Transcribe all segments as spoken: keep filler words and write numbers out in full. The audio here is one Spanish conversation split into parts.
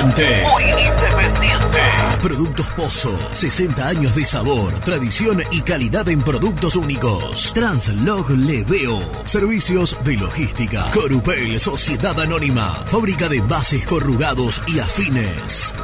independiente. Muy independiente. Productos Pozo. sesenta años de sabor, tradición y calidad en productos únicos. Translog Leveo. Servicios de logística. Corupel, Sociedad Anónima. Fábrica de envases corrugados y afines.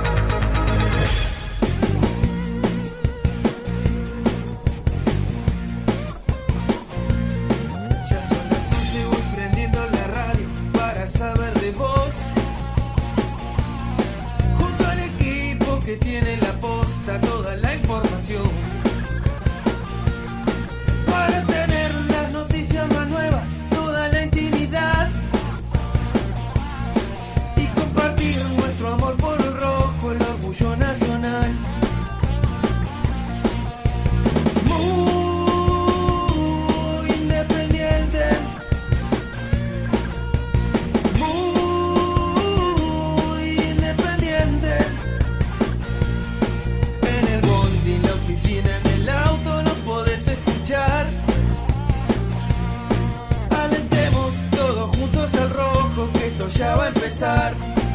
Ya va a empezar.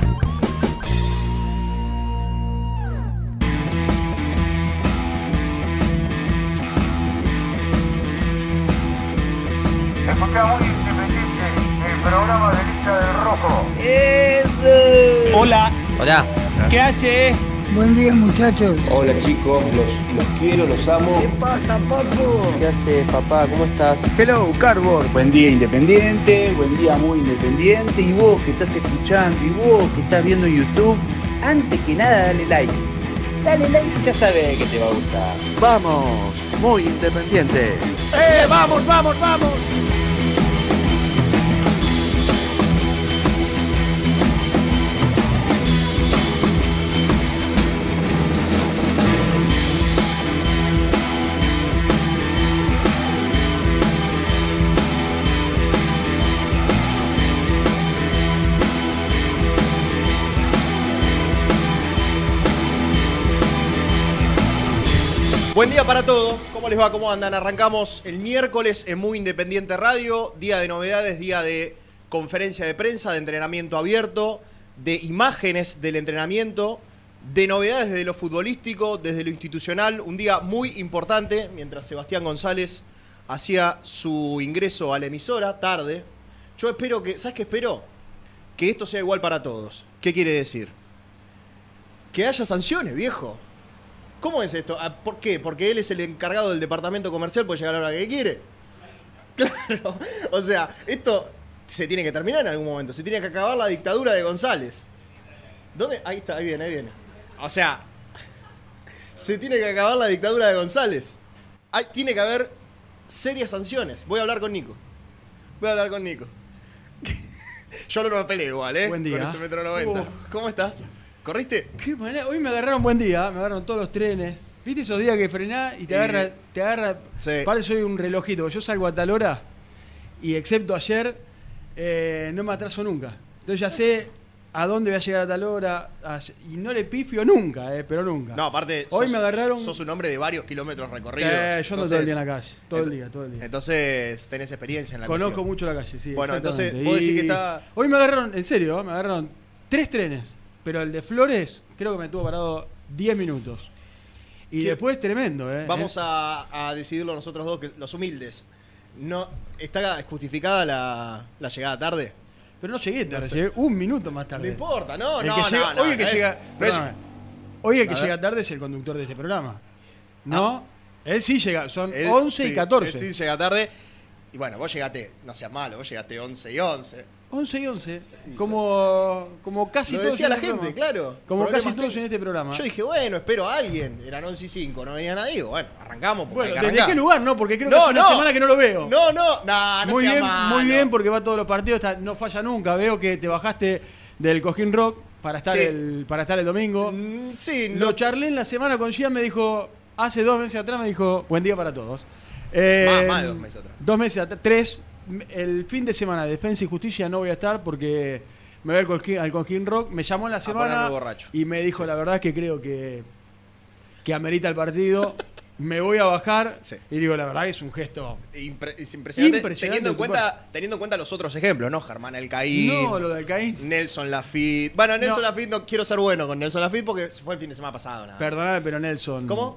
Escuchamos Independiente, el programa de Lista del Rojo. ¡Eso! Hola. Hola. ¿Qué hace? Buen día, muchachos. Hola, chicos, los, los quiero, los amo. ¿Qué pasa, papu? ¿Qué hace, papá? ¿Cómo estás? Hello, Cardboard. Buen día, Independiente. Buen día, muy independiente. Y vos que estás escuchando, y vos que estás viendo YouTube, antes que nada, dale like. Dale like y ya sabes que te va a gustar. Vamos, muy independiente. ¡Eh, vamos, vamos, vamos! Buen día para todos, ¿cómo les va? ¿Cómo andan? Arrancamos el miércoles en Muy Independiente Radio, día de novedades, día de conferencia de prensa, de entrenamiento abierto, de imágenes del entrenamiento, de novedades desde lo futbolístico, desde lo institucional, un día muy importante, mientras Sebastián González hacía su ingreso a la emisora, tarde. Yo espero que, ¿sabes qué espero? Que esto sea igual para todos. ¿Qué quiere decir? Que haya sanciones, viejo. ¿Cómo es esto? ¿Por qué? ¿Porque él es el encargado del departamento comercial, puede llegar a la hora que quiere? Claro, o sea, esto se tiene que terminar en algún momento, se tiene que acabar la dictadura de González. ¿Dónde? Ahí está, ahí viene, ahí viene. O sea, se tiene que acabar la dictadura de González. Hay, tiene que haber serias sanciones. Voy a hablar con Nico. Voy a hablar con Nico. Yo no me peleo igual, ¿eh? Buen día. Con ese metro noventa. Uh. ¿Cómo estás? ¿Corriste? Qué manera. Hoy me agarraron buen día, me agarraron todos los trenes. ¿Viste esos días que frenás y te agarra, eh, te agarra? Sí. Parece soy un relojito. Yo salgo a tal hora y excepto ayer, eh, no me atraso nunca. Entonces ya sé a dónde voy a llegar a tal hora a, y no le pifio nunca, eh, pero nunca. No, aparte, hoy sos, me agarraron. Sos un hombre de varios kilómetros recorridos. Eh, yo ando todo el día en la calle, todo el día, todo el día. Entonces tenés experiencia en la Conozco cuestión. mucho la calle, sí. Bueno, entonces vos decís que está. Hoy me agarraron, en serio, me agarraron tres trenes. Pero el de Flores creo que me tuvo parado diez minutos. Y ¿qué? Después tremendo, ¿eh? Vamos a, a decidirlo nosotros dos, que los humildes. No, ¿está justificada la, la llegada tarde? Pero no llegué tarde, No sé. llegué un minuto más tarde. No importa, no, el no, que no, llega, no, Hoy el que no llega, es, no es, hoy el que a llega ver. tarde es el conductor de este programa. ¿No? Ah. Él sí llega, son Él, once sí, y catorce. Él sí llega tarde. Y bueno, vos llegaste, no seas malo, vos llegaste once y once. once y once. Como, como casi Lo todos decía en la este gente, programa. claro. Como Problemas casi todos técnicos. en este programa. Yo dije, bueno, espero a alguien. Eran once y cinco, no venía nadie. Bueno, arrancamos. Porque Bueno, hay que ¿desde arrancar. qué lugar? No, porque creo que No, hace una no. semana que no lo veo. No, no, no, no muy sea bien, malo. muy bien, porque va todos los partidos, está- no falla nunca. Veo que te bajaste del Cojín Rock para estar, Sí. el, para estar el domingo. Mm, sí, Lo no. charlé en la semana con Gian, me dijo, hace dos meses atrás me dijo, buen día para todos. Eh, Más, más de dos meses atrás. Dos meses atrás, tres. El fin de semana de Defensa y Justicia no voy a estar porque me voy al Cojín, al Cojín Rock. Me llamó en la semana ponerme borracho. y me dijo, la verdad es que creo que, que amerita el partido. me voy a bajar Sí. y digo, la verdad que es un gesto... Impre- es impresionante, Impresionante teniendo, en de tu cuenta, teniendo en cuenta los otros ejemplos, ¿no? Germán Alcaín, No, lo de Alcaín. Nelson Lafitte. Bueno, Nelson No. Lafitte no quiero ser bueno con Nelson Lafitte porque fue el fin de semana pasado. Nada. Perdóname, pero Nelson... ¿Cómo?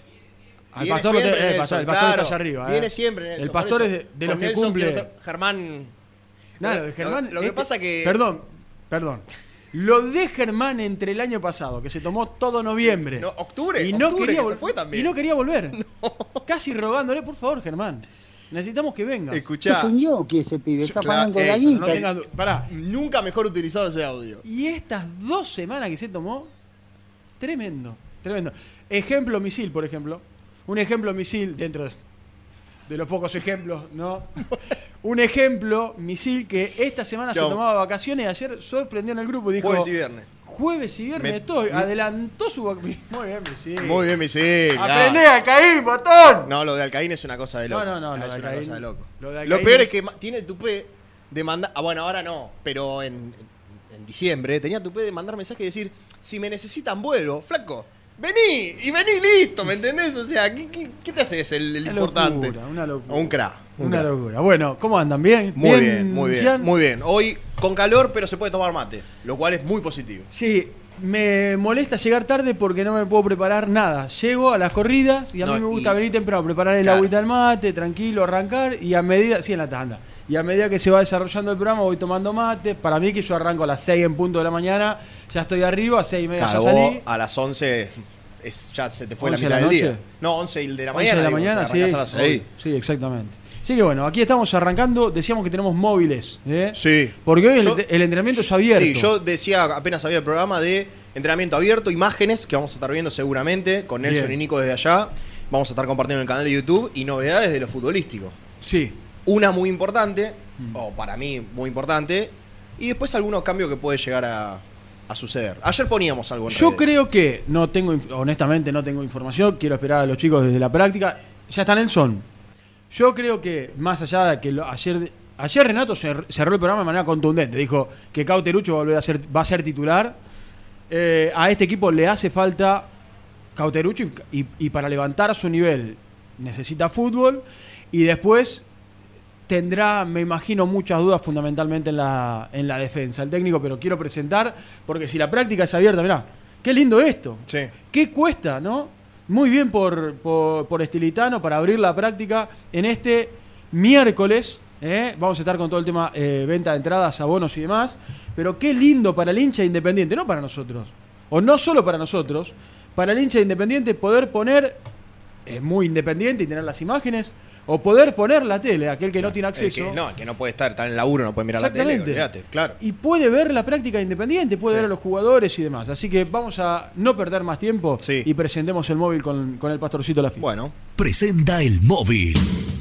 Al Viene pastor, lo te- siempre eh, el Nelson, pastor, el pastor claro. está allá arriba. eh. Viene siempre Nelson, El por pastor eso. es de, de los Con que Nelson cumple... quiero ser- Germán... Nada, lo de Lo- Germán... Lo, que este- pasa que... Perdón, perdón. Lo de Germán entre el año pasado, que se tomó todo noviembre. No, octubre, y no octubre quería que se vol- fue también. Y no quería volver. Casi rogándole, por favor, Germán. Necesitamos que vengas. Escuchá, Es un ñoqui ese pibe, está Claro, pagando eh, la No guita. tengas du- Pará. nunca mejor utilizado ese audio. Y estas dos semanas que se tomó, tremendo, tremendo. Ejemplo misil, por ejemplo. Un ejemplo misil dentro de, de los pocos ejemplos, ¿no? Un ejemplo misil que esta semana se Chau. tomaba vacaciones y ayer sorprendió en el grupo y dijo... Jueves y viernes. Jueves y viernes Me- estoy. Adelantó su vacaciones. Muy bien, misil. Muy bien, Misil. ¡Aprendé a caer, botón! No, lo de Alcaín es una cosa de loco. No, no, no, Ah, lo es de una Alcaín- cosa de loco. lo de Lo Alcaín peor es- es que ma- tiene el tupé de mandar. Ah, bueno, ahora no, pero en, en diciembre tenía tupé de mandar mensaje y decir: si me necesitan, vuelvo. Flaco, vení y vení listo, ¿me entendés? O sea, ¿qué, qué, qué te haces el, el Una importante? locura, una locura. Un crack. un Una crack. locura. Bueno, ¿cómo andan? ¿Bien? Muy bien, muy bien, Gian? muy bien. Hoy con calor, pero se puede tomar mate, lo cual es muy positivo. Sí, me molesta llegar tarde porque no me puedo preparar nada. Llego a las corridas y a No, mí me gusta y- venir temprano, preparar el Claro. agüita al mate, tranquilo, arrancar y a medida, sí, en la tanda. Y a medida que se va desarrollando el programa voy tomando mate. Para mí que yo arranco a las seis en punto de la mañana, ya estoy arriba, a seis y media Claro, ya vos salí. a las once es, ya se te fue la once de mitad la del día. noche. No, once de la once mañana. de la digo, mañana, o sea, sí. arrancás a las seis. Sí, exactamente. Así que bueno, aquí estamos arrancando. Decíamos que tenemos móviles. ¿eh? Sí. Porque hoy Yo- el, el entrenamiento es abierto. Sí, yo decía, apenas había el programa de entrenamiento abierto, imágenes que vamos a estar viendo seguramente con Nelson Bien. y Nico desde allá. Vamos a estar compartiendo en el canal de YouTube y novedades de lo futbolístico. Sí. Una muy importante, Mm. o para mí muy importante, y después algunos cambios que puede llegar a, a suceder. Ayer poníamos algo en Yo redes. creo que, no tengo, inf- honestamente no tengo información, quiero esperar a los chicos desde la práctica. Ya está Nelson. Yo creo que, más allá de que lo- ayer, ayer Renato cer- cerró el programa de manera contundente. Dijo que Cauterucho va a, volver a ser, va a ser titular. Eh, a este equipo le hace falta Cauterucho y, y- y para levantar su nivel necesita fútbol. Y después tendrá, me imagino, muchas dudas fundamentalmente en la, en la defensa. El técnico, pero quiero presentar, porque si la práctica es abierta, mirá, qué lindo esto. Sí. ¿Qué cuesta, no? Muy bien por, por, por Estilitano para abrir la práctica en este miércoles. ¿eh? Vamos a estar con todo el tema eh, venta de entradas, abonos y demás. Pero qué lindo para el hincha Independiente, no para nosotros. O no solo para nosotros, para el hincha Independiente poder poner, es muy independiente y tener las imágenes, o poder poner la tele, aquel que no tiene El acceso. que, no, el que no puede estar, estar en el laburo, no puede mirar la tele, Exactamente. olvídate, claro. Y puede ver la práctica independiente, puede Sí. ver a los jugadores y demás. Así que vamos a no perder más tiempo Sí. y presentemos el móvil con, con el pastorcito Lafitte. Bueno, Presenta el móvil.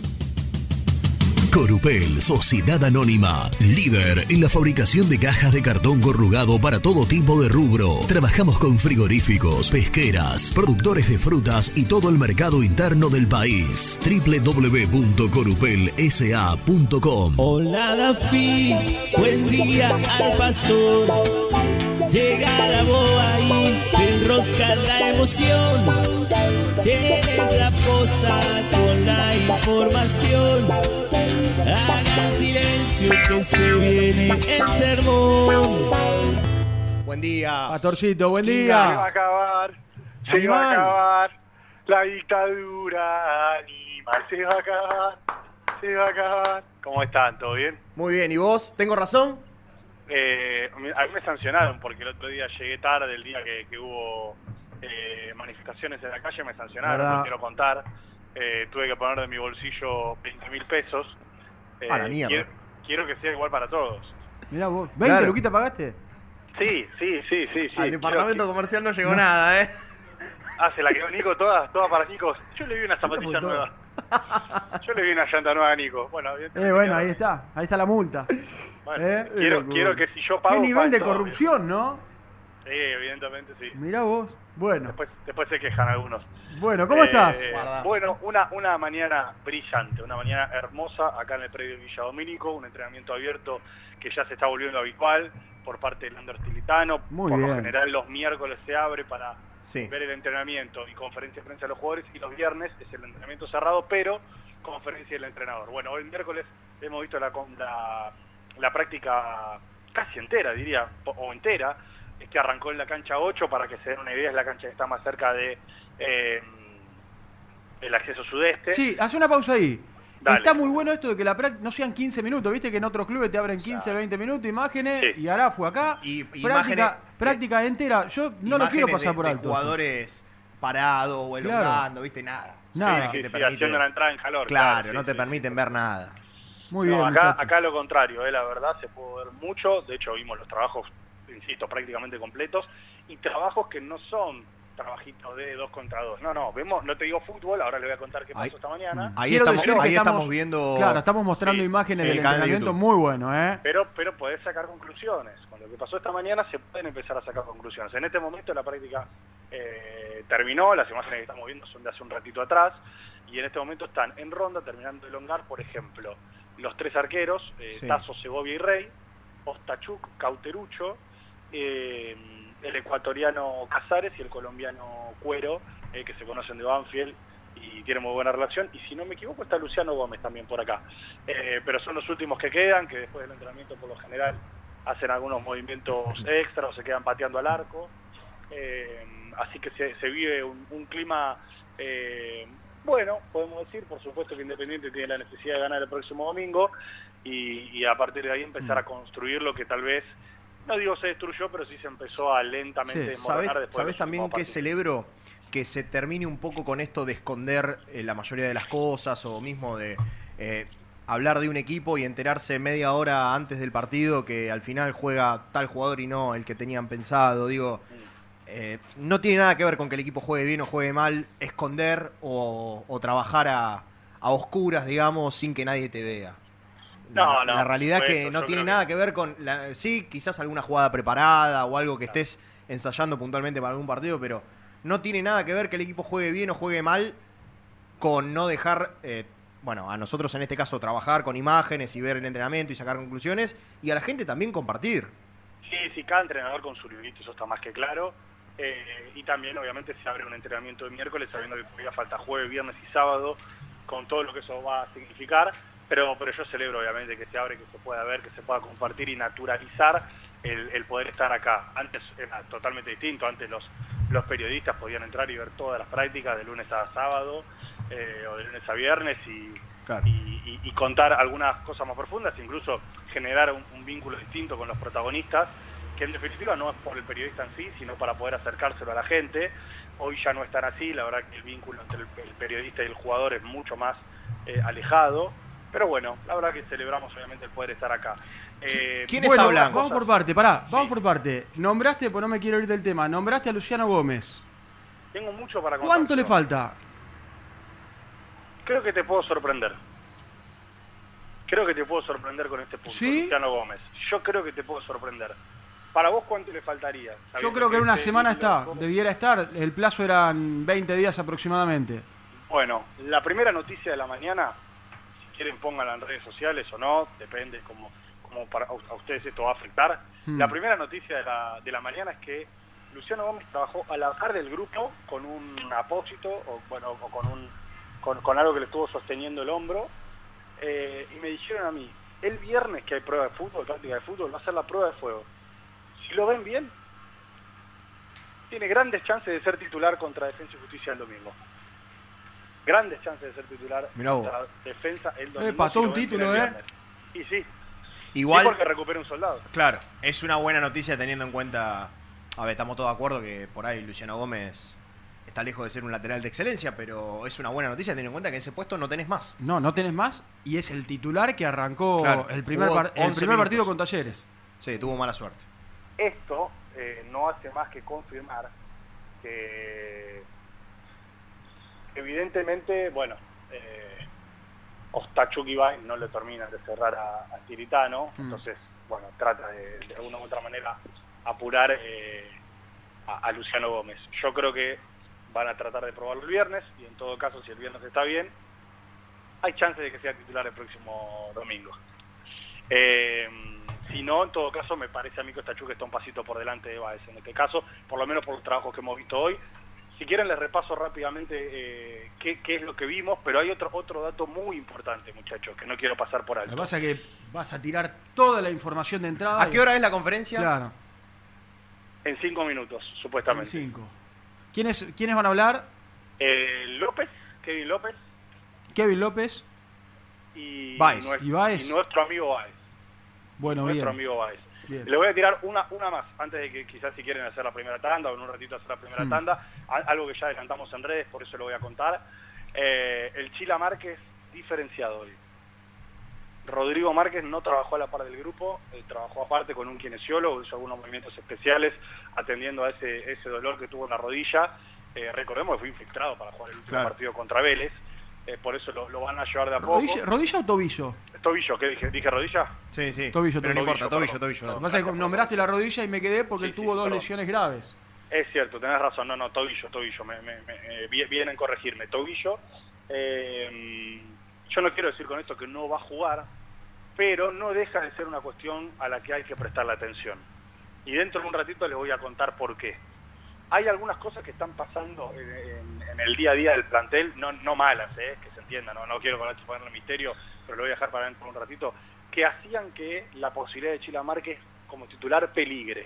Corupel, Sociedad Anónima, líder en la fabricación de cajas de cartón corrugado para todo tipo de rubro. Trabajamos con frigoríficos, pesqueras, productores de frutas y todo el mercado interno del país. doble u doble u doble u punto corupel s a punto com. Hola Dafi, buen día al pastor. Llega la boa y te enrosca la emoción. Tienes la posta con la información. Hagan silencio que se viene el sermón. buen día. Pastorcito, buen Kinga. Se va a día. acabar, se Animal. va a acabar la dictadura animal, se va a acabar, se va a acabar. ¿Cómo están? ¿Todo bien? Muy bien, ¿y vos? ¿Tengo razón? Eh, a mí me sancionaron porque el otro día llegué tarde, el día que, que hubo eh, manifestaciones en la calle, me sancionaron, ¿Verdad? no quiero contar. Eh, tuve que poner de mi bolsillo veinte mil pesos. Eh, A la mierda. Quiero, quiero que sea igual para todos. Mirá vos. ¿veinte Claro. luquitas pagaste? Sí, sí, sí, sí. sí. Al departamento Quiero- comercial no llegó nada, ¿eh? Ah, se la quedó Nico toda, toda para Nico. Yo le vi una zapatilla Todo. nueva. Yo le vi una llanta nueva a Nico. Bueno, Eh, bueno, ahí está. Ahí está la multa. Bueno, Eh, quiero, eh, quiero que si yo pago... Qué nivel paguen de todos. corrupción, ¿no? Sí, evidentemente sí. Mirá vos. Bueno, Después, después se quejan algunos. bueno, ¿cómo Eh, estás? Guarda. Bueno, una, una mañana brillante, una mañana hermosa acá en el predio Villa Domínico, un entrenamiento abierto que ya se está volviendo habitual por parte del Ander Tilitano. Muy por bien. lo general los miércoles se abre para sí. ver el entrenamiento y conferencia de prensa de los jugadores, y los viernes es el entrenamiento cerrado, pero conferencia del entrenador. Bueno, hoy miércoles hemos visto la, la, la práctica casi entera, diría, o entera, es que arrancó en la cancha ocho, para que se den una idea, es la cancha que está más cerca de eh, el acceso sudeste. Sí, hace una pausa ahí. Dale. Está muy bueno esto de que la práctica no sean quince minutos, viste que en otros clubes te abren quince, veinte minutos, imágenes, sí. y ahora fue acá, y, práctica, imágenes, práctica entera, yo no lo quiero pasar de, por de alto. Jugadores parados o elongando, claro. viste, nada. Nada. Que sí, te sí, permite... haciendo la entrada en calor. Claro, claro no sí, te sí, permiten sí. ver nada. Muy no, bien, acá, muchachos. acá lo contrario, eh, la verdad, se pudo ver mucho, de hecho vimos los trabajos, insisto, prácticamente completos, y trabajos que no son trabajitos de dos contra dos. No, no, vemos, no te digo fútbol, ahora le voy a contar qué pasó ahí, esta mañana. Ahí, estamos, ahí ahí estamos, estamos viendo... Claro, estamos mostrando sí, imágenes el del canal de entrenamiento YouTube. muy bueno, ¿eh? Pero, pero podés sacar conclusiones. Con lo que pasó esta mañana se pueden empezar a sacar conclusiones. En este momento la práctica eh, terminó, las imágenes que estamos viendo son de hace un ratito atrás, y en este momento están en ronda, terminando de elongar, por ejemplo, los tres arqueros, eh, sí. Tazo, Segovia y Rey, Ostachuk, Cauterucho, eh, el ecuatoriano Casares y el colombiano Cuero, eh, que se conocen de Banfield y tienen muy buena relación, y si no me equivoco está Luciano Gómez también por acá, eh, pero son los últimos que quedan, que después del entrenamiento por lo general hacen algunos movimientos extra o se quedan pateando al arco, eh, así que se, se vive un, un clima eh, bueno, podemos decir. Por supuesto que Independiente tiene la necesidad de ganar el próximo domingo y, y a partir de ahí empezar a construir lo que tal vez, no digo se destruyó, pero sí se empezó a lentamente sí. desmoronar. ¿Sabés, después ¿sabés también qué celebro? Que se termine un poco con esto de esconder eh, la mayoría de las cosas, o mismo de eh, hablar de un equipo y enterarse media hora antes del partido que al final juega tal jugador y no el que tenían pensado. Digo, eh, no tiene nada que ver con que el equipo juegue bien o juegue mal, esconder o, o trabajar a, a oscuras, digamos, sin que nadie te vea. No, la, no, la realidad es que eso, no tiene nada que... que ver con... La, sí, quizás alguna jugada preparada o algo que claro. estés ensayando puntualmente para algún partido, pero no tiene nada que ver que el equipo juegue bien o juegue mal con no dejar, eh, bueno, a nosotros en este caso trabajar con imágenes y ver el entrenamiento y sacar conclusiones, y a la gente también compartir. Sí, sí, cada entrenador con su librito, eso está más que claro. Eh, y también, obviamente, se abre un entrenamiento de miércoles sabiendo que todavía falta jueves, viernes y sábado, con todo lo que eso va a significar. Pero, pero yo celebro, obviamente, que se abre, que se pueda ver, que se pueda compartir y naturalizar el, el poder estar acá. Antes era totalmente distinto. Antes los, los periodistas podían entrar y ver todas las prácticas de lunes a sábado eh, o de lunes a viernes y, claro. y, y, y contar algunas cosas más profundas, incluso generar un, un vínculo distinto con los protagonistas, que en definitiva no es por el periodista en sí, sino para poder acercárselo a la gente. Hoy ya no es tan así, la verdad que el vínculo entre el, el periodista y el jugador es mucho más eh, alejado. Pero bueno, la verdad que celebramos obviamente el poder estar acá. Eh, ¿Quiénes bueno, hablan? Vamos por parte, pará, vamos sí. por parte. Nombraste, pues no me quiero ir del tema, nombraste a Luciano Gómez. Tengo mucho para contar. ¿Cuánto le falta? Creo que te puedo sorprender. Creo que te puedo sorprender con este punto, ¿Sí? Luciano Gómez. Yo creo que te puedo sorprender. ¿Para vos cuánto le faltaría? Yo creo que en una semana está, debiera estar. El plazo eran veinte días aproximadamente. Bueno, la primera noticia de la mañana... quieren pónganla en redes sociales o no, depende cómo, cómo para a ustedes esto va a afectar. Hmm. La primera noticia de la, de la mañana es que Luciano Gómez trabajó a la par del grupo con un apósito o bueno o con un con, con algo que le estuvo sosteniendo el hombro, eh, y me dijeron a mí, el viernes que hay prueba de fútbol, práctica de fútbol, va a ser la prueba de fuego. Si lo ven bien, tiene grandes chances de ser titular contra Defensa y Justicia el domingo. Grandes chances de ser titular contra Defensa el domingo. Eh, pató si un título, ¿eh? Y sí. Igual. Sí, porque recupera un soldado. Claro, es una buena noticia teniendo en cuenta. A ver, estamos todos de acuerdo que por ahí Luciano Gómez está lejos de ser un lateral de excelencia, pero es una buena noticia teniendo en cuenta que en ese puesto no tenés más. No, no tenés más. Y es el titular que arrancó claro, el primer, par el primer partido con Talleres. Sí, tuvo mala suerte. Esto eh, no hace más que confirmar que. Evidentemente, bueno, eh, Ostachuk Ibai no le termina de cerrar a, a Tiritano, mm. entonces, bueno, trata de, de alguna u otra manera apurar eh, a, a Luciano Gómez. Yo creo que van a tratar de probarlo el viernes, y en todo caso, si el viernes está bien, hay chance de que sea titular el próximo domingo. Eh, Si no, en todo caso, me parece a mí que Stachuca está un pasito por delante de Báez en este caso, por lo menos por los trabajos que hemos visto hoy. Si quieren les repaso rápidamente eh, qué, qué es lo que vimos, pero hay otro otro dato muy importante, muchachos, que no quiero pasar por alto. Lo que pasa es que vas a tirar toda la información de entrada. ¿A qué hora es la conferencia? Claro. En cinco minutos, supuestamente. En cinco. ¿Quiénes, ¿Quiénes van a hablar? Eh, López, Kevin López. Kevin López. Y, Báez. Nuestro, ¿Y Báez? y nuestro amigo Báez. Bueno, nuestro bien. amigo Báez. Bien. Le voy a tirar una una más, antes de que quizás si quieren hacer la primera tanda o en un ratito hacer la primera Mm. tanda, a- algo que ya adelantamos en redes, por eso lo voy a contar. Eh, el Chila Márquez diferenciado hoy. Rodrigo Márquez no trabajó a la par del grupo, eh, trabajó aparte con un kinesiólogo, hizo algunos movimientos especiales atendiendo a ese, ese dolor que tuvo en la rodilla. Eh, recordemos que fue infiltrado para jugar el último Claro. partido contra Vélez, eh, por eso lo, lo van a llevar de a poco. ¿Rodilla, ¿Rodilla o tobillo? Tobillo, ¿qué dije? ¿Dije rodilla? Sí, sí. Tobillo, Pero no tobillo. importa, tobillo, perdón. tobillo. Lo dale. que pasa es que nombraste la rodilla y me quedé porque Sí, él sí, tuvo dos perdón. lesiones graves. Es cierto, tenés razón, no, no, tobillo, tobillo, me, me, me, eh, vi- vienen a corregirme, tobillo. Eh, yo no quiero decir con esto que no va a jugar, pero no deja de ser una cuestión a la que hay que prestarle atención. Y dentro de un ratito les voy a contar por qué. Hay algunas cosas que están pasando en, en- en el día a día del plantel, no, no malas, eh, que se entienda, no, no quiero con esto ponerle misterio, pero lo voy a dejar para dentro de un ratito, que hacían que la posibilidad de Chila Márquez como titular peligre.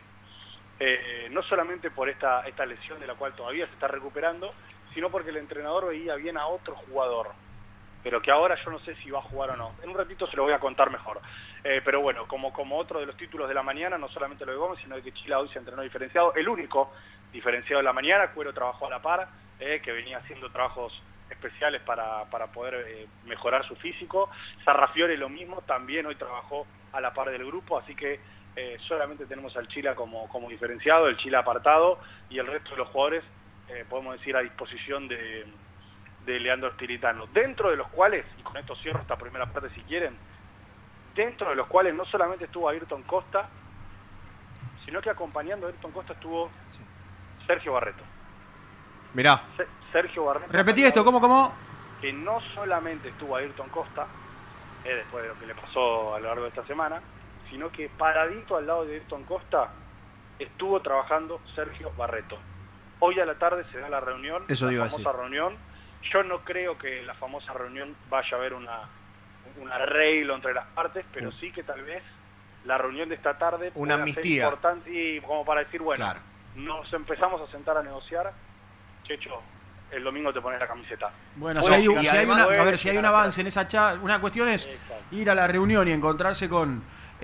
Eh, no solamente por esta, esta lesión de la cual todavía se está recuperando, sino porque el entrenador veía bien a otro jugador, pero que ahora yo no sé si va a jugar o no. En un ratito se lo voy a contar mejor. Eh, pero bueno, como, como otro de los títulos de la mañana, no solamente lo de Gómez, sino de que Chila hoy se entrenó diferenciado, el único diferenciado de la mañana. Cuero trabajó a la par, eh, que venía haciendo trabajos especiales para, para poder eh, mejorar su físico. Sarrafiore lo mismo, también hoy trabajó a la par del grupo, así que eh, solamente tenemos al Chila como, como diferenciado, el Chila apartado, y el resto de los jugadores, eh, podemos decir, a disposición de, de Leandro Stilitano, dentro de los cuales, y con esto cierro esta primera parte si quieren, dentro de los cuales no solamente estuvo Ayrton Costa, sino que acompañando a Ayrton Costa estuvo Sergio Barreto. Mirá. Se- Sergio Barreto. Repetí esto, ¿cómo, cómo? Que no solamente estuvo Ayrton Costa, eh, después de lo que le pasó a lo largo de esta semana, sino que paradito al lado de Ayrton Costa estuvo trabajando Sergio Barreto. Hoy a la tarde se da la reunión, Eso la iba a famosa decir. reunión. Yo no creo que en la famosa reunión vaya a haber una, un arreglo entre las partes, pero sí que tal vez la reunión de esta tarde Una pueda ser amnistía. importante y como para decir, bueno, Claro. nos empezamos a sentar a negociar. Checho, el domingo te pones la camiseta. Bueno, si Bueno, hay, y si hay además una, puede a ver, si hay un llegar a avance ser- en esa charla, una cuestión es Exacto. ir a la reunión y encontrarse con,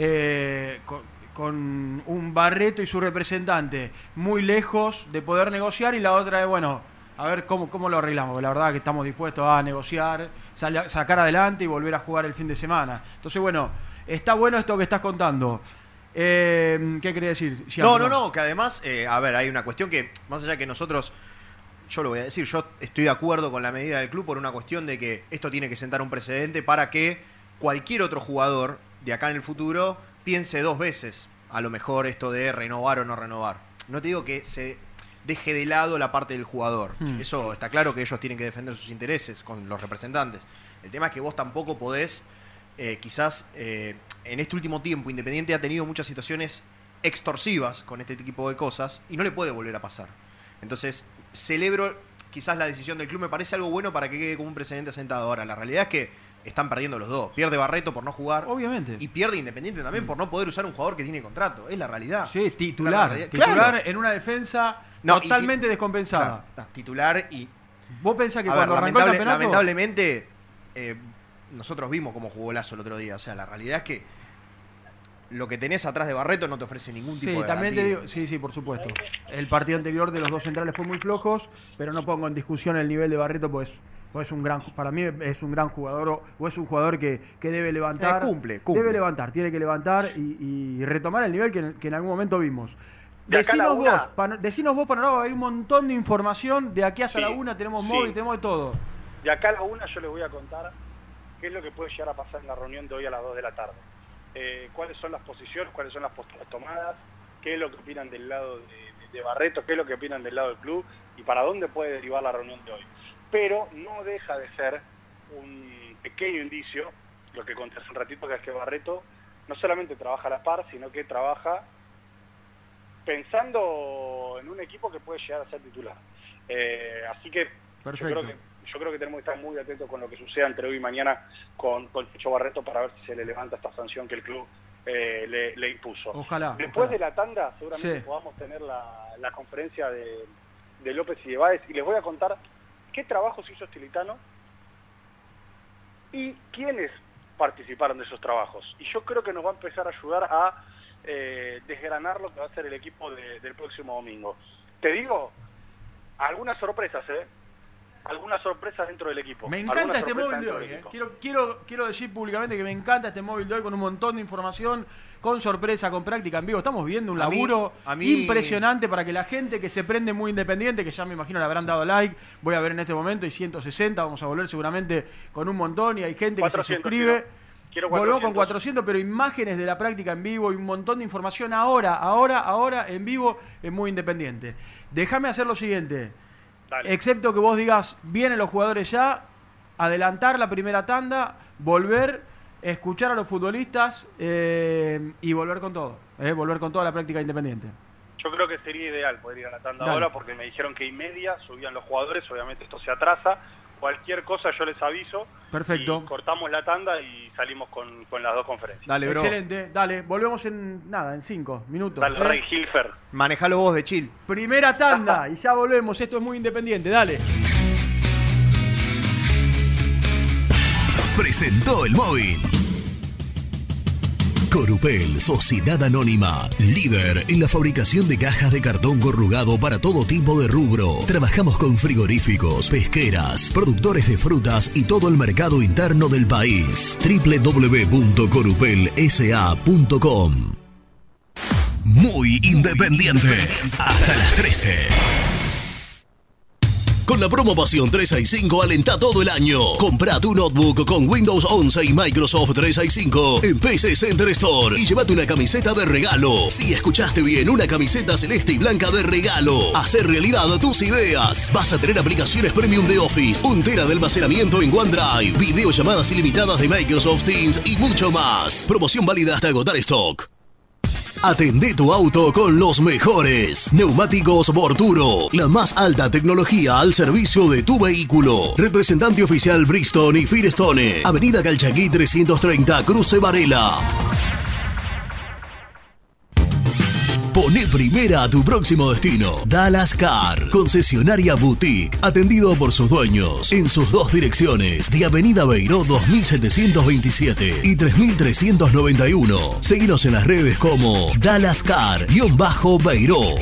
eh, con, con un Barreto y su representante muy lejos de poder negociar, y la otra es, bueno, a ver cómo, cómo lo arreglamos, porque la verdad que estamos dispuestos a negociar, sal- sacar adelante y volver a jugar el fin de semana. Entonces, bueno, está bueno esto que estás contando. Eh, ¿Qué quería decir? Gian, No, no, perdón. no, que además, eh, a ver, hay una cuestión que, más allá que nosotros, yo lo voy a decir, yo estoy de acuerdo con la medida del club por una cuestión de que esto tiene que sentar un precedente para que cualquier otro jugador de acá en el futuro piense dos veces, a lo mejor esto de renovar o no renovar. No te digo que se deje de lado la parte del jugador. Hmm. Eso está claro que ellos tienen que defender sus intereses con los representantes. El tema es que vos tampoco podés, eh, quizás, eh, en este último tiempo, Independiente ha tenido muchas situaciones extorsivas con este tipo de cosas y no le puede volver a pasar. Entonces, celebro quizás la decisión del club, me parece algo bueno para que quede como un precedente asentado. Ahora, la realidad es que están perdiendo los dos. Pierde Barreto por no jugar. Obviamente. Y pierde Independiente también por no poder usar un jugador que tiene contrato. Es la realidad. Sí, titular. La realidad. Titular Claro. en una defensa No, y totalmente ti- descompensada. Claro, no, titular y... ¿Vos pensás que A ver, cuando arrancó lamentable- el campeonato... lamentablemente, eh, nosotros vimos cómo jugó Lazo el otro día. O sea, la realidad es que lo que tenés atrás de Barreto no te ofrece ningún tipo Sí, de también te garantía. digo, sí, sí, por supuesto. El partido anterior de los dos centrales fue muy flojos, pero no pongo en discusión el nivel de Barreto, pues, pues es un gran, para mí es un gran jugador o, o es un jugador que, que debe levantar. Eh, cumple, cumple. Debe levantar, tiene que levantar y, y retomar el nivel que, que en algún momento vimos. De acá a la Decinos una- vos, pan- decinos vos, Panorama, hay un montón de información, de aquí hasta Sí, la una tenemos sí. móvil, tenemos de todo. De acá a la una yo les voy a contar qué es lo que puede llegar a pasar en la reunión de hoy a las dos de la tarde. Eh, cuáles son las posiciones, cuáles son las posturas tomadas, qué es lo que opinan del lado de, de- de Barreto, qué es lo que opinan del lado del club y para dónde puede derivar la reunión de hoy. Pero no deja de ser un pequeño indicio, lo que conté hace un ratito, que es que Barreto no solamente trabaja a la par, sino que trabaja pensando en un equipo que puede llegar a ser titular. Eh, así que yo creo que yo creo que tenemos que estar muy atentos con lo que suceda entre hoy y mañana con, con Chicho Barreto para ver si se le levanta esta sanción que el club eh, le, le impuso. Ojalá. Después ojalá. de la tanda seguramente sí. podamos tener la, la conferencia de, de López y de Báez y les voy a contar qué trabajos hizo Estilitano y quiénes participaron de esos trabajos. Y yo creo que nos va a empezar a ayudar a eh, desgranar lo que va a ser el equipo de, del próximo domingo. Te digo, algunas sorpresas, ¿eh? Algunas sorpresas dentro del equipo. Me encanta este móvil de hoy. Eh. Quiero, quiero, quiero decir públicamente que me encanta este móvil de hoy con un montón de información, con sorpresa, con práctica en vivo. Estamos viendo un laburo a mí, a mí... impresionante para que la gente que se prende muy independiente, que ya me imagino le habrán dado like, voy a ver en este momento, y ciento sesenta, vamos a volver seguramente con un montón, y hay gente que se suscribe. Quiero Volvemos con cuatrocientos, pero imágenes de la práctica en vivo y un montón de información ahora, ahora, ahora, en vivo, en Muy Independiente. Déjame hacer lo siguiente. Dale. Excepto que vos digas, vienen los jugadores ya, adelantar la primera tanda, volver, escuchar a los futbolistas eh, y volver con todo, eh, volver con toda la práctica independiente. Yo creo que sería ideal poder ir a la tanda Dale. ahora porque me dijeron que y media subían los jugadores, obviamente esto se atrasa, cualquier cosa yo les aviso. Perfecto. Y cortamos la tanda y salimos con, con las dos conferencias. Dale, bro. Excelente, dale, volvemos en nada, en cinco minutos. Dale, ¿eh? Rey Hilfer. Manejalo vos de chill. Primera tanda y ya volvemos, esto es Muy Independiente, dale. Presentó el móvil. Corupel, Sociedad Anónima, líder en la fabricación de cajas de cartón corrugado para todo tipo de rubro. Trabajamos con frigoríficos, pesqueras, productores de frutas y todo el mercado interno del país. doble u doble u doble u punto corupel s a punto com. Muy Independiente, hasta las trece. Con la promo Pasión trescientos sesenta y cinco alenta todo el año. Compra tu notebook con Windows once y Microsoft trescientos sesenta y cinco en P C Center Store y llévate una camiseta de regalo. Si escuchaste bien, una camiseta celeste y blanca de regalo. Hacer realidad tus ideas. Vas a tener aplicaciones premium de Office, un tera de almacenamiento en OneDrive, videollamadas ilimitadas de Microsoft Teams y mucho más. Promoción válida hasta agotar stock. Atendé tu auto con los mejores. Neumáticos Borturo, la más alta tecnología al servicio de tu vehículo. Representante oficial Bristol y Firestone. Avenida Calchaquí trescientos treinta, Cruce Varela. Poné primera a tu próximo destino. Dallas Car, concesionaria boutique, atendido por sus dueños en sus dos direcciones, de Avenida Beiró dos mil setecientos veintisiete y tres mil trescientos noventa y uno. Seguinos en las redes como Dallas Car-Beiró.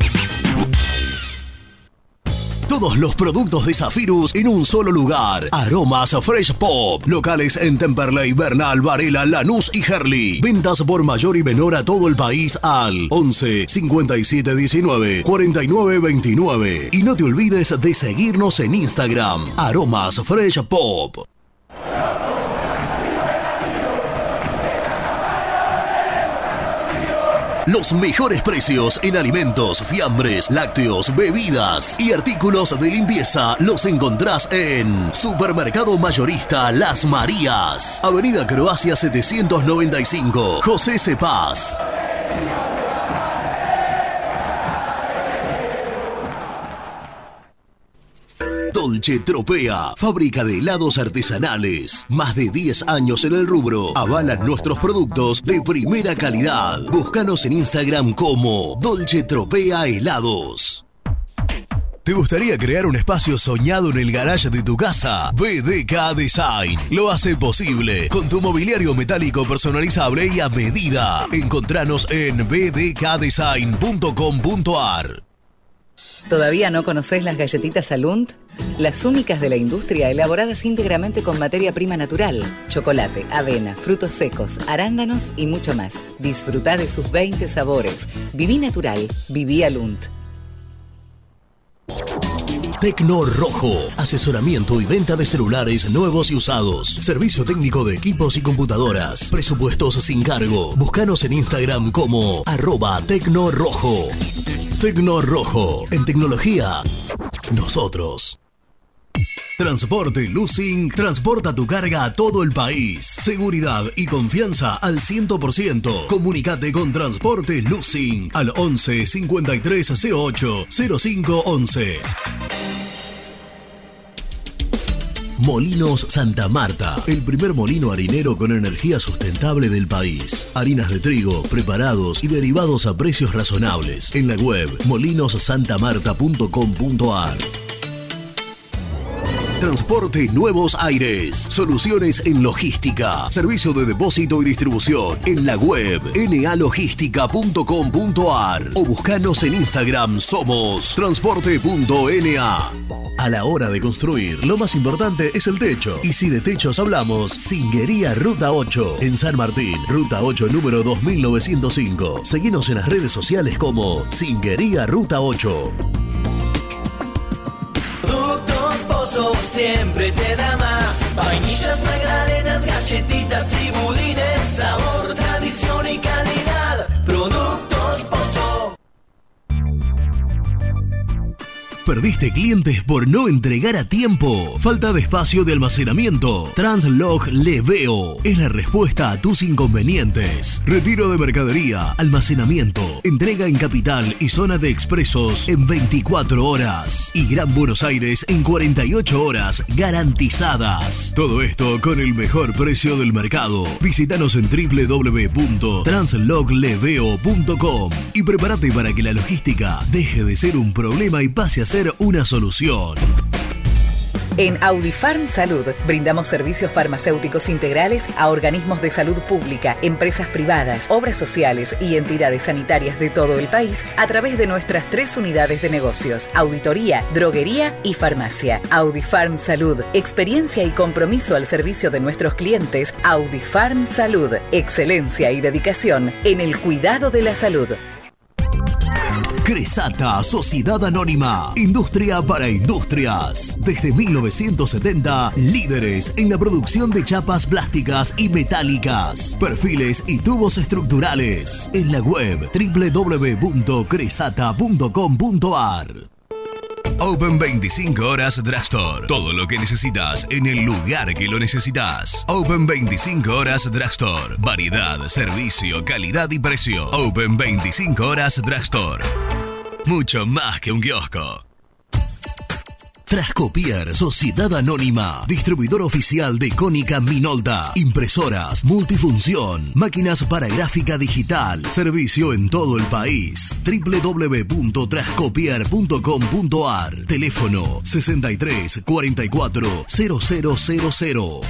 Todos los productos de Zafirus en un solo lugar. Aromas Fresh Pop. Locales en Temperley, Bernal, Varela, Lanús y Herli. Ventas por mayor y menor a todo el país al once, cincuenta y siete diecinueve, cuarenta y nueve veintinueve. Y no te olvides de seguirnos en Instagram. Aromas Fresh Pop. Los mejores precios en alimentos, fiambres, lácteos, bebidas y artículos de limpieza los encontrás en Supermercado Mayorista Las Marías, Avenida Croacia setecientos noventa y cinco, José Cepaz. Dolce Tropea, fábrica de helados artesanales. Más de diez años en el rubro. Avalan nuestros productos de primera calidad. Búscanos en Instagram como Dolce Tropea Helados. ¿Te gustaría crear un espacio soñado en el garage de tu casa? B D K Design lo hace posible con tu mobiliario metálico personalizable y a medida. Encontranos en b d k design punto com punto a r. ¿Todavía no conocés las galletitas Alunt? Las únicas de la industria elaboradas íntegramente con materia prima natural. Chocolate, avena, frutos secos, arándanos y mucho más. Disfrutá de sus veinte sabores. Viví natural, viví Alunt. Tecno Rojo, asesoramiento y venta de celulares nuevos y usados. Servicio técnico de equipos y computadoras. Presupuestos sin cargo. Búscanos en Instagram como arroba Tecno Rojo. Tecno Rojo, en tecnología, nosotros. Transporte Lucing transporta tu carga a todo el país. Seguridad y confianza al cien por ciento. Comunicate con Transporte Lucing al once cincuenta y tres cero ocho cero cinco once. Molinos Santa Marta, el primer molino harinero con energía sustentable del país. Harinas de trigo, preparados y derivados a precios razonables. En la web molinos santa marta punto com punto ar. Transporte Nuevos Aires. Soluciones en logística. Servicio de depósito y distribución. En la web n a logística punto com punto ar o buscanos en Instagram. Somos transporte punto n a. A la hora de construir, lo más importante es el techo. Y si de techos hablamos, Zinguería Ruta ocho. En San Martín, Ruta ocho número dos mil novecientos cinco. Seguinos en las redes sociales como Zinguería Ruta ocho. Siempre te da más. Vainillas, magdalenas, galletitas y budines. Sabor, tradición y calidad. Productos Pozo. ¿Perdiste clientes por no entregar a tiempo? ¿Falta de espacio de almacenamiento? Translog Leveo es la respuesta a tus inconvenientes. Retiro de mercadería, almacenamiento, entrega en capital y zona de expresos en veinticuatro horas y Gran Buenos Aires en cuarenta y ocho horas garantizadas. Todo esto con el mejor precio del mercado. Visítanos en w w w punto translog leveo punto com y prepárate para que la logística deje de ser un problema y pase a ser una solución. En Audifarm Salud brindamos servicios farmacéuticos integrales a organismos de salud pública, empresas privadas, obras sociales y entidades sanitarias de todo el país a través de nuestras tres unidades de negocios: auditoría, droguería y farmacia. Audifarm Salud, experiencia y compromiso al servicio de nuestros clientes. Audifarm Salud, excelencia y dedicación en el cuidado de la salud. Cresata, Sociedad Anónima, industria para industrias. Desde mil novecientos setenta, líderes en la producción de chapas plásticas y metálicas, perfiles y tubos estructurales. En la web w w w punto cresata punto com punto ar. Open veinticinco horas Drugstore. Todo lo que necesitas en el lugar que lo necesitas. Open veinticinco horas Drugstore. Variedad, servicio, calidad y precio. Open veinticinco horas Drugstore. Mucho más que un kiosco. Trascopier, Sociedad Anónima, distribuidor oficial de Cónica Minolta, impresoras, multifunción, máquinas para gráfica digital, servicio en todo el país. w w w punto trascopier punto com punto ar, teléfono sesenta y tres cuarenta y cuatro cero cero cero cero.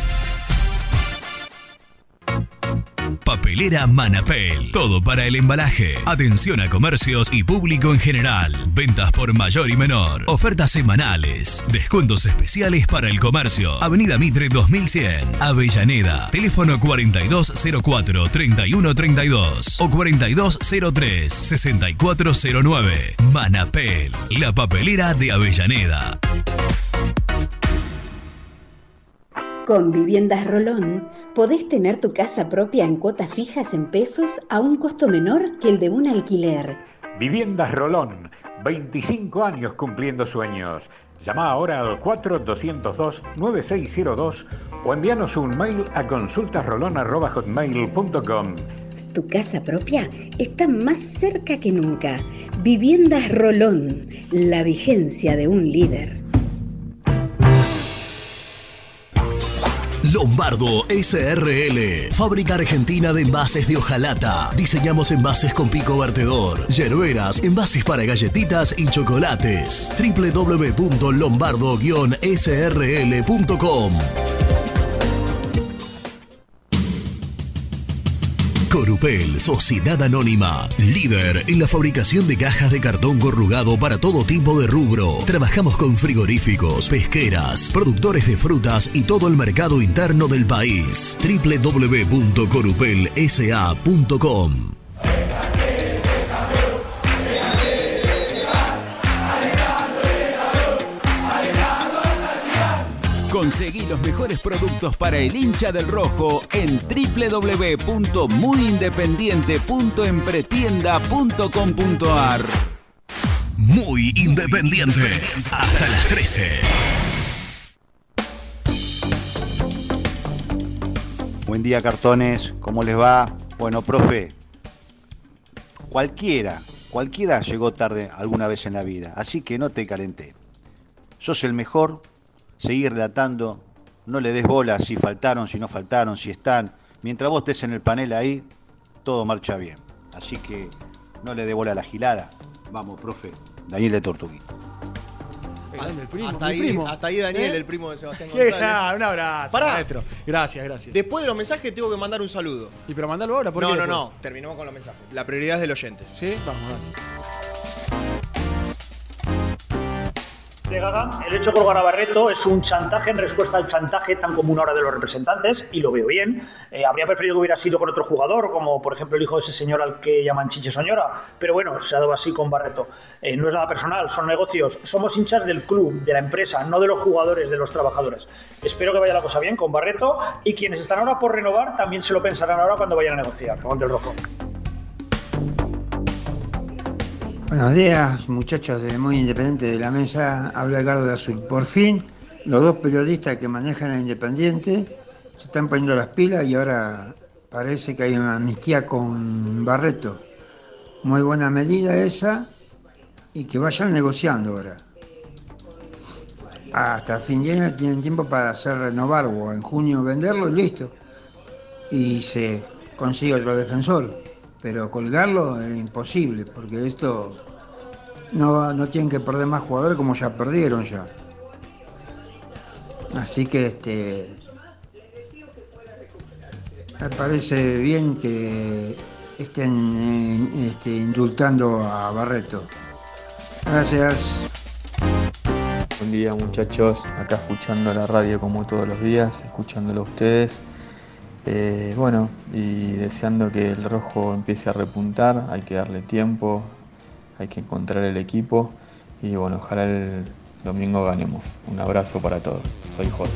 Papelera Manapel. Todo para el embalaje. Atención a comercios y público en general. Ventas por mayor y menor. Ofertas semanales. Descuentos especiales para el comercio. Avenida Mitre dos mil cien. Avellaneda. Teléfono cuarenta y dos cero cuatro treinta y uno treinta y dos o cuarenta y dos cero tres sesenta y cuatro cero nueve. Manapel. La papelera de Avellaneda. Con Viviendas Rolón podés tener tu casa propia en cuotas fijas en pesos a un costo menor que el de un alquiler. Viviendas Rolón, veinticinco años cumpliendo sueños. Llama ahora al cuatro doscientos dos nueve seis cero dos o envíanos un mail a consultas rolón arroba hotmail punto com. Tu casa propia está más cerca que nunca. Viviendas Rolón, la vigencia de un líder. Lombardo S R L, fábrica argentina de envases de hojalata. Diseñamos envases con pico vertedor, yerberas, envases para galletitas y chocolates. w w w punto lombardo guion s r l punto com. Corupel, Sociedad Anónima, líder en la fabricación de cajas de cartón corrugado para todo tipo de rubro. Trabajamos con frigoríficos, pesqueras, productores de frutas y todo el mercado interno del país. w w w punto corupel s a punto com. Conseguí los mejores productos para el hincha del rojo en w w w punto muy independiente punto empretienda punto com punto ar. Muy Independiente, hasta las trece. Buen día, cartones. ¿Cómo les va? Bueno, profe, cualquiera, cualquiera llegó tarde alguna vez en la vida, así que no te calenté. Sos el mejor, seguí relatando, no le des bola si faltaron, si no faltaron, si están. Mientras vos estés en el panel ahí, todo marcha bien. Así que no le dé bola a la gilada. Vamos, profe. Daniel de Tortuguita. El primo, hasta, mi ahí, primo. hasta ahí Daniel, ¿Eh? el primo de Sebastián González. Ah, un abrazo, Pará. maestro. Gracias, gracias. Después de los mensajes tengo que mandar un saludo. ¿Y pero mandalo ahora? ¿Por no, qué no, después? no. Terminamos con los mensajes. La prioridad es del oyente. ¿Sí? Vamos, vamos. De Gaga, el hecho de colgar a Barreto es un chantaje en respuesta al chantaje tan común ahora de los representantes, y lo veo bien. Eh, habría preferido que hubiera sido con otro jugador, como por ejemplo el hijo de ese señor al que llaman Chiche Soñora, pero bueno, se ha dado así con Barreto. Eh, no es nada personal, son negocios. Somos hinchas del club, de la empresa, no de los jugadores, de los trabajadores. Espero que vaya la cosa bien con Barreto, y quienes están ahora por renovar también se lo pensarán ahora cuando vayan a negociar. Aguante el rojo. Buenos días, muchachos de Muy Independiente de la Mesa. Habla Edgardo de Azul. Por fin, los dos periodistas que manejan a Independiente se están poniendo las pilas y ahora parece que hay una amnistía con Barreto. Muy buena medida esa, y que vayan negociando ahora. Hasta fin de año tienen tiempo para hacer renovar o en junio venderlo y listo. Y se consigue otro defensor. Pero colgarlo es imposible, porque esto no, no tienen que perder más jugadores como ya perdieron ya. Así que este me parece bien que estén eh, este, indultando a Barreto. Gracias. Buen día, muchachos, acá escuchando la radio como todos los días, escuchándolo a ustedes. Eh, bueno, y deseando que el rojo empiece a repuntar, hay que darle tiempo, hay que encontrar el equipo y bueno, ojalá el domingo ganemos. Un abrazo para todos, soy Jorge.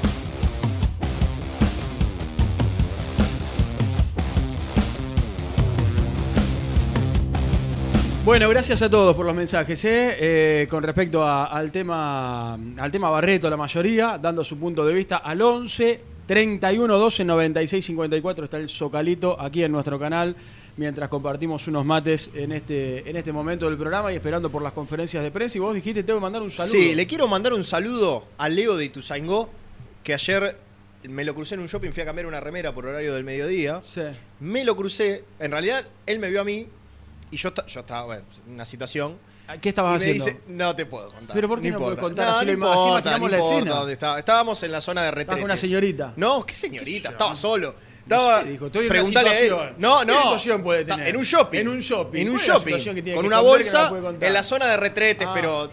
Bueno, gracias a todos por los mensajes, ¿eh? Eh, con respecto a, al tema al tema Barreto, la mayoría, dando su punto de vista al once treinta y uno doce noventa y seis cincuenta y cuatro está el Zocalito aquí en nuestro canal, mientras compartimos unos mates en este, en este momento del programa y esperando por las conferencias de prensa. Y vos dijiste, tengo que mandar un saludo. Sí, le quiero mandar un saludo a Leo de Ituzaingó, que ayer me lo crucé en un shopping, fui a cambiar una remera por horario del mediodía. Sí. Me lo crucé, en realidad él me vio a mí y yo, yo estaba bueno, en una situación. ¿Qué estabas y me haciendo? dice, no te puedo contar. ¿Pero por qué no, no puedo contar? No, así no lo importa, así no imaginamos la importa escena. dónde estaba. Estábamos en la zona de retretes. ¿Estabas con una señorita? No, ¿qué señorita? Estaba solo. Estaba. Dijo, estoy en preguntale una a él. situación. No, no. ¿Qué situación puede tener? En un shopping. En un shopping. En un ¿Cuál es la shopping. situación que tiene Con que una contar que no bolsa la puede contar? en la zona de retretes, Ah. pero.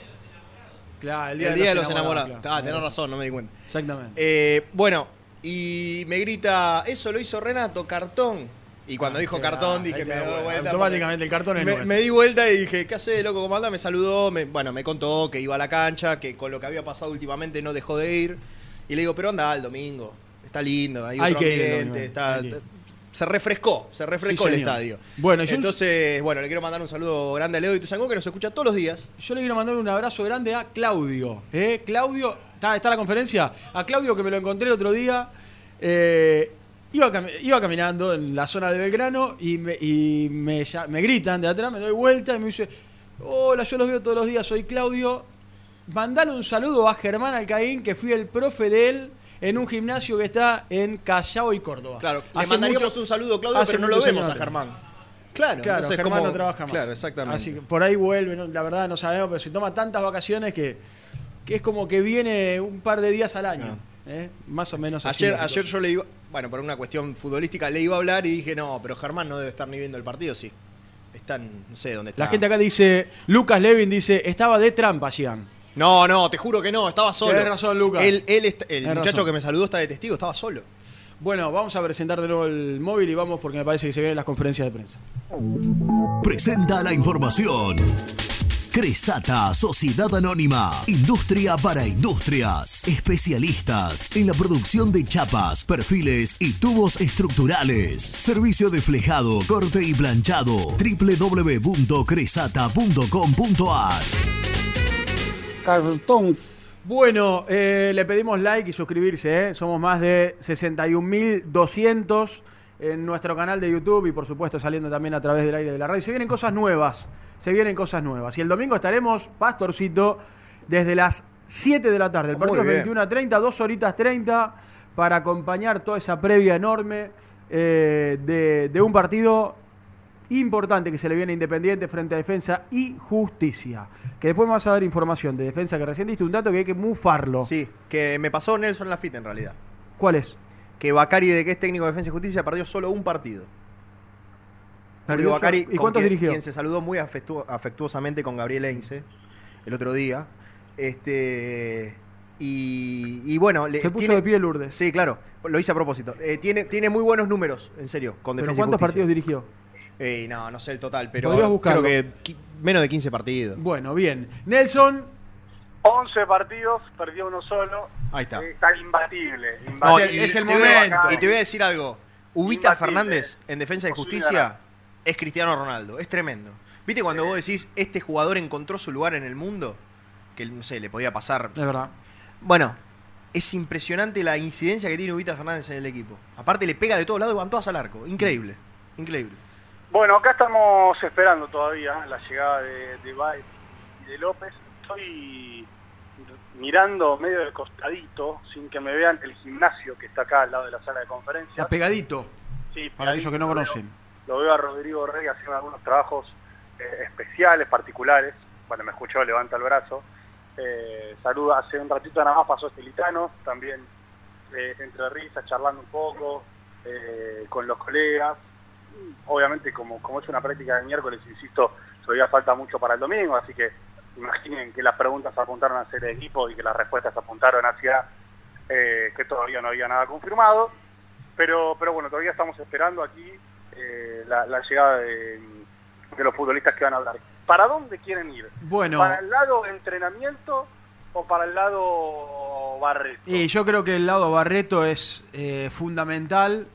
Claro, el El día, día, de los enamorados. enamorados. Claro, Ah, tenés razón, no me di cuenta. Exactamente. Eh, bueno, y me grita, eso lo hizo Renato, cartón. Y cuando Ah, dijo ahí cartón, te da- dije, ahí te me da doy vuelta. vuelta. Automáticamente el cartón es me, nuestro. me di vuelta y dije, ¿qué hace, loco? ¿Cómo anda? Me saludó, me, bueno, me contó que iba a la cancha, que con lo que había pasado últimamente no dejó de ir. Y le digo, pero anda el domingo, está lindo, hay, Hay otro que ir el ambiente, domingo, está, hay que ir. se refrescó, se refrescó Sí, el señor. estadio. Bueno, yo- Entonces, bueno, le quiero mandar un saludo grande a Leo de Ituzaingó, que nos escucha todos los días. Yo le quiero mandar un abrazo grande a Claudio. ¿eh? Claudio, ¿está, ¿está la conferencia? A Claudio, que me lo encontré el otro día. Eh, iba, cami- iba caminando en la zona de Belgrano y, me, y me, ya- me gritan de atrás, me doy vuelta y me dice, hola, yo los veo todos los días, soy Claudio. Mandale un saludo a Germán Alcaín, que fui el profe de él en un gimnasio que está en Callao y Córdoba. Claro, le Hace mandaríamos mucho- un saludo, Claudio, hace pero no lo muchos vemos años a no Germán. Claro, Claro, entonces, Germán ¿cómo? no trabaja más. Claro, exactamente. Así que por ahí vuelve, ¿no? La verdad no sabemos, pero se toma tantas vacaciones que, que es como que viene un par de días al año. ¿eh? Más o menos así. Ayer, la ayer situación. yo le iba, bueno, por una cuestión futbolística le iba a hablar y dije, no, pero Germán no debe estar ni viendo el partido, sí. Están, no sé dónde está. La gente acá dice, Lucas Levin dice, estaba de trampa, Gian. No, no, te juro que no, estaba solo. Tienes razón, Lucas. Él, él est- el Tienes muchacho razón. que me saludó está de testigo, estaba solo. Bueno, vamos a presentar de nuevo el móvil y vamos porque me parece que se vienen las conferencias de prensa. Presenta la información. Cresata, Sociedad Anónima, Industria para Industrias, especialistas en la producción de chapas, perfiles y tubos estructurales. Servicio de flejado, corte y planchado. doble u doble u doble u punto cresata punto com punto a r. Cartón, Bueno, eh, le pedimos like y suscribirse, ¿eh? Somos más de sesenta y un mil doscientos en nuestro canal de YouTube y por supuesto saliendo también a través del aire de la radio. Se vienen cosas nuevas, se vienen cosas nuevas. Y el domingo estaremos, Pastorcito, desde las siete de la tarde. El partido es veintiuno a treinta, dos horitas treinta, para acompañar toda esa previa enorme eh, de, de un partido importante que se le viene a Independiente frente a Defensa y Justicia. Que después me vas a dar información de Defensa, que recién diste un dato que hay que mufarlo. Sí, que me pasó Nelson Lafitte en realidad. ¿Cuál es? Que Bacari, de que es técnico de Defensa y Justicia, perdió solo un partido. Perdió Bacari, ¿Y cuántos quien, dirigió? Quien se saludó muy afectu afectuosamente con Gabriel Heinze el otro día. Este... Y, y bueno... Se puso tiene, de pie Lourdes. Sí, claro. Lo hice a propósito. Eh, tiene, tiene muy buenos números, en serio, con Defensa y ¿Pero cuántos Justicia. partidos dirigió? Eh, no, no sé el total, pero creo que menos de quince partidos. Bueno, bien. Nelson... once partidos, perdió uno solo. Ahí está. Eh, está imbatible. imbatible. No, es, y, es el te momento. Voy a, y te voy a decir algo. Ubita Imbatible. Fernández en Defensa y Justicia es Cristiano Ronaldo. Es tremendo. ¿Viste cuando sí. vos decís, este jugador encontró su lugar en el mundo? Que, no sé, le podía pasar. Es verdad. Bueno, es impresionante la incidencia que tiene Ubita Fernández en el equipo. Aparte le pega de todos lados y van todas al arco. Increíble. Increíble. Bueno, acá estamos esperando todavía la llegada de, de Baez y de López. Estoy mirando medio de costadito, sin que me vean, el gimnasio que está acá al lado de la sala de conferencias. Está pegadito. Sí, para aquellos que no conocen. Lo veo a Rodrigo Rey haciendo algunos trabajos eh, especiales, particulares. Bueno, me escuchó, levanta el brazo. Eh, saluda, hace un ratito nada más pasó Estilitano, también eh, entre risas, charlando un poco eh, con los colegas. Obviamente, como, como es una práctica de miércoles, insisto, todavía falta mucho para el domingo, así que imaginen que las preguntas apuntaron hacia el equipo y que las respuestas apuntaron hacia eh, que todavía no había nada confirmado, pero pero bueno, todavía estamos esperando aquí eh, la, la llegada de, de los futbolistas que van a hablar. ¿Para dónde quieren ir? Bueno, ¿Para el lado de entrenamiento o para el lado Barreto? Y yo creo que el lado Barreto es eh, fundamental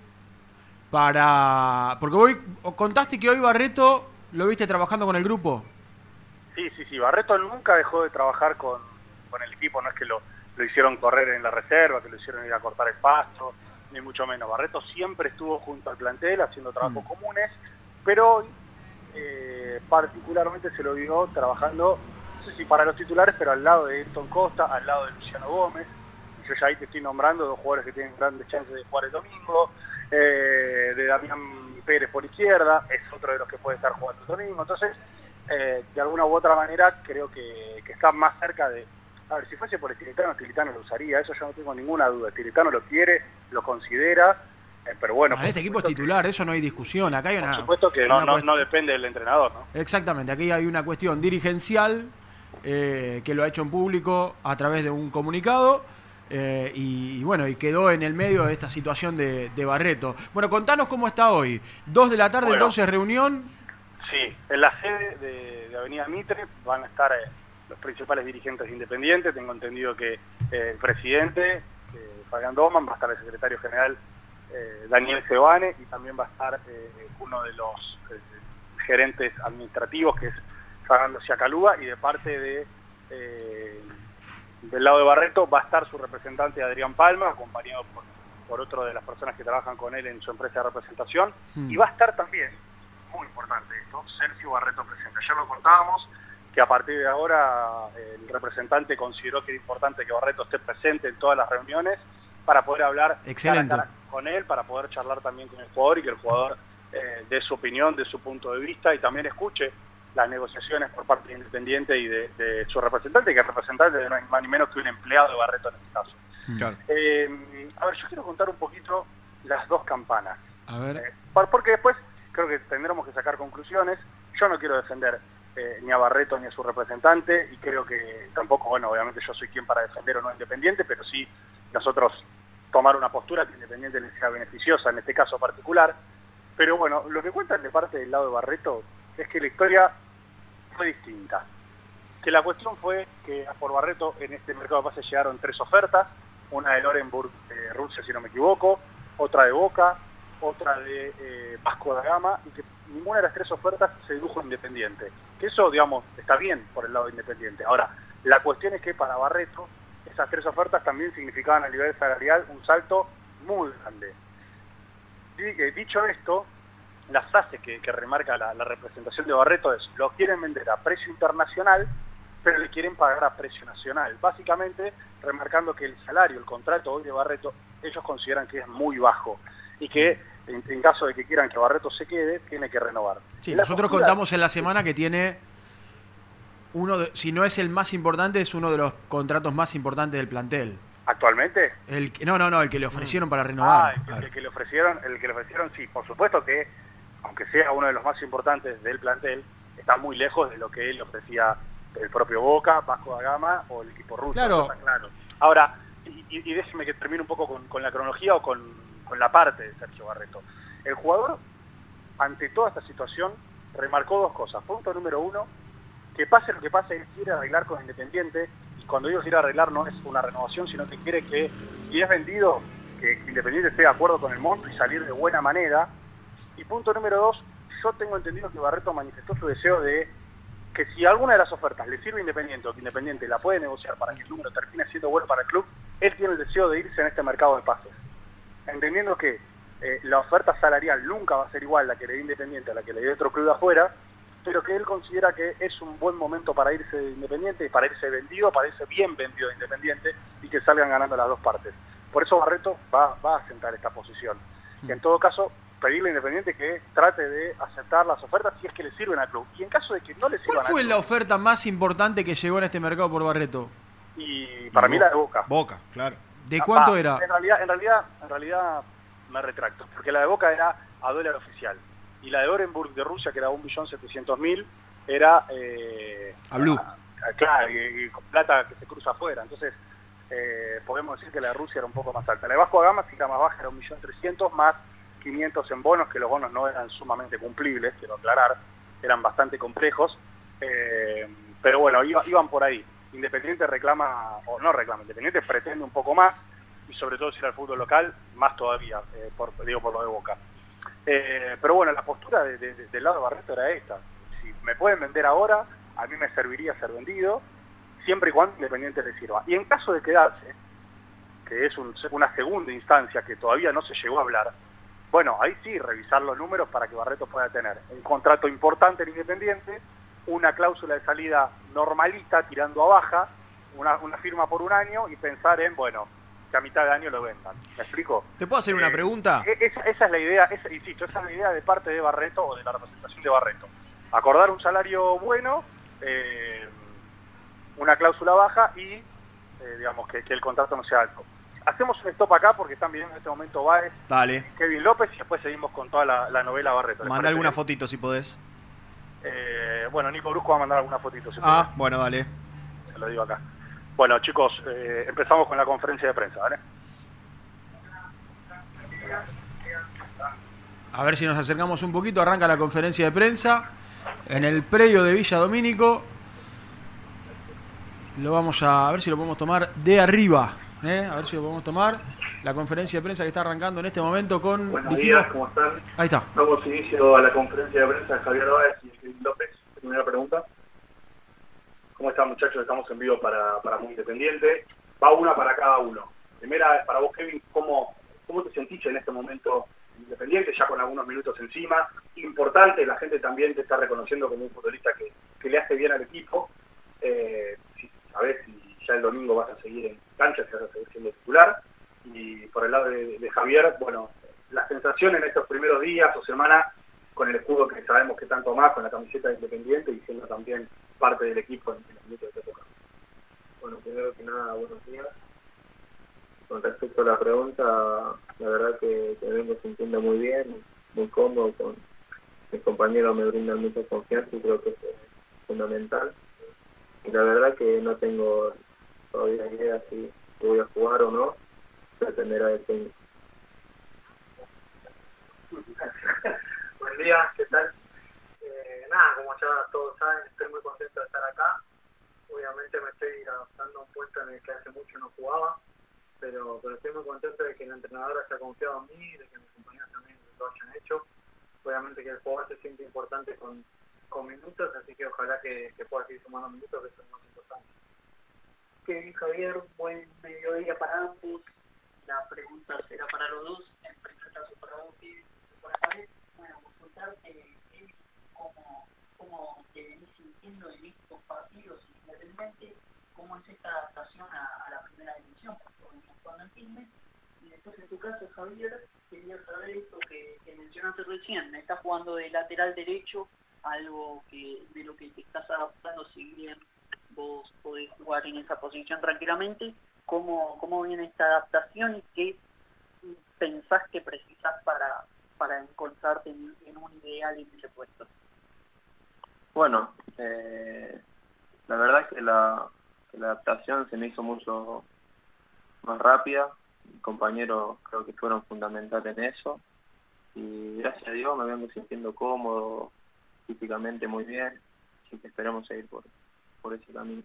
para... Porque hoy contaste que hoy Barreto lo viste trabajando con el grupo. Sí, sí, sí. Barreto nunca dejó de trabajar con, con el equipo. No es que lo, lo hicieron correr en la reserva, que lo hicieron ir a cortar el pasto, ni mucho menos. Barreto siempre estuvo junto al plantel haciendo trabajos mm. comunes, pero hoy eh, particularmente se lo vio trabajando, no sé si para los titulares, pero al lado de Ayrton Costa, al lado de Luciano Gómez. Y yo ya ahí te estoy nombrando dos jugadores que tienen grandes chances de jugar el domingo. Eh, de Damián Pérez por izquierda, es otro de los que puede estar jugando el domingo. Entonces, eh, de alguna u otra manera, creo que, que está más cerca de... A ver, si fuese por Estilitano, Estilitano lo usaría, eso yo no tengo ninguna duda. Estilitano lo quiere, lo considera, eh, pero bueno... En este equipo es titular, que, eso no hay discusión. Acá hay una... Por supuesto que no, no, no depende del entrenador, ¿no? Exactamente, aquí hay una cuestión dirigencial eh, que lo ha hecho en público a través de un comunicado. Eh, y, y bueno, y quedó en el medio de esta situación de, de Barreto. Bueno, contanos cómo está hoy. Dos de la tarde, bueno, entonces, reunión. Sí, en la sede de, de Avenida Mitre van a estar eh, los principales dirigentes independientes. Tengo entendido que eh, el presidente, eh, Fabián Doman, va a estar el secretario general eh, Daniel Sebane, y también va a estar eh, uno de los eh, gerentes administrativos, que es Fernando Siacalúa, y de parte de... Eh, del lado de Barreto va a estar su representante Adrián Palma, acompañado por, por otro de las personas que trabajan con él en su empresa de representación, mm. y va a estar también, muy importante esto, Sergio Barreto presente. Ayer lo contábamos, que a partir de ahora el representante consideró que era importante que Barreto esté presente en todas las reuniones para poder hablar Excelente. cara a cara con él, para poder charlar también con el jugador y que el jugador eh, dé su opinión, de su punto de vista, y también escuche las negociaciones por parte de Independiente y de, de su representante, que es representante de no es más ni menos que un empleado de Barreto en este caso. Claro. Eh, a ver, yo quiero contar un poquito las dos campanas. A ver. Eh, porque después creo que tendremos que sacar conclusiones. Yo no quiero defender eh, ni a Barreto ni a su representante, y creo que tampoco, bueno, obviamente yo soy quien para defender o no a Independiente, pero sí nosotros tomar una postura que Independiente les sea beneficiosa en este caso particular. Pero bueno, lo que cuentan de parte del lado de Barreto es que la historia fue distinta. Que la cuestión fue que por Barreto en este mercado de pases llegaron tres ofertas, una de Lorenburg, eh, Rusia si no me equivoco, otra de Boca, otra de eh, Vasco da Gama, y que ninguna de las tres ofertas se dedujo Independiente. Que eso, digamos, está bien por el lado de Independiente. Ahora, la cuestión es que para Barreto esas tres ofertas también significaban a nivel salarial un salto muy grande. Y, eh, dicho esto, la frase que, que remarca la, la representación de Barreto es: lo quieren vender a precio internacional, pero le quieren pagar a precio nacional. Básicamente, remarcando que el salario, el contrato hoy de Barreto, ellos consideran que es muy bajo y que en, en caso de que quieran que Barreto se quede, tiene que renovar. Sí, nosotros postura, contamos en la semana que tiene uno, de, si no es el más importante, es uno de los contratos más importantes del plantel. ¿Actualmente? El, no, no, no, el que le ofrecieron mm. para renovar. Ah, el, el que le ofrecieron, el que le ofrecieron, sí, por supuesto que, aunque sea uno de los más importantes del plantel, está muy lejos de lo que él ofrecía el propio Boca, Vasco da Gama o el equipo ruso. Claro. Está claro. Ahora, y, y déjeme que termine un poco con, con la cronología o con, con la parte de Sergio Barreto. El jugador, ante toda esta situación, remarcó dos cosas. Punto número uno, que pase lo que pase, él quiere arreglar con Independiente, y cuando digo quiere arreglar no es una renovación, sino que quiere que, si es vendido, que Independiente esté de acuerdo con el monto y salir de buena manera. Y punto número dos, yo tengo entendido que Barreto manifestó su deseo de que si alguna de las ofertas le sirve a Independiente o que Independiente la puede negociar para que el número termine siendo bueno para el club, él tiene el deseo de irse en este mercado de pases. Entendiendo que eh, la oferta salarial nunca va a ser igual la que le dé Independiente a la que le dé otro club de afuera, pero que él considera que es un buen momento para irse de Independiente, para irse vendido, para irse bien vendido de Independiente y que salgan ganando las dos partes. Por eso Barreto va, va a asentar esta posición. Y en todo caso, pedirle a Independiente que trate de aceptar las ofertas si es que le sirven al club. Y en caso de que no le sirvan al club... ¿Cuál fue la oferta más importante que llegó en este mercado por Barreto? Y para y mí Boca. La de Boca. Boca, claro. ¿De cuánto ah, era? En realidad, en realidad, en realidad me retracto, porque la de Boca era a dólar oficial. Y la de Orenburg de Rusia, que era un millón setecientos mil, era... Eh, a blue. A, a, claro, y, y con plata que se cruza afuera. Entonces, eh, podemos decir que la de Rusia era un poco más alta. La de Vasco da Gama sí era más baja, era un millón trescientos más quinientos en bonos, que los bonos no eran sumamente cumplibles, quiero aclarar, eran bastante complejos, eh, pero bueno, iba, iban por ahí. Independiente reclama, o no reclama, Independiente pretende un poco más, y sobre todo si era el fútbol local, más todavía, eh, por, digo por lo de Boca. Eh, pero bueno, la postura de, de, de, del lado de Barreto era esta: si me pueden vender ahora, a mí me serviría ser vendido, siempre y cuando Independiente le sirva. Y en caso de quedarse, que es un, una segunda instancia que todavía no se llegó a hablar, bueno, ahí sí, revisar los números para que Barreto pueda tener un contrato importante en Independiente, una cláusula de salida normalita, tirando a baja, una, una firma por un año y pensar en, bueno, que a mitad de año lo vendan. ¿Me explico? ¿Te puedo hacer eh, una pregunta? Esa, esa es la idea, esa, insisto, esa es la idea de parte de Barreto o de la representación de Barreto. Acordar un salario bueno, eh, una cláusula baja y, eh, digamos, que, que el contrato no sea alto. Hacemos un stop acá porque están viendo en este momento Baez, Dale. Kevin López, y después seguimos con toda la, la novela Barreto. Manda alguna fotito si podés. Eh, bueno, Nico Brusco va a mandar alguna fotito. Si ah, podés. Bueno, dale. Se lo digo acá. Bueno, chicos, eh, empezamos con la conferencia de prensa, ¿vale? A ver si nos acercamos un poquito. Arranca la conferencia de prensa en el predio de Villa Domínico. Lo vamos a, a ver si lo podemos tomar de arriba. ¿Eh? A ver si lo podemos tomar. La conferencia de prensa que está arrancando en este momento con... Buenos dijimos... días, ¿cómo están? Ahí está. Damos inicio a la conferencia de prensa de Javier Báez y Kevin López. Primera pregunta. ¿Cómo están, muchachos? Estamos en vivo para, para Muy Independiente. Va una para cada uno. Primera, para vos, Kevin, ¿cómo, cómo te sentís en este momento Independiente, ya con algunos minutos encima? Importante, la gente también te está reconociendo como un futbolista que, que le hace bien al equipo. Eh, si, a ver si ya el domingo vas a seguir en cancha, si vas a seguir siendo titular. Y por el lado de, de Javier, bueno, la sensación en estos primeros días o semanas, con el escudo que sabemos que tanto más, con la camiseta de Independiente y siendo también parte del equipo en los minutos de esta época. Bueno, primero que nada, buenos días. Con respecto a la pregunta, la verdad que me vengo sintiendo muy bien, muy cómodo, con mis compañeros me brindan mucha confianza y creo que es fundamental. Y la verdad que no tengo todavía idea si voy a jugar o no, dependerá del técnico. Buen día, ¿qué tal? Eh, nada, como ya todos saben, estoy muy contento de estar acá. Obviamente me estoy adaptando a un puesto en el que hace mucho no jugaba, pero, pero estoy muy contento de que el entrenador haya confiado en mí, de que mis compañeros también lo hayan hecho. Obviamente que el jugador se siente importante con, con minutos, así que ojalá que, que pueda seguir sumando minutos, que eso es lo más importante. Kevin, Javier, buen mediodía para ambos. La pregunta será para los dos. En primer caso para vos, Kevin, para Javier. Bueno, consultarte, Kevin, cómo, cómo te venís sintiendo en estos partidos independientes, cómo es esta adaptación a, a la primera división, porque venís jugando en Quilmes. Y después en tu caso, Javier, quería saber esto que, que mencionaste recién. Estás jugando de lateral derecho, algo que de lo que te estás adaptando, si bien vos podés jugar en esa posición tranquilamente. ¿Cómo, cómo viene esta adaptación y qué pensás que precisás para, para encontrarte en, en un ideal en ese puesto? Bueno, eh, la verdad es que la, que la adaptación se me hizo mucho más rápida. Mis compañeros creo que fueron fundamentales en eso. Y gracias a Dios me vengo sintiendo cómodo, físicamente muy bien. Así que esperamos seguir por, por ese camino.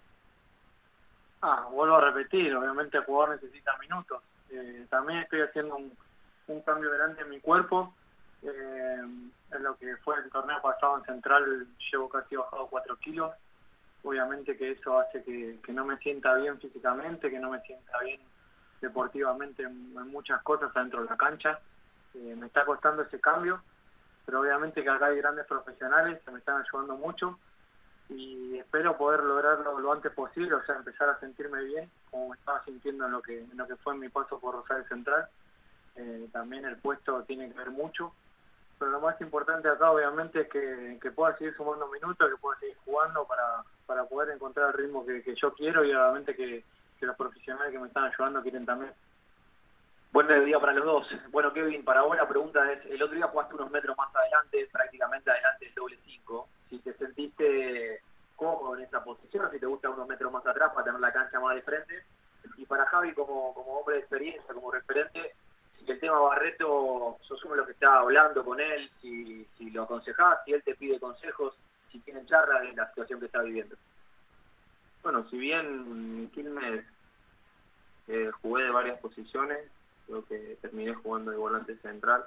Ah, vuelvo a repetir, obviamente el jugador necesita minutos. Eh, también estoy haciendo un, un cambio grande en mi cuerpo. Eh, en lo que fue el torneo pasado en Central llevo casi bajado cuatro kilos. Obviamente que eso hace que, que no me sienta bien físicamente, que no me sienta bien deportivamente en, en muchas cosas adentro de la cancha. Eh, me está costando ese cambio, pero obviamente que acá hay grandes profesionales que me están ayudando mucho y espero poder lograrlo lo antes posible, o sea, empezar a sentirme bien, como me estaba sintiendo en lo que, en lo que fue mi paso por Rosario Central. Eh, también el puesto tiene que ver mucho, pero lo más importante acá obviamente es que, que pueda seguir sumando minutos, que pueda seguir jugando para, para poder encontrar el ritmo que, que yo quiero y obviamente que, que los profesionales que me están ayudando quieren también. Buen día para los dos. Bueno, Kevin, para vos la pregunta es, el otro día jugaste unos metros más adelante, prácticamente adelante del doble cinco. Si te sentiste cómodo en esa posición, o si te gusta unos metros más atrás para tener la cancha más de frente. Y para Javi, como, como hombre de experiencia, como referente, si el tema Barreto, sos uno de los que está hablando con él, si, si lo aconsejás, si él te pide consejos, si tienen charla en la situación que está viviendo. Bueno, si bien en Quilmes eh, jugué de varias posiciones, creo que terminé jugando de volante central.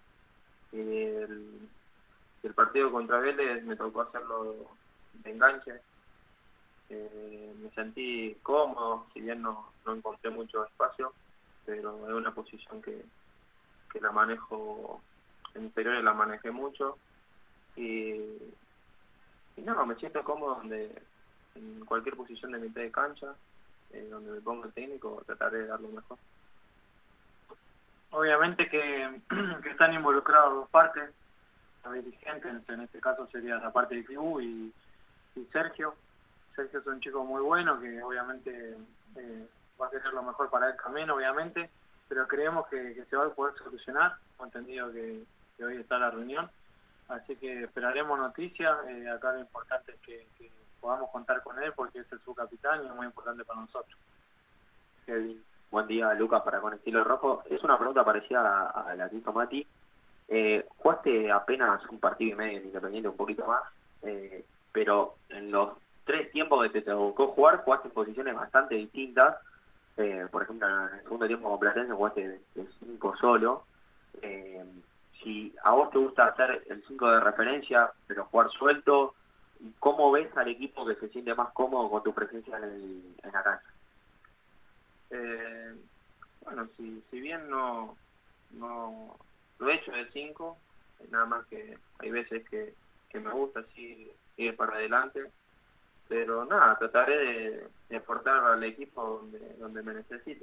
El, el partido contra Vélez me tocó hacerlo de enganche. Eh, me sentí cómodo, si bien no, no encontré mucho espacio, pero es una posición que, que la manejo, en interiores la manejé mucho. Y, y no, me siento cómodo donde, en cualquier posición de mitad de cancha, eh, donde me ponga el técnico, trataré de dar lo mejor. Obviamente que, que están involucrados dos partes, los dirigentes, en este caso sería la parte de Kibu y, y Sergio. Sergio es un chico muy bueno que obviamente eh, va a querer lo mejor para él también, obviamente, pero creemos que, que se va a poder solucionar. Hemos entendido que, que hoy está la reunión, así que esperaremos noticias. Eh, acá lo importante es que, que podamos contar con él porque es el subcapitán y es muy importante para nosotros. Kevin. Buen día, Lucas, para Con Estilo Rojo. Es una pregunta parecida a, a la que hizo Mati. Eh, jugaste apenas un partido y medio en Independiente, un poquito más, eh, pero en los tres tiempos que te tocó jugar, jugaste en posiciones bastante distintas. Eh, por ejemplo, en el segundo tiempo con Platense jugaste de, de cinco solo. Eh, si a vos te gusta hacer el cinco de referencia, pero jugar suelto, ¿cómo ves al equipo que se siente más cómodo con tu presencia en, el, en la cancha? Eh, bueno, si, si bien no, no lo he hecho de cinco, nada más que hay veces que, que me gusta así ir para adelante, pero nada, trataré de, de aportar al equipo donde, donde me necesite.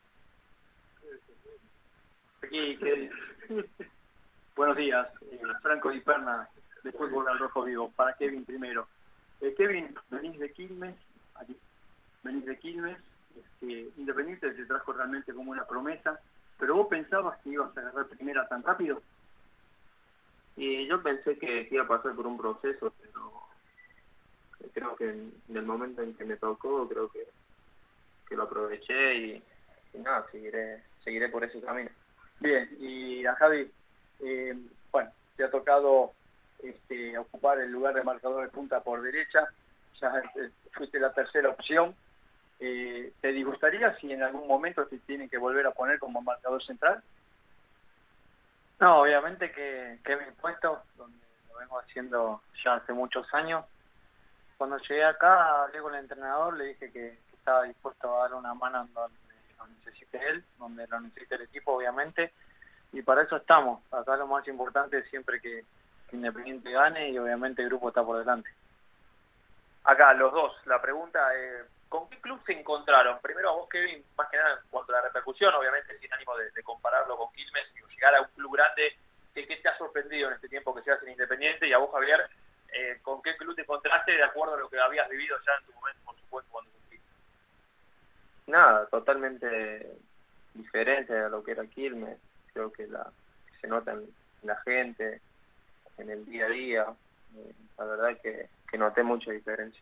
Aquí, que... Buenos días, eh, Franco Di Perna, de Fútbol al Rojo Vivo, para Kevin primero. Eh, Kevin, venís de Quilmes, aquí, venís de Quilmes, este, Independiente te trajo realmente como una promesa, pero vos pensabas que ibas a agarrar primera tan rápido. Y yo pensé que iba a pasar por un proceso, pero creo que en, en el momento en que me tocó, creo que, que lo aproveché y, y nada, seguiré, seguiré por ese camino. Bien, y a Javi, eh, bueno, te ha tocado este, ocupar el lugar de marcador de punta por derecha, ya eh, fuiste la tercera opción. Eh, ¿Te disgustaría si en algún momento te tienen que volver a poner como marcador central? No, obviamente que, que es mi puesto, donde lo vengo haciendo ya hace muchos años. Cuando llegué acá, hablé con el entrenador, le dije que, que está dispuesto a dar una mano donde lo necesite él, donde lo necesite el equipo, obviamente, y para eso estamos. Acá lo más importante es siempre que, que Independiente gane y obviamente el grupo está por delante. Acá, los dos, la pregunta es, ¿con qué club se encontraron? Primero a vos, Kevin, más que nada en cuanto a la repercusión, obviamente sin ánimo de, de compararlo con Quilmes, y llegar a un club grande, ¿qué, qué te ha sorprendido en este tiempo que seas en Independiente? Y a vos, Javier, eh, ¿con qué club te encontraste de acuerdo a lo que habías vivido ya en tu momento, por supuesto, cuando surgiste? Nada, totalmente diferente a lo que era Quilmes. Creo que la que se nota en la gente, en el día a día. Eh, la verdad que, que noté mucha diferencia.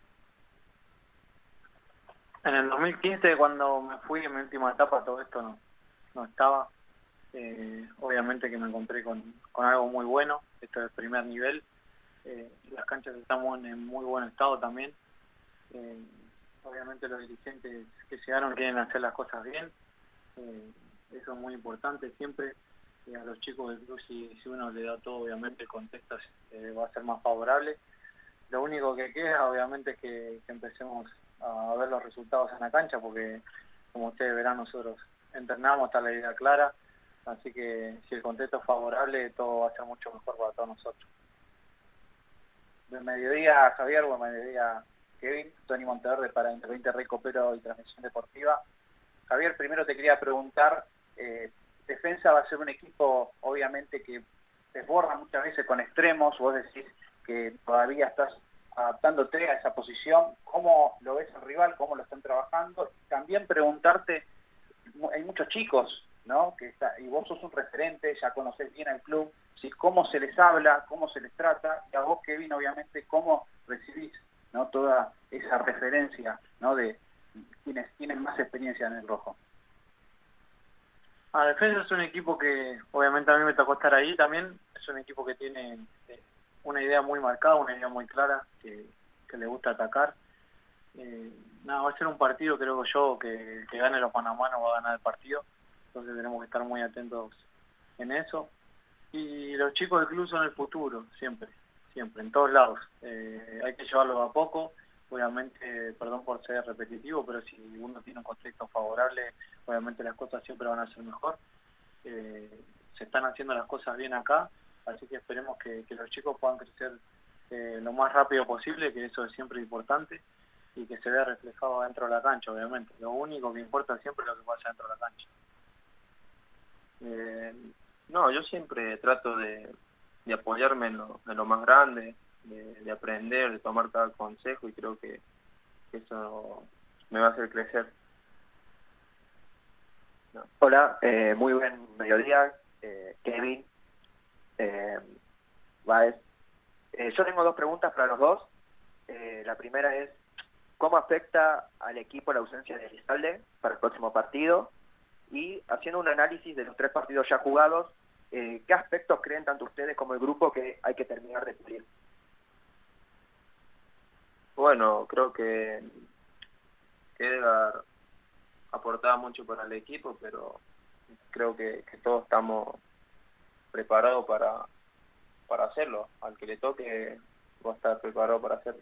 En el dos mil quince, cuando me fui en mi última etapa, todo esto no, no estaba. Eh, obviamente que me encontré con, con algo muy bueno. Esto es el primer nivel. Eh, las canchas estamos en muy buen estado también. Eh, obviamente los dirigentes que llegaron quieren hacer las cosas bien. Eh, eso es muy importante siempre. Eh, a los chicos del club, si, si uno le da todo, obviamente el contexto eh, va a ser más favorable. Lo único que queda, obviamente, es que, que empecemos a ver los resultados en la cancha, porque como ustedes verán, nosotros entrenamos, está la idea clara, así que si el contexto es favorable, todo va a ser mucho mejor para todos nosotros. De mediodía, Javier, buen mediodía, Kevin, Tony Monteverde para Independiente Rey Copero y Transmisión Deportiva. Javier, primero te quería preguntar, eh, Defensa va a ser un equipo, obviamente, que desborda muchas veces con extremos, vos decís que todavía estás adaptándote a esa posición, ¿cómo lo ves el rival, cómo lo están trabajando? También preguntarte, hay muchos chicos, ¿no? Que está, y vos sos un referente, ya conocés bien al club, ¿sí? ¿Cómo se les habla, cómo se les trata? Y a vos, Kevin, obviamente, ¿cómo recibís, ¿no? Toda esa referencia, ¿no? De quienes tienen más experiencia en el rojo. A Defensa es un equipo que, obviamente, a mí me tocó estar ahí también. Es un equipo que tiene una idea muy marcada, una idea muy clara, que, que le gusta atacar. Eh, nada, va a ser un partido, creo yo, que, que gane los mano a mano, va a ganar el partido. Entonces tenemos que estar muy atentos en eso. Y los chicos del club son el futuro, siempre, siempre, en todos lados. Eh, hay que llevarlo a poco. Obviamente, perdón por ser repetitivo, pero si uno tiene un contexto favorable, obviamente las cosas siempre van a ser mejor. Eh, se están haciendo las cosas bien acá, así que esperemos que, que los chicos puedan crecer eh, lo más rápido posible, que eso es siempre importante, y que se vea reflejado dentro de la cancha, obviamente. Lo único que importa siempre es lo que pasa dentro de la cancha. Eh, no, yo siempre trato de, de apoyarme en lo, en lo más grande, de, de aprender, de tomar cada consejo, y creo que, que eso me va a hacer crecer. No. Hola, eh, muy buen mediodía, eh, Kevin, eh, Baez. Eh, yo tengo dos preguntas para los dos. Eh, la primera es, ¿cómo afecta al equipo la ausencia de Elizalde para el próximo partido? Y haciendo un análisis de los tres partidos ya jugados, eh, ¿qué aspectos creen tanto ustedes como el grupo que hay que terminar de pulir? Bueno, creo que, que Edgar aportaba mucho para el equipo, pero creo que, que todos estamos preparados para, para hacerlo. Al que le toque va a estar preparado para hacerlo.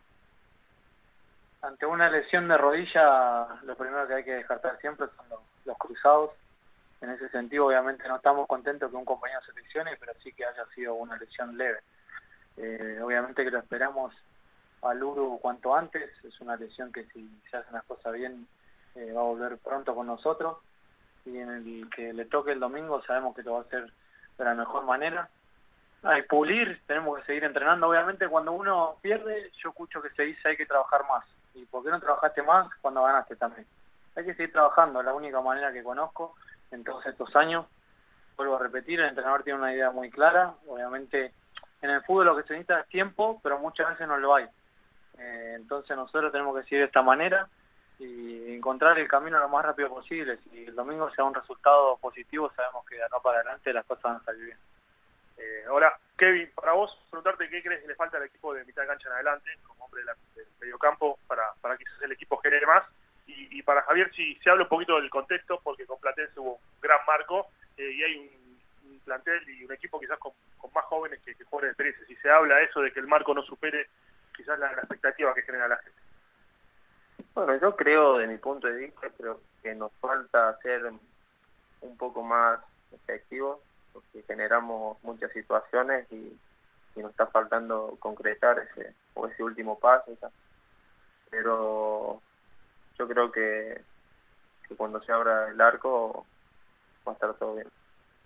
Ante una lesión de rodilla, lo primero que hay que descartar siempre son los, los cruzados. En ese sentido, obviamente no estamos contentos que un compañero se lesione, pero sí que haya sido una lesión leve. Eh, obviamente que lo esperamos al Uru cuanto antes. Es una lesión que, si se hacen las cosas bien, eh, va a volver pronto con nosotros. Y en el que le toque el domingo sabemos que lo va a hacer de la mejor manera. Hay pulir, tenemos que seguir entrenando. Obviamente cuando uno pierde, yo escucho que se dice hay que trabajar más. ¿Y por qué no trabajaste más cuando ganaste también? Hay que seguir trabajando, es la única manera que conozco en todos estos años. Vuelvo a repetir, el entrenador tiene una idea muy clara. Obviamente en el fútbol lo que se necesita es tiempo, pero muchas veces no lo hay. Eh, entonces nosotros tenemos que seguir de esta manera y encontrar el camino lo más rápido posible. Si el domingo se da un resultado positivo, sabemos que de acá para adelante las cosas van a salir bien. Eh, hola, Kevin, para vos, preguntarte qué crees que le falta al equipo de mitad de cancha en adelante, como hombre de la, del mediocampo, para, para que el equipo genere más. Y, y para Javier, si se habla un poquito del contexto, porque con Platense hubo un gran marco eh, y hay un, un plantel y un equipo quizás con, con más jóvenes que, que jóvenes de experiencia. Si se habla eso de que el marco no supere quizás la, la expectativa que genera la gente. Bueno, yo creo, de mi punto de vista, creo que nos falta ser un poco más efectivos, porque generamos muchas situaciones y, y nos está faltando concretar ese o ese último paso. Esa. Pero yo creo que, que cuando se abra el arco va a estar todo bien.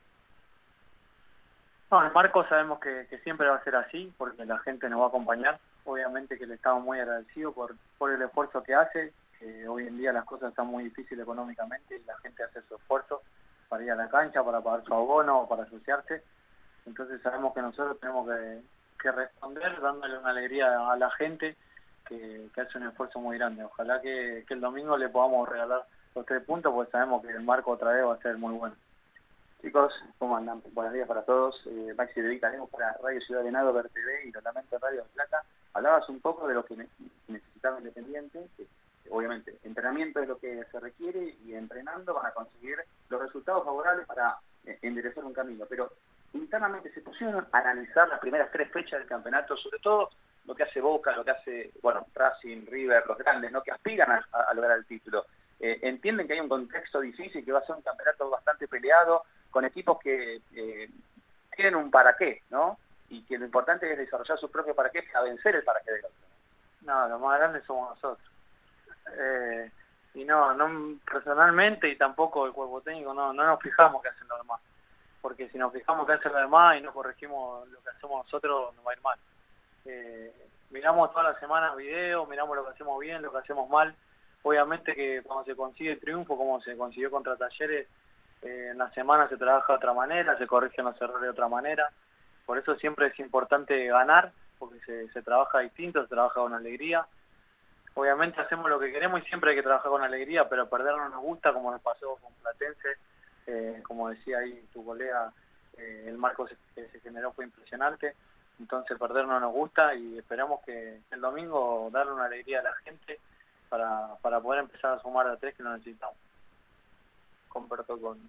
No, el marco sabemos que, que siempre va a ser así, porque la gente nos va a acompañar. Obviamente que le estamos muy agradecidos por, por el esfuerzo que hace. Eh, hoy en día las cosas están muy difíciles económicamente y la gente hace su esfuerzo para ir a la cancha, para pagar su abono o para asociarse. Entonces sabemos que nosotros tenemos que, que responder dándole una alegría a la gente que, que hace un esfuerzo muy grande. Ojalá que, que el domingo le podamos regalar los tres puntos, porque sabemos que el marco otra vez va a ser muy bueno. Chicos, ¿cómo andan? Buenos días para todos. Eh, Maxi de Vica, para Radio Ciudad de Nado, Ver T V y Lo Lamento Radio de Plata. Hablabas un poco de lo que necesitaba Independiente, que obviamente entrenamiento es lo que se requiere y entrenando van a conseguir los resultados favorables para eh, enderezar un camino. Pero internamente se pusieron a analizar las primeras tres fechas del campeonato, sobre todo lo que hace Boca, lo que hace, bueno, Racing, River, los grandes, ¿no? Que aspiran a, a lograr el título. Eh, entienden que hay un contexto difícil, que va a ser un campeonato bastante peleado, con equipos que eh, tienen un para qué, ¿no? Y que lo importante es desarrollar su propio para qué para vencer el para qué del otro. No, los más grandes somos nosotros. Eh, y no, no personalmente y tampoco el cuerpo técnico, no, no nos fijamos qué hacen los demás. Porque si nos fijamos qué hacen los demás y no corregimos lo que hacemos nosotros, nos va a ir mal. Eh, miramos todas las semanas videos, miramos lo que hacemos bien, lo que hacemos mal. Obviamente que cuando se consigue el triunfo, como se consiguió contra Talleres, eh, en la semana se trabaja de otra manera, se corrigen los errores de otra manera. Por eso siempre es importante ganar, porque se, se trabaja distinto, se trabaja con alegría. Obviamente hacemos lo que queremos y siempre hay que trabajar con alegría, pero perder no nos gusta, como nos pasó con Platense. Eh, como decía ahí tu colega, eh, el marco que se generó fue impresionante. Entonces perder no nos gusta y esperamos que el domingo darle una alegría a la gente para, para poder empezar a sumar a tres que lo necesitamos. Comparto con,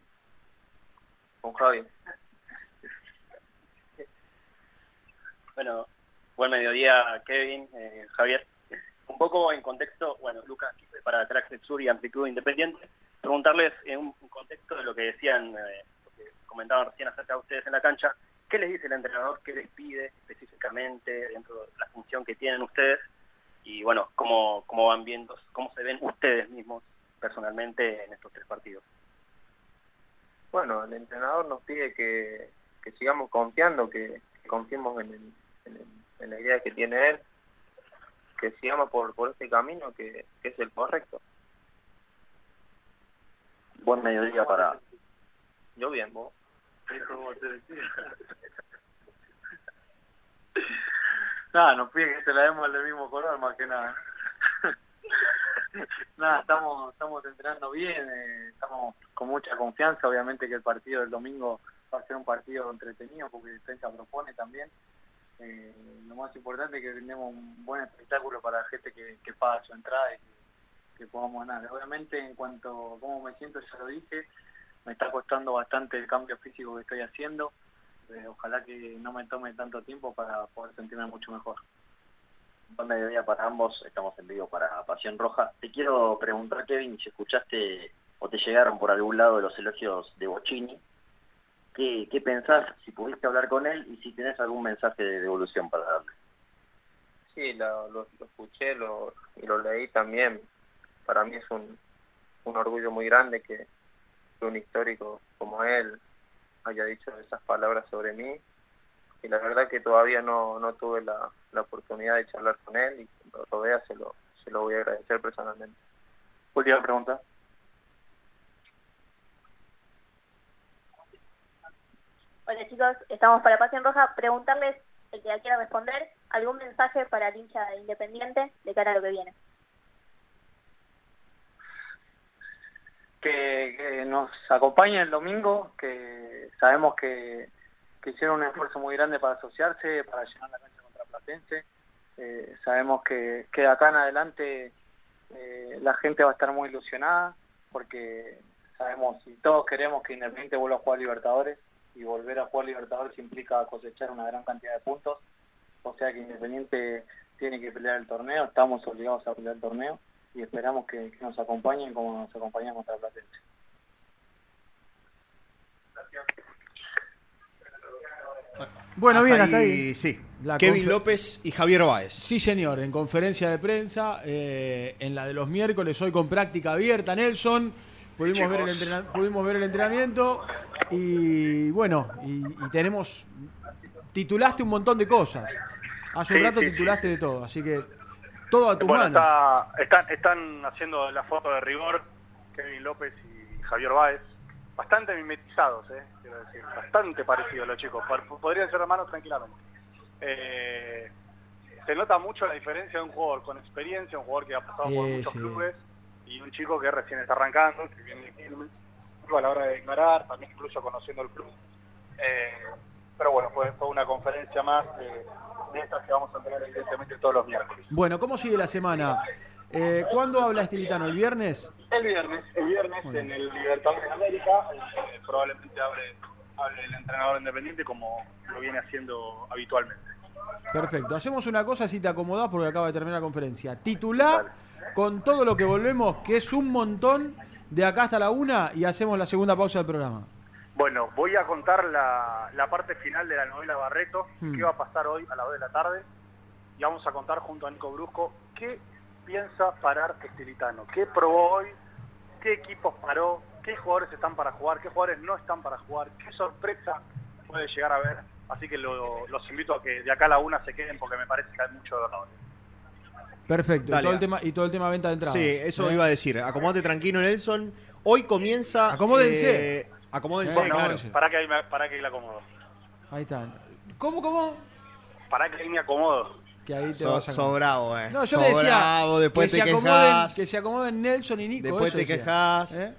con Javi. Bueno, buen mediodía, Kevin, eh, Javier. Un poco en contexto, bueno, Lucas, para Track Sur y Amplitud Independiente, preguntarles en un contexto de lo que decían, eh, lo que comentaban recién acerca de ustedes en la cancha, ¿qué les dice el entrenador? ¿Qué les pide específicamente dentro de la función que tienen ustedes? Y bueno, ¿cómo, cómo van viendo, cómo se ven ustedes mismos personalmente en estos tres partidos? Bueno, el entrenador nos pide que, que sigamos confiando, que, que confiemos en, el, en, el, en la idea que tiene él, que sigamos por, por este camino que, que es el correcto. Buen mediodía para... Yo bien, vos. Nada, nos pide que se la demos del mismo color, más que nada. Nada, estamos estamos entrenando bien, eh, estamos con mucha confianza. Obviamente que el partido del domingo va a ser un partido entretenido porque Defensa propone también. Eh, lo más importante es que brindemos un buen espectáculo para la gente que, que paga su entrada y que, que podamos ganar. Obviamente en cuanto a cómo me siento, ya lo dije, me está costando bastante el cambio físico que estoy haciendo. Eh, ojalá que no me tome tanto tiempo para poder sentirme mucho mejor. Buen mediodía para ambos, estamos en vivo para Pasión Roja. Te quiero preguntar, Kevin, si escuchaste o te llegaron por algún lado los elogios de Bocchini. ¿Qué, qué pensás, si pudiste hablar con él y si tenés algún mensaje de devolución para darle? Sí, lo, lo, lo escuché lo, y lo leí también. Para mí es un, un orgullo muy grande que, que un histórico como él haya dicho esas palabras sobre mí. Y la verdad que todavía no, no tuve la, la oportunidad de charlar con él y cuando lo vea se lo, se lo voy a agradecer personalmente. Última pregunta. Hola chicos, estamos para Pasión Roja. Preguntarles, el que la quiera responder, algún mensaje para el hincha de Independiente de cara a lo que viene. Que, que nos acompañe el domingo, que sabemos que, que hicieron un esfuerzo muy grande para asociarse, para llenar la cancha contra Platense. Eh, sabemos que, que de acá en adelante eh, la gente va a estar muy ilusionada, porque sabemos y todos queremos que Independiente vuelva a jugar Libertadores, y volver a jugar Libertadores implica cosechar una gran cantidad de puntos, o sea que Independiente tiene que pelear el torneo, estamos obligados a pelear el torneo, y esperamos que, que nos acompañen como nos acompañan contra Platense. Bueno, Hasta bien, ahí, hasta ahí. Sí. La Kevin confe- López y Javier Báez. Sí, señor, en conferencia de prensa, eh, en la de los miércoles, hoy con práctica abierta, Nelson, pudimos, ver el, entrena- pudimos ver el entrenamiento y bueno, y, y tenemos, titulaste un montón de cosas. Hace un Sí, rato sí, titulaste de todo, así que todo a tus Bueno, manos. está, están, están haciendo la foto de rigor Kevin López y Javier Báez, bastante mimetizados, eh, quiero decir, bastante parecidos los chicos, Pod- podrían ser hermanos tranquilamente. Eh, se nota mucho la diferencia de un jugador con experiencia, un jugador que ha pasado por Eh, muchos sí. clubes, y un chico que recién está arrancando, que viene de Quilmes, a la hora de declarar, también incluso conociendo el club. Eh, pero bueno, fue, fue una conferencia más de, de estas que vamos a tener evidentemente todos los miércoles. Bueno, ¿cómo sigue la semana? Eh, ¿Cuándo habla Estilitano? ¿El viernes? El viernes, el viernes Bueno. en el Libertadores de América, eh, probablemente hable, hable el entrenador independiente como lo viene haciendo habitualmente. Perfecto. Hacemos una cosa si te acomodás porque acaba de terminar la conferencia. Titulá con todo lo que volvemos, que es un montón, de acá hasta la una y hacemos la segunda pausa del programa. Bueno, voy a contar la, la parte final de la novela Barreto, Hmm. qué va a pasar hoy a las dos de la tarde, y vamos a contar junto a Nico Brusco qué piensa parar Estilitano, qué probó hoy, qué equipos paró, qué jugadores están para jugar, qué jugadores no están para jugar, qué sorpresa puede llegar a ver. Así que lo- los invito a que de acá a la una se queden porque me parece que hay mucho de verdad. Perfecto. Y Dale. todo, el tema, y todo el tema de venta de entradas. Sí, eso ¿Eh? iba a decir. Acomódate tranquilo, Nelson. Hoy comienza... Acomódense. eh, acomódense, Bueno, claro. acomódense. Para que ahí me, para que ahí la acomodo. Ahí están. ¿Cómo, cómo? Para que ahí me acomodo. Que ahí te So- vas a- sobrado, eh. No, yo le decía Sobrado, después que, te se acomoden, quejás. que se acomoden Nelson y Nico. Después eso te decía. quejás. ¿Eh?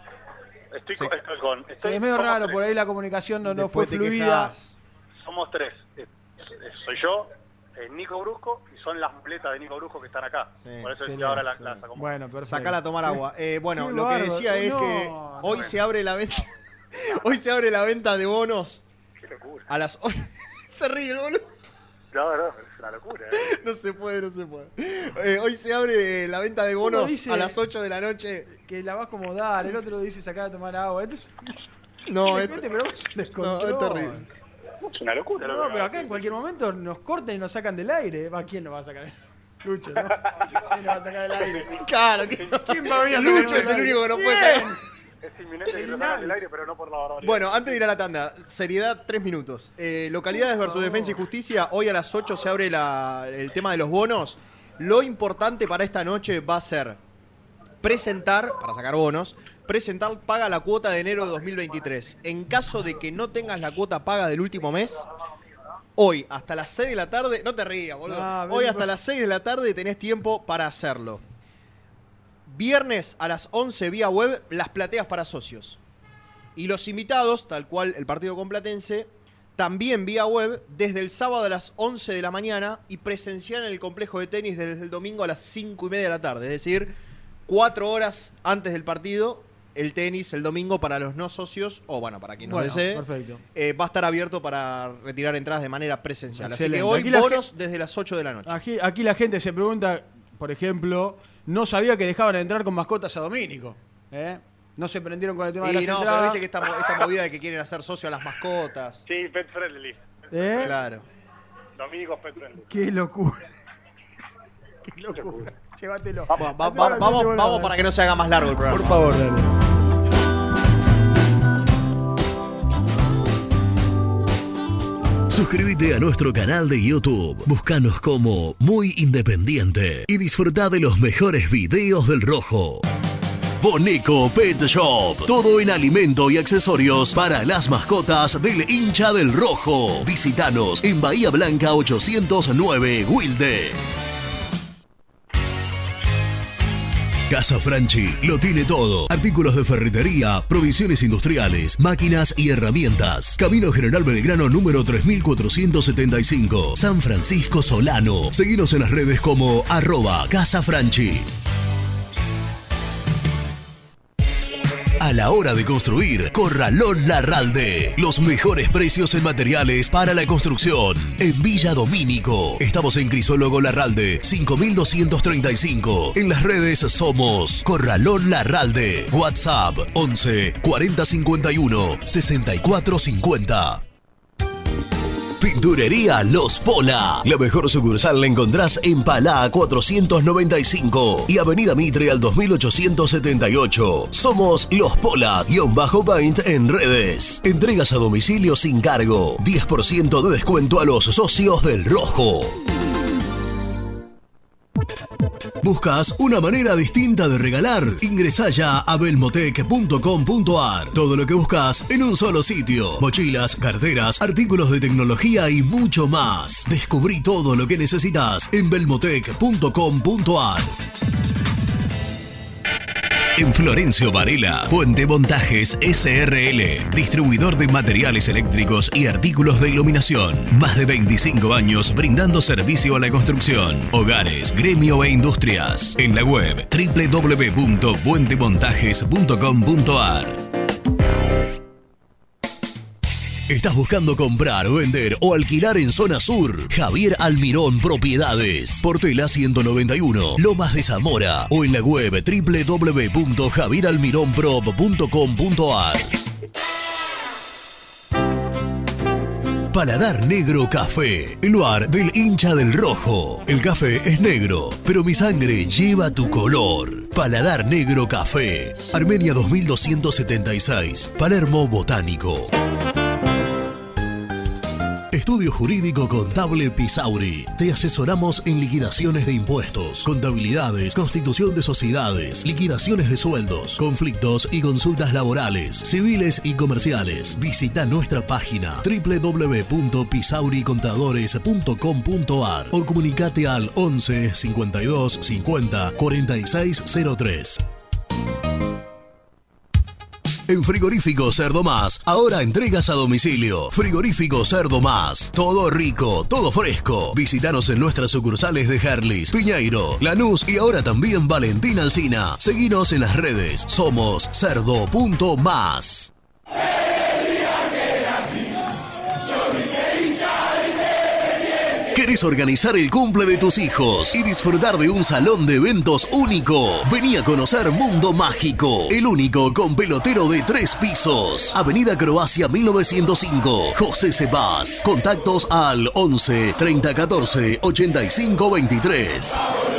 Estoy, con, estoy con... Sí, Estoy, es medio somos raro, tres. por ahí la comunicación no, no fue Después te fluida. quejás. Somos tres. Eh, eh, Soy yo, eh, Nico Brusco, y son las muletas de Nico Brusco que están acá. Por eso es que ahora la, las acomodo. Bueno, perfecto. Sacala a tomar agua. Eh, bueno, Qué lo que bárbaro. decía es No, que no, hoy no. se abre la venta. Hoy se abre la venta de bonos Qué locura. a las ocho. Se ríe el boludo. No, no, es una locura. ¿eh? No se puede, no se puede. Eh, hoy se abre la venta de bonos Uno dice a las ocho de la noche. Que la va a acomodar, el otro dice sacar a tomar agua. Esto es, No, de esto- repente, pero es un descontrol. no, es terrible. Es una locura. lo No, que pero acaba acá de en cualquier momento nos cortan y nos sacan del aire. Va, ¿quién nos va a sacar del aire? Lucho, ¿no? ¿Quién nos va a sacar del aire? Claro, que ¿Quién va a venir a sacar Lucho del es el aire? único que no puede ¿Quién? sacar. Es inminente que lo sacan del aire, pero no por la barbaridad. Bueno, antes de ir a la tanda, seriedad, tres minutos. Eh, localidades versus Defensa y Justicia. Hoy a las ocho se abre la- el tema de los bonos. Lo importante para esta noche va a ser presentar, para sacar bonos, presentar paga la cuota de enero de dos mil veintitrés. En caso de que no tengas la cuota paga del último mes, hoy hasta las seis de la tarde, no te rías, boludo. Ah, Hoy ven- hasta las seis de la tarde tenés tiempo para hacerlo. Viernes a las once vía web, las plateas para socios. Y los invitados, tal cual el partido con Platense, también vía web desde el sábado a las once de la mañana y presencial en el complejo de tenis desde el domingo a las cinco y media de la tarde. Es decir, cuatro horas antes del partido, el tenis el domingo para los no socios, o bueno, para quien no Bueno, desee, perfecto. eh, va a estar abierto para retirar entradas de manera presencial. Excelente. Así que hoy Aquí la bonos desde las ocho de la noche. Aquí, aquí la gente se pregunta, por ejemplo, no sabía que dejaban entrar con mascotas a Domínico. ¿eh? No se prendieron con el tema de Y las no, pero entradas. viste que esta, mo- esta movida de que quieren hacer socio a las mascotas. Sí, pet friendly. ¿Eh? Claro. Domingos pet friendly. Qué locura. Qué locura. Llévatelo. Vamos, va- Hacemos va- la vamos, sesión, vamos dale. para que no se haga más largo el programa. Por favor, dale. Suscríbete a nuestro canal de YouTube. Búscanos como Muy Independiente y disfruta de los mejores videos del Rojo. Boneco Pet Shop. Todo en alimento y accesorios para las mascotas del hincha del Rojo. Visítanos en Bahía Blanca ochocientos nueve, Wilde. Casa Franchi lo tiene todo. Artículos de ferretería, provisiones industriales, máquinas y herramientas. Camino General Belgrano número tres mil cuatrocientos setenta y cinco, San Francisco Solano. Seguinos en las redes como arroba Casa Franchi. A la hora de construir, Corralón Larralde. Los mejores precios en materiales para la construcción. En Villa Domínico. Estamos en Crisólogo Larralde, cinco mil doscientos treinta y cinco. En las redes somos Corralón Larralde. WhatsApp once cuarenta cincuenta y uno sesenta y cuatro cincuenta. Pinturería Los Pola. La mejor sucursal la encontrás en Palá cuatrocientos noventa y cinco y Avenida Mitre al dos mil ochocientos setenta y ocho. Somos Los Pola, guión bajo paint en redes. Entregas a domicilio sin cargo. diez por ciento de descuento a los socios del Rojo. ¿Buscas una manera distinta de regalar? Ingresá ya a belmotec punto com punto ar. Todo lo que buscas en un solo sitio. Mochilas, carteras, artículos de tecnología y mucho más. Descubrí todo lo que necesitas en belmotec punto com punto ar. En Florencio Varela, Puente Montajes S R L, distribuidor de materiales eléctricos y artículos de iluminación. Más de veinticinco años brindando servicio a la construcción, hogares, gremio e industrias. En la web doble u doble u doble u punto puente montajes punto com punto ar. ¿Estás buscando comprar, vender o alquilar en Zona Sur? Javier Almirón Propiedades. Portela ciento noventa y uno, Lomas de Zamora. O en la web doble u doble u doble u punto javier almirón prop punto com punto ar. Paladar Negro Café, el bar del hincha del Rojo. El café es negro, pero mi sangre lleva tu color. Paladar Negro Café, Armenia dos mil doscientos setenta y seis, Palermo Botánico. Estudio Jurídico Contable Pisauri. Te asesoramos en liquidaciones de impuestos, contabilidades, constitución de sociedades, liquidaciones de sueldos, conflictos y consultas laborales, civiles y comerciales. Visita nuestra página doble u doble u doble u punto pisauri contadores punto com punto ar o comunicate al once cincuenta y dos cincuenta cuarenta y seis cero tres. En Frigorífico Cerdo Más, ahora entregas a domicilio. Frigorífico Cerdo Más, todo rico, todo fresco. Visítanos en nuestras sucursales de Herlis, Piñeiro, Lanús y ahora también Valentín Alsina. Seguinos en las redes, somos cerdo punto más. ¿Querés organizar el cumple de tus hijos y disfrutar de un salón de eventos único? Vení a conocer Mundo Mágico, el único con pelotero de tres pisos. Avenida Croacia mil novecientos cinco, José Cepaz. Contactos al once treinta catorce ochenta y cinco veintitrés.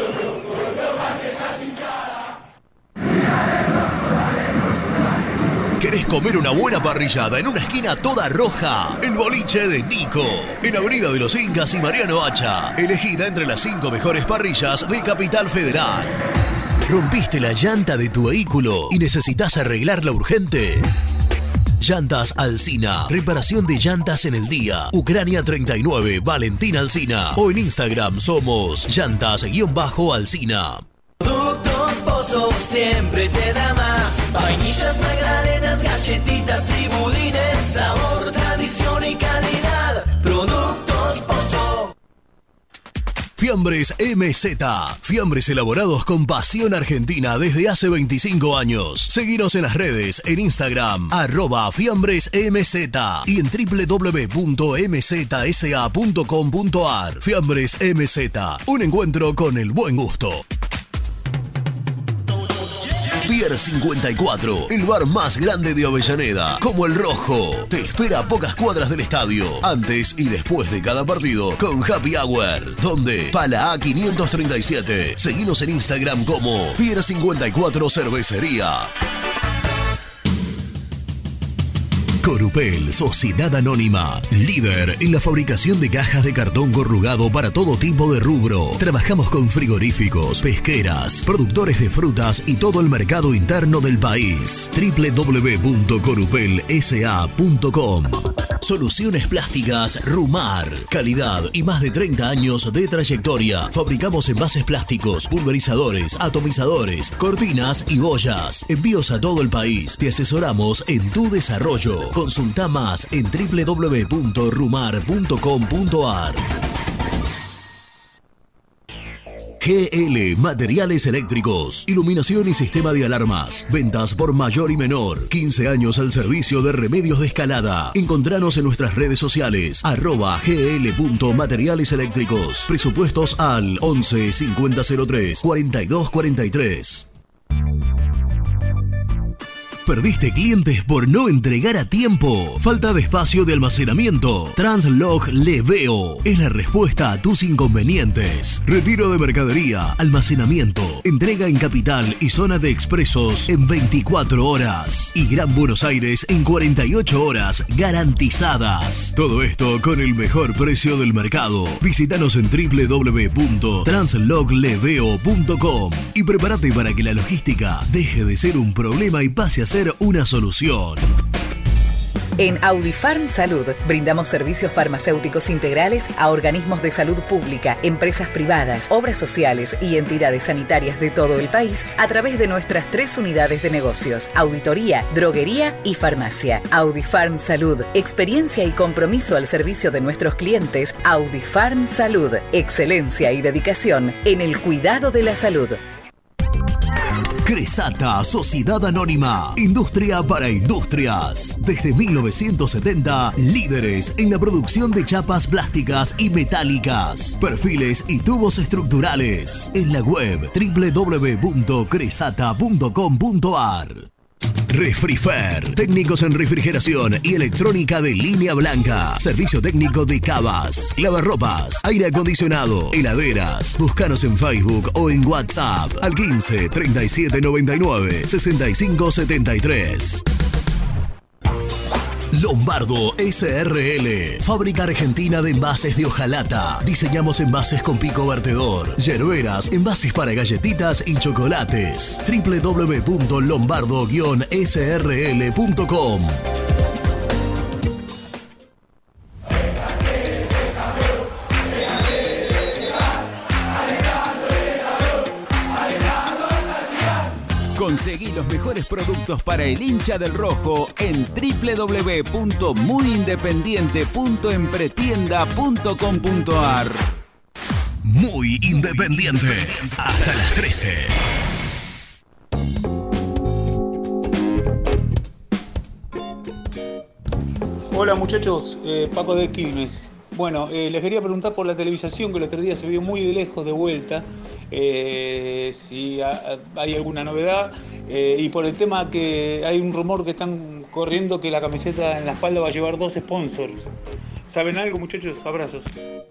¿Querés comer una buena parrillada en una esquina toda roja? El boliche de Nico. En Avenida de los Incas y Mariano Hacha. Elegida entre las cinco mejores parrillas de Capital Federal. ¿Rompiste la llanta de tu vehículo y necesitas arreglarla urgente? Llantas Alsina. Reparación de llantas en el día. Ucrania treinta y nueve, Valentín Alsina. O en Instagram somos llantas-alsina. Productos Pozo siempre te da más. Vainillas, magdalenas, galletitas y budines. Sabor, tradición y calidad. Productos Pozo. Fiambres M Z. Fiambres elaborados con pasión argentina desde hace veinticinco años. Seguinos en las redes, en Instagram, arroba fiambres M Z y en doble u doble u doble u punto m z s a punto com punto ar. Fiambres M Z. Un encuentro con el buen gusto. Pier cincuenta y cuatro, el bar más grande de Avellaneda, como el Rojo. Te espera a pocas cuadras del estadio, antes y después de cada partido, con Happy Hour. Donde Pala A quinientos treinta y siete. Seguinos en Instagram como Pier cincuenta y cuatro Cervecería. Corupel, Sociedad Anónima, líder en la fabricación de cajas de cartón corrugado para todo tipo de rubro. Trabajamos con frigoríficos, pesqueras, productores de frutas y todo el mercado interno del país. doble u doble u doble u punto corupel s a punto com. Soluciones Plásticas Rumar. Calidad y más de treinta años de trayectoria. Fabricamos envases plásticos, pulverizadores, atomizadores, cortinas y boyas. Envíos a todo el país. Te asesoramos en tu desarrollo. Consulta más en doble u doble u doble u punto rumar punto com punto ar. G L Materiales Eléctricos, iluminación y sistema de alarmas. Ventas por mayor y menor. quince años al servicio de remedios de escalada. Encontranos en nuestras redes sociales. Arroba gl.materiales eléctricos. Presupuestos al once cincuenta cero tres cuarenta y dos cuarenta y tres. ¿Perdiste clientes por no entregar a tiempo? ¿Falta de espacio de almacenamiento? Translog Leveo es la respuesta a tus inconvenientes. Retiro de mercadería, almacenamiento, entrega en capital y zona de expresos en veinticuatro horas y Gran Buenos Aires en cuarenta y ocho horas garantizadas. Todo esto con el mejor precio del mercado. Visítanos en doble u doble u doble u punto translog leveo punto com y prepárate para que la logística deje de ser un problema y pase a ser una solución. En Audifarm Salud brindamos servicios farmacéuticos integrales a organismos de salud pública, empresas privadas, obras sociales y entidades sanitarias de todo el país a través de nuestras tres unidades de negocios: auditoría, droguería y farmacia. Audifarm Salud, experiencia y compromiso al servicio de nuestros clientes. Audifarm Salud, excelencia y dedicación en el cuidado de la salud. Cresata, Sociedad Anónima, industria para industrias. Desde mil novecientos setenta, líderes en la producción de chapas plásticas y metálicas, perfiles y tubos estructurales. En la web doble u doble u doble u punto cresata punto com punto a r. Refrifer, técnicos en refrigeración y electrónica de línea blanca. Servicio técnico de cavas, lavarropas, aire acondicionado, heladeras. Búscanos en Facebook o en WhatsApp al quince treinta y siete noventa y nueve sesenta y cinco setenta y tres. Lombardo S R L, fábrica argentina de envases de hojalata. Diseñamos envases con pico vertedor, yerberas, envases para galletitas y chocolates. doble u doble u doble u punto lombardo guion s r l punto com. Conseguí los mejores productos para el hincha del rojo en doble u doble u doble u punto muy independiente punto empretienda punto com punto a r. Muy independiente, hasta las trece. Hola muchachos, eh, Paco de Quilmes. Bueno, eh, les quería preguntar por la televisación, que el otro día se vio muy de lejos de vuelta, eh, si ha, hay alguna novedad, eh, y por el tema que hay un rumor que están corriendo que la camiseta en la espalda va a llevar dos sponsors. ¿Saben algo, muchachos? Abrazos.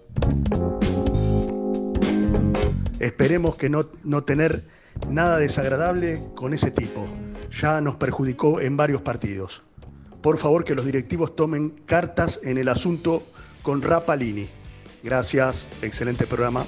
Esperemos que no, no tener nada desagradable con ese tipo. Ya nos perjudicó en varios partidos. Por favor, que los directivos tomen cartas en el asunto con Rapalini. Gracias, excelente programa.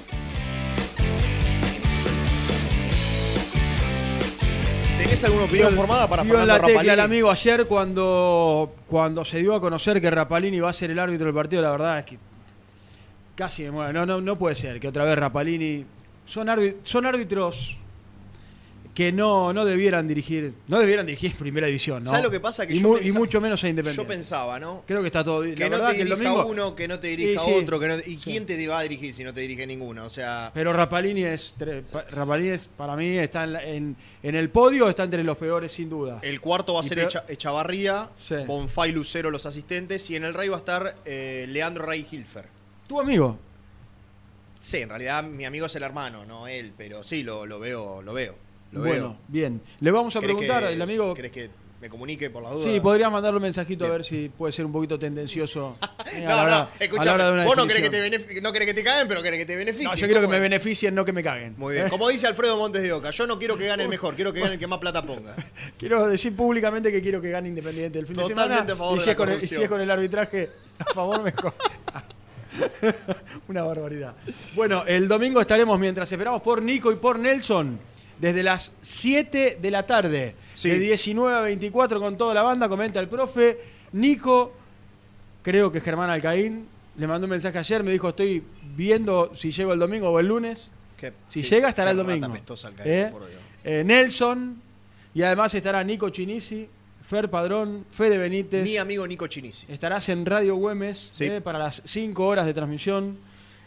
¿Tenés alguna opinión formada para Dio en Fernando la tecla Rapalini? el amigo ayer cuando, cuando se dio a conocer que Rapalini va a ser el árbitro del partido. La verdad es que casi me muero. No, no, no puede ser que otra vez Rapalini. Son, árbit- son árbitros que no, no debieran dirigir, no debieran dirigir primera división, ¿no? ¿Sabes lo que pasa? Que y, yo mu- pensa- y mucho menos a Independiente. Yo pensaba, ¿no? Creo que está todo bien. Que La no verdad te que el dirija domingo- uno, que no te dirija Sí, sí. otro, que no... ¿Y quién te va a dirigir si no te dirige ninguno? O sea... Pero Rapalini es, tre- pa- Rapalini es, para mí, está en, la- en, en el podio, está entre los peores sin duda. El cuarto va a Y ser peor- Echa- Echavarría, Sí. Bonfá y Lucero los asistentes, y en el Rey va a estar eh, Leandro Rey Hilfer. ¿Tu amigo? Sí, en realidad mi amigo es el hermano, no él, pero sí, lo, lo veo, lo veo. Lo Bueno, veo. bien. Le vamos a ¿Querés preguntar que- al amigo. ¿Querés que me comunique por la duda? Sí, podría mandarle un mensajito a ver si puede ser un poquito tendencioso. eh, a la No, hora- no, a escuchá, la hora de una vos no querés, que definición. te benef- no querés que te caguen, pero querés que te beneficien. No, yo quiero que ¿Cómo me es? beneficien, no que me caguen. Muy bien. ¿Eh? Como dice Alfredo Montes de Oca, yo no quiero que gane el mejor, quiero que gane el que más plata ponga. Quiero decir públicamente que quiero que gane Independiente el fin de Totalmente semana. a favor y de si la es con el, y corrupción. si es con el arbitraje a favor, mejor. Una barbaridad. Bueno, el domingo estaremos mientras esperamos por Nico y por Nelson. Desde las siete de la tarde, Sí. de diecinueve a veinticuatro con toda la banda, comenta el profe. Nico, creo que Germán Alcaín, le mandó un mensaje ayer, me dijo estoy viendo si llego el domingo o el lunes. Qué- si qué- llega estará qué el rata domingo. apestosa Alcaín, ¿Eh? por Dios. Eh, Nelson, y además estará Nico Chinisi, Fer Padrón, Fede Benítez. Mi amigo Nico Chinisi. Estarás en Radio Güemes Sí. eh, para las cinco horas de transmisión.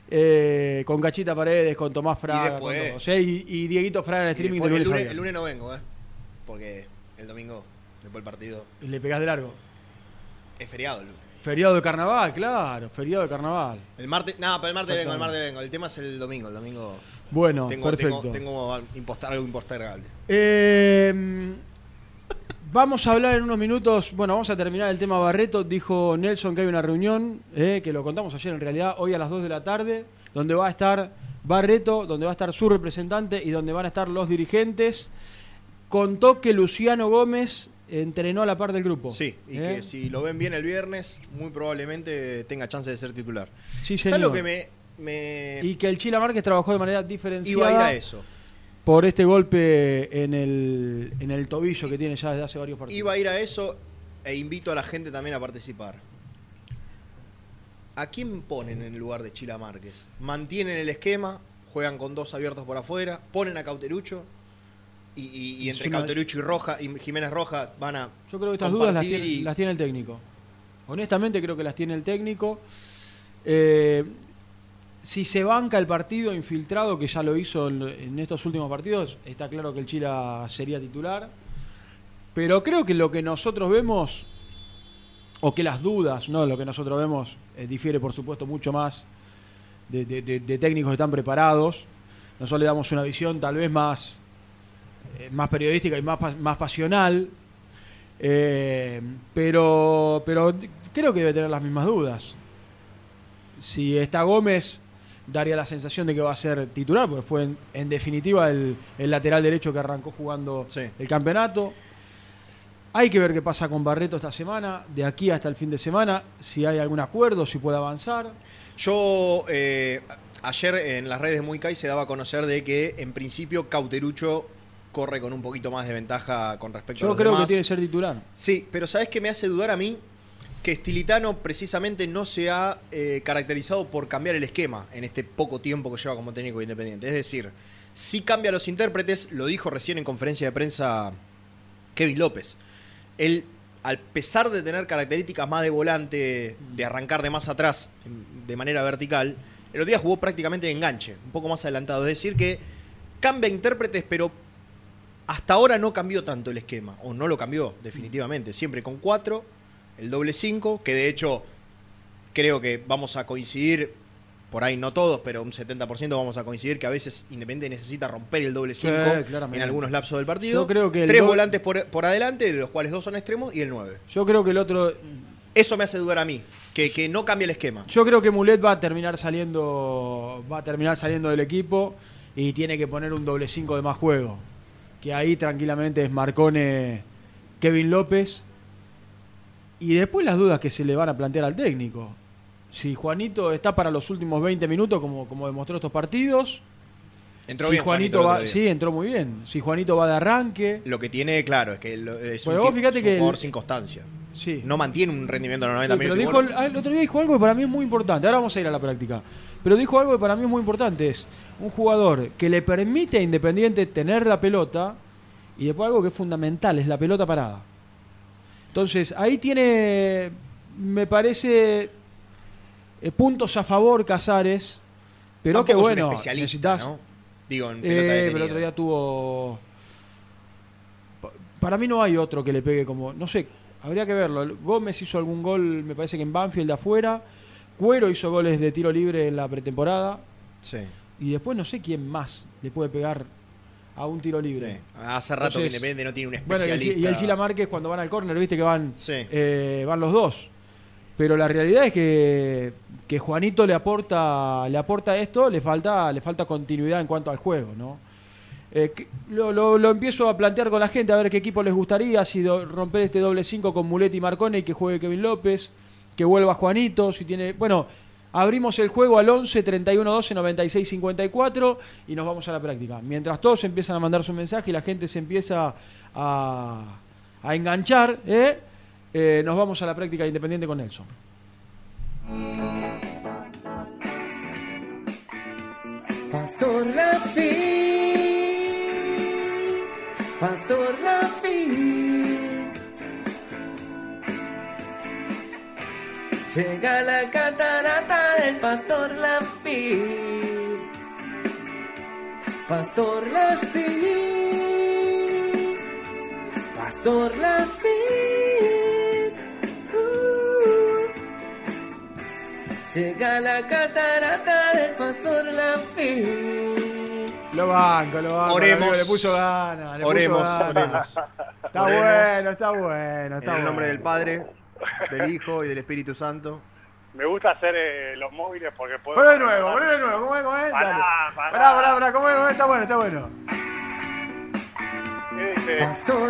Eh, con Cachita Paredes, con Tomás Fraga, Y después- con todos, ¿eh? y, y Dieguito Fraga en el Y streaming después de el, lunes a lunes, viernes. el lunes no vengo, ¿eh? Porque el domingo, después del partido, Y le pegás de largo. es feriado. el lunes. Feriado de carnaval, claro, feriado de carnaval. El martes, no, pero el martes vengo, el Exactamente. martes vengo. El tema es el domingo, el domingo. Bueno, tengo, perfecto. Tengo, tengo impostar, algo impostergable. Eh, vamos a hablar en unos minutos. Bueno, vamos a terminar el tema Barreto. Dijo Nelson que hay una reunión, eh, que lo contamos ayer en realidad, hoy a las dos de la tarde, donde va a estar Barreto, donde va a estar su representante y donde van a estar los dirigentes. Contó que Luciano Gómez entrenó a la par del grupo. Sí, y ¿eh? que si lo ven bien el viernes, muy probablemente tenga chance de ser titular. Sí, ¿Sabes señor. lo que me, me Y que el Chila Márquez trabajó de manera diferenciada. iba a ir a eso? Por este golpe en el, en el tobillo que tiene ya desde hace varios partidos. Iba a ir a eso e invito a la gente también a participar. ¿A quién ponen en el lugar de Chila Márquez? Mantienen el esquema, juegan con dos abiertos por afuera, ponen a Cauterucho y, y- y Es entre una- Cauterucho y Roja y Jiménez Roja van a Yo creo que estas dudas las compartir tiene, y- las tiene el técnico. Honestamente creo que las tiene el técnico. Eh, si se banca el partido infiltrado, que ya lo hizo en, en estos últimos partidos, está claro que el Chila sería titular. Pero creo que lo que nosotros vemos, o que las dudas, no lo que nosotros vemos, eh, difiere por supuesto mucho más de, de- de- de técnicos que están preparados. Nosotros le damos una visión tal vez más, eh, más periodística y más, pas- más pasional. Eh, pero, pero creo que debe tener las mismas dudas. Si está Gómez, daría la sensación de que va a ser titular, porque fue en, en definitiva el, el lateral derecho que arrancó jugando el campeonato. Hay que ver qué pasa con Barreto esta semana, de aquí hasta el fin de semana, si hay algún acuerdo, si puede avanzar. Yo eh, ayer en las redes de Muy Kai se daba a conocer de que en principio Cauterucho corre con un poquito más de ventaja con respecto a Yo los creo demás. que tiene que ser titular. Sí, pero ¿sabes qué me hace dudar a mí? Que Stilitano precisamente no se ha eh, caracterizado por cambiar el esquema en este poco tiempo que lleva como técnico independiente. Es decir, sí cambia los intérpretes, lo dijo recién en conferencia de prensa Kevin López. Él, al pesar de tener características más de volante, de arrancar de más atrás, de manera vertical, el otro día jugó prácticamente de enganche, un poco más adelantado. Es decir, que cambia intérpretes, pero hasta ahora no cambió tanto el esquema, o no lo cambió definitivamente, siempre con cuatro, el doble cinco, que de hecho creo que vamos a coincidir, por ahí no todos, pero un setenta por ciento vamos a coincidir que a veces Independiente necesita romper el doble Sí, cinco claramente. en algunos lapsos del partido. Yo creo que el Tres do- volantes por, por adelante, de los cuales dos son extremos, y el nueve. Yo creo que el otro... Eso me hace dudar a mí, que, que no cambie el esquema. Yo creo que Mulet va a terminar saliendo va a terminar saliendo del equipo y tiene que poner un doble cinco de más juego. Que ahí tranquilamente es Marcone, Kevin López. Y después las dudas que se le van a plantear al técnico. Si Juanito está para los últimos veinte minutos, como, como demostró estos partidos. Entró si bien Juanito, Juanito el va, otro día. sí, entró muy bien. Si Juanito va de arranque. Lo que tiene, claro, es que lo- es Bueno, un, vos tipo- fíjate es un que el- jugador sin constancia. Sí. No mantiene un rendimiento de los noventa Sí, pero minutos. dijo, y bueno, el, el otro día dijo algo que para mí es muy importante. Ahora vamos a ir a la práctica. Pero dijo algo que para mí es muy importante. Es un jugador que le permite a Independiente tener la pelota y después algo que es fundamental, es la pelota parada. Entonces, ahí tiene, me parece, eh, puntos a favor Casares, pero que tampoco es un bueno, especialista, necesitas... ¿no? Digo, en Eh, pelota pero el detenida. otro día tuvo... Pa- Para mí no hay otro que le pegue como... No sé, habría que verlo. El- Gómez hizo algún gol, me parece que en Banfield de afuera. Cuero hizo goles de tiro libre en la pretemporada. Sí. Y después no sé quién más le puede pegar a un tiro libre. Sí. Hace rato que Independiente no tiene un Bueno, y el, especialista. Chi- y el Chila Márquez cuando van al córner, viste que van, eh, van los dos. Pero la realidad es que, que Juanito le aporta, le aporta esto, le falta, le falta continuidad en cuanto al juego, ¿no? Eh, que- lo, lo- lo empiezo a plantear con la gente, a ver qué equipo les gustaría, si do- romper este doble cinco con Muletti y Marcone y que juegue Kevin López, que vuelva Juanito, si tiene. Bueno, abrimos el juego al once, treinta y uno, doce, noventa y seis, cincuenta y cuatro y nos vamos a la práctica. Mientras todos empiezan a mandar su mensaje y la gente se empieza a, a enganchar, ¿eh? Eh, nos vamos a la práctica de Independiente con Nelson. Pastor Lafitte, Pastor Lafitte, Llega la catarata del Pastor Lafitte. Pastor Lafitte. Pastor Lafitte. Uh. Llega la catarata del Pastor Lafitte. Lo banco, lo banco. Oremos. Amigo, le puso ganas. Le Oremos, puso ganas. oremos. Está Oremos. bueno, está bueno. Está En el nombre bueno. del Padre, del Hijo y del Espíritu Santo. Me gusta hacer eh, los móviles porque puedo... Poné de nuevo, poné de nuevo. ¿Cómo es? ¿Cómo es? Pará, Dale. pará. Pará, pará, pará. ¿Cómo es? ¿Cómo es? Está bueno, está bueno. ¿Qué dice? Pastor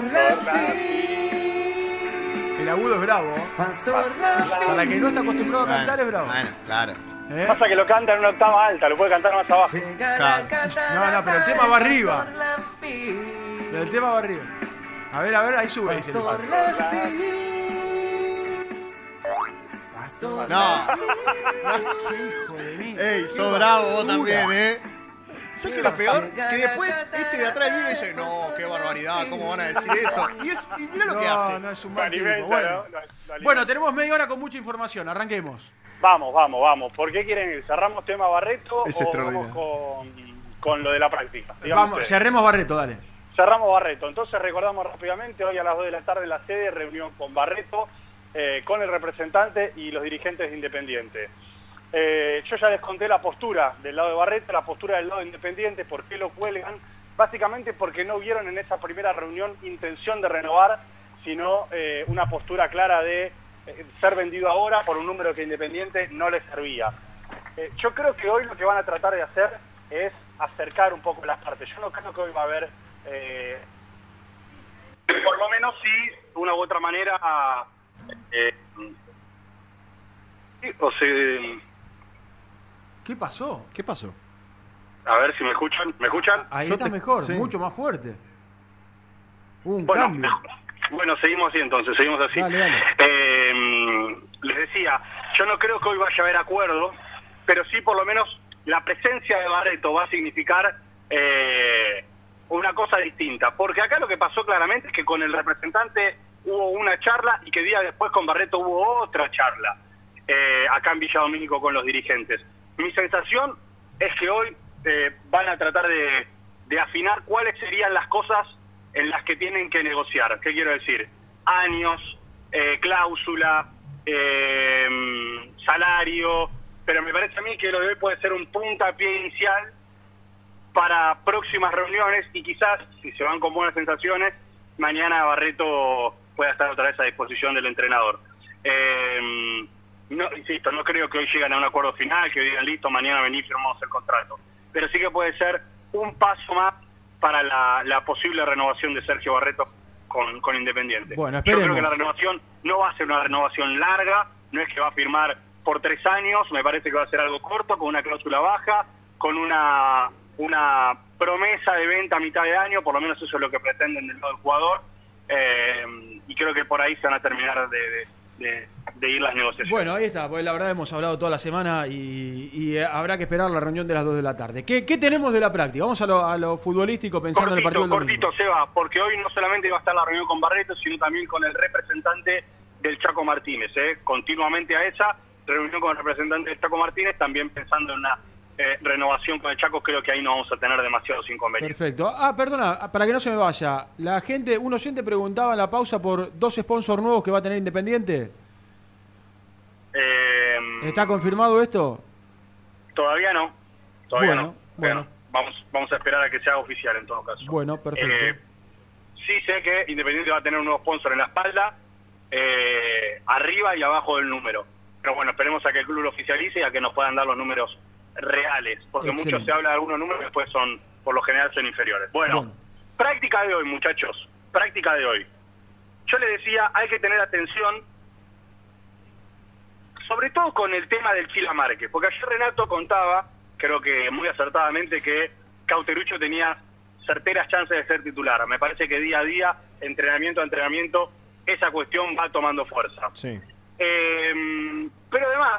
Lafitte. El agudo es bravo. Pastor Para Lafitte. que no está acostumbrado a cantar es bravo. Bueno, claro. ¿Eh? Pasa que lo canta en una octava alta, lo puede cantar más abajo. No, no, pero el tema va arriba. El tema va arriba. A ver, a ver, ahí sube. Dice el Pastor padre. Lafitte. Pastor No. Hijo de mí. Ey, sos bravo vos también, ¿eh? ¿Sabes qué es lo peor? Que después este de atrás del video dice, no, qué barbaridad, ¿cómo van a decir eso? Y, es, y mirá lo que No, hace. no es un Lo mal tipo. alimenta, Bueno. ¿no? Lo- lo alimenta. Bueno, tenemos media hora con mucha información. Arranquemos. Vamos, vamos, vamos. ¿Por qué quieren ir? ¿Cerramos tema Barreto Es o extraordinario. vamos con, con lo de la práctica? Díganme Vamos, ustedes. cerremos Barreto, dale. Cerramos Barreto. Entonces recordamos rápidamente, hoy a las dos de la tarde en la sede, reunión con Barreto, eh, con el representante y los dirigentes de Independiente. Eh, yo ya les conté la postura del lado de Barreto, la postura del lado de Independiente, por qué lo cuelgan. Básicamente porque no vieron en esa primera reunión intención de renovar, sino eh, una postura clara de eh, ser vendido ahora por un número que Independiente no les servía. Eh, yo creo que hoy lo que van a tratar de hacer es acercar un poco las partes. Yo no creo que hoy va a haber, eh, por lo menos sí, de una u otra manera, eh, sí, o sea, ¿Qué pasó? ¿Qué pasó? a ver si me escuchan, ¿me escuchan? Ahí Yo está te- mejor, sí. mucho más fuerte. Hubo un Bueno, cambio. bueno, seguimos así entonces, seguimos así. Dale, dale. Eh, les decía, yo no creo que hoy vaya a haber acuerdo, pero sí por lo menos la presencia de Barreto va a significar eh, una cosa distinta. Porque acá lo que pasó claramente es que con el representante hubo una charla y que días después con Barreto hubo otra charla, eh, acá en Villa Domínico con los dirigentes. Mi sensación es que hoy eh, van a tratar de, de afinar cuáles serían las cosas en las que tienen que negociar. ¿Qué quiero decir? Años, eh, cláusula, eh, salario, pero me parece a mí que lo de hoy puede ser un puntapié inicial para próximas reuniones y quizás, si se van con buenas sensaciones, mañana Barreto pueda estar otra vez a disposición del entrenador. Eh, no, insisto, no creo que hoy lleguen a un acuerdo final, que digan listo, mañana vení y firmamos el contrato. Pero sí que puede ser un paso más para la, la posible renovación de Sergio Barreto con, con Independiente. Bueno, Yo creo esperemos. que la renovación no va a ser una renovación larga, no es que va a firmar por tres años, me parece que va a ser algo corto, con una cláusula baja, con una, una promesa de venta a mitad de año, por lo menos eso es lo que pretenden del lado del jugador, eh, y creo que por ahí se van a terminar de, de, de, de ir las negociaciones. Bueno, ahí está, pues la verdad hemos hablado toda la semana y, y, eh, habrá que esperar la reunión de las dos de la tarde. ¿Qué, qué tenemos de la práctica? Vamos a lo, a lo futbolístico pensando en el partido Cortito, del domingo. cortito, Seba, porque hoy no solamente va a estar la reunión con Barreto, sino también con el representante del Chaco Martínez, ¿eh? Continuamente a esa reunión con el representante del Chaco Martínez, también pensando en una eh, renovación con el Chaco, creo que ahí no vamos a tener demasiados inconvenientes. Perfecto. Ah, perdona, para que no se me vaya. La gente, un oyente preguntaba en la pausa por dos sponsors nuevos que va a tener Independiente. Eh, ¿Está confirmado esto? todavía no, todavía Bueno, no. Todavía bueno. no. Vamos, vamos a esperar a que sea oficial en todo caso. Bueno, perfecto. Eh, sí sé que Independiente va a tener un nuevo sponsor en la espalda, eh, arriba y abajo del número. Pero bueno, esperemos a que el club lo oficialice y a que nos puedan dar los números reales, porque Excelente. mucho se habla de algunos números que después son, por lo general, son inferiores. Bueno, Bueno. práctica de hoy, muchachos, práctica de hoy. Yo les decía, hay que tener atención, sobre todo con el tema del Chila Márquez, porque ayer Renato contaba, creo que muy acertadamente, que Cauterucho tenía certeras chances de ser titular. Me parece que día a día, entrenamiento a entrenamiento, esa cuestión va tomando fuerza. Sí. Eh, pero además,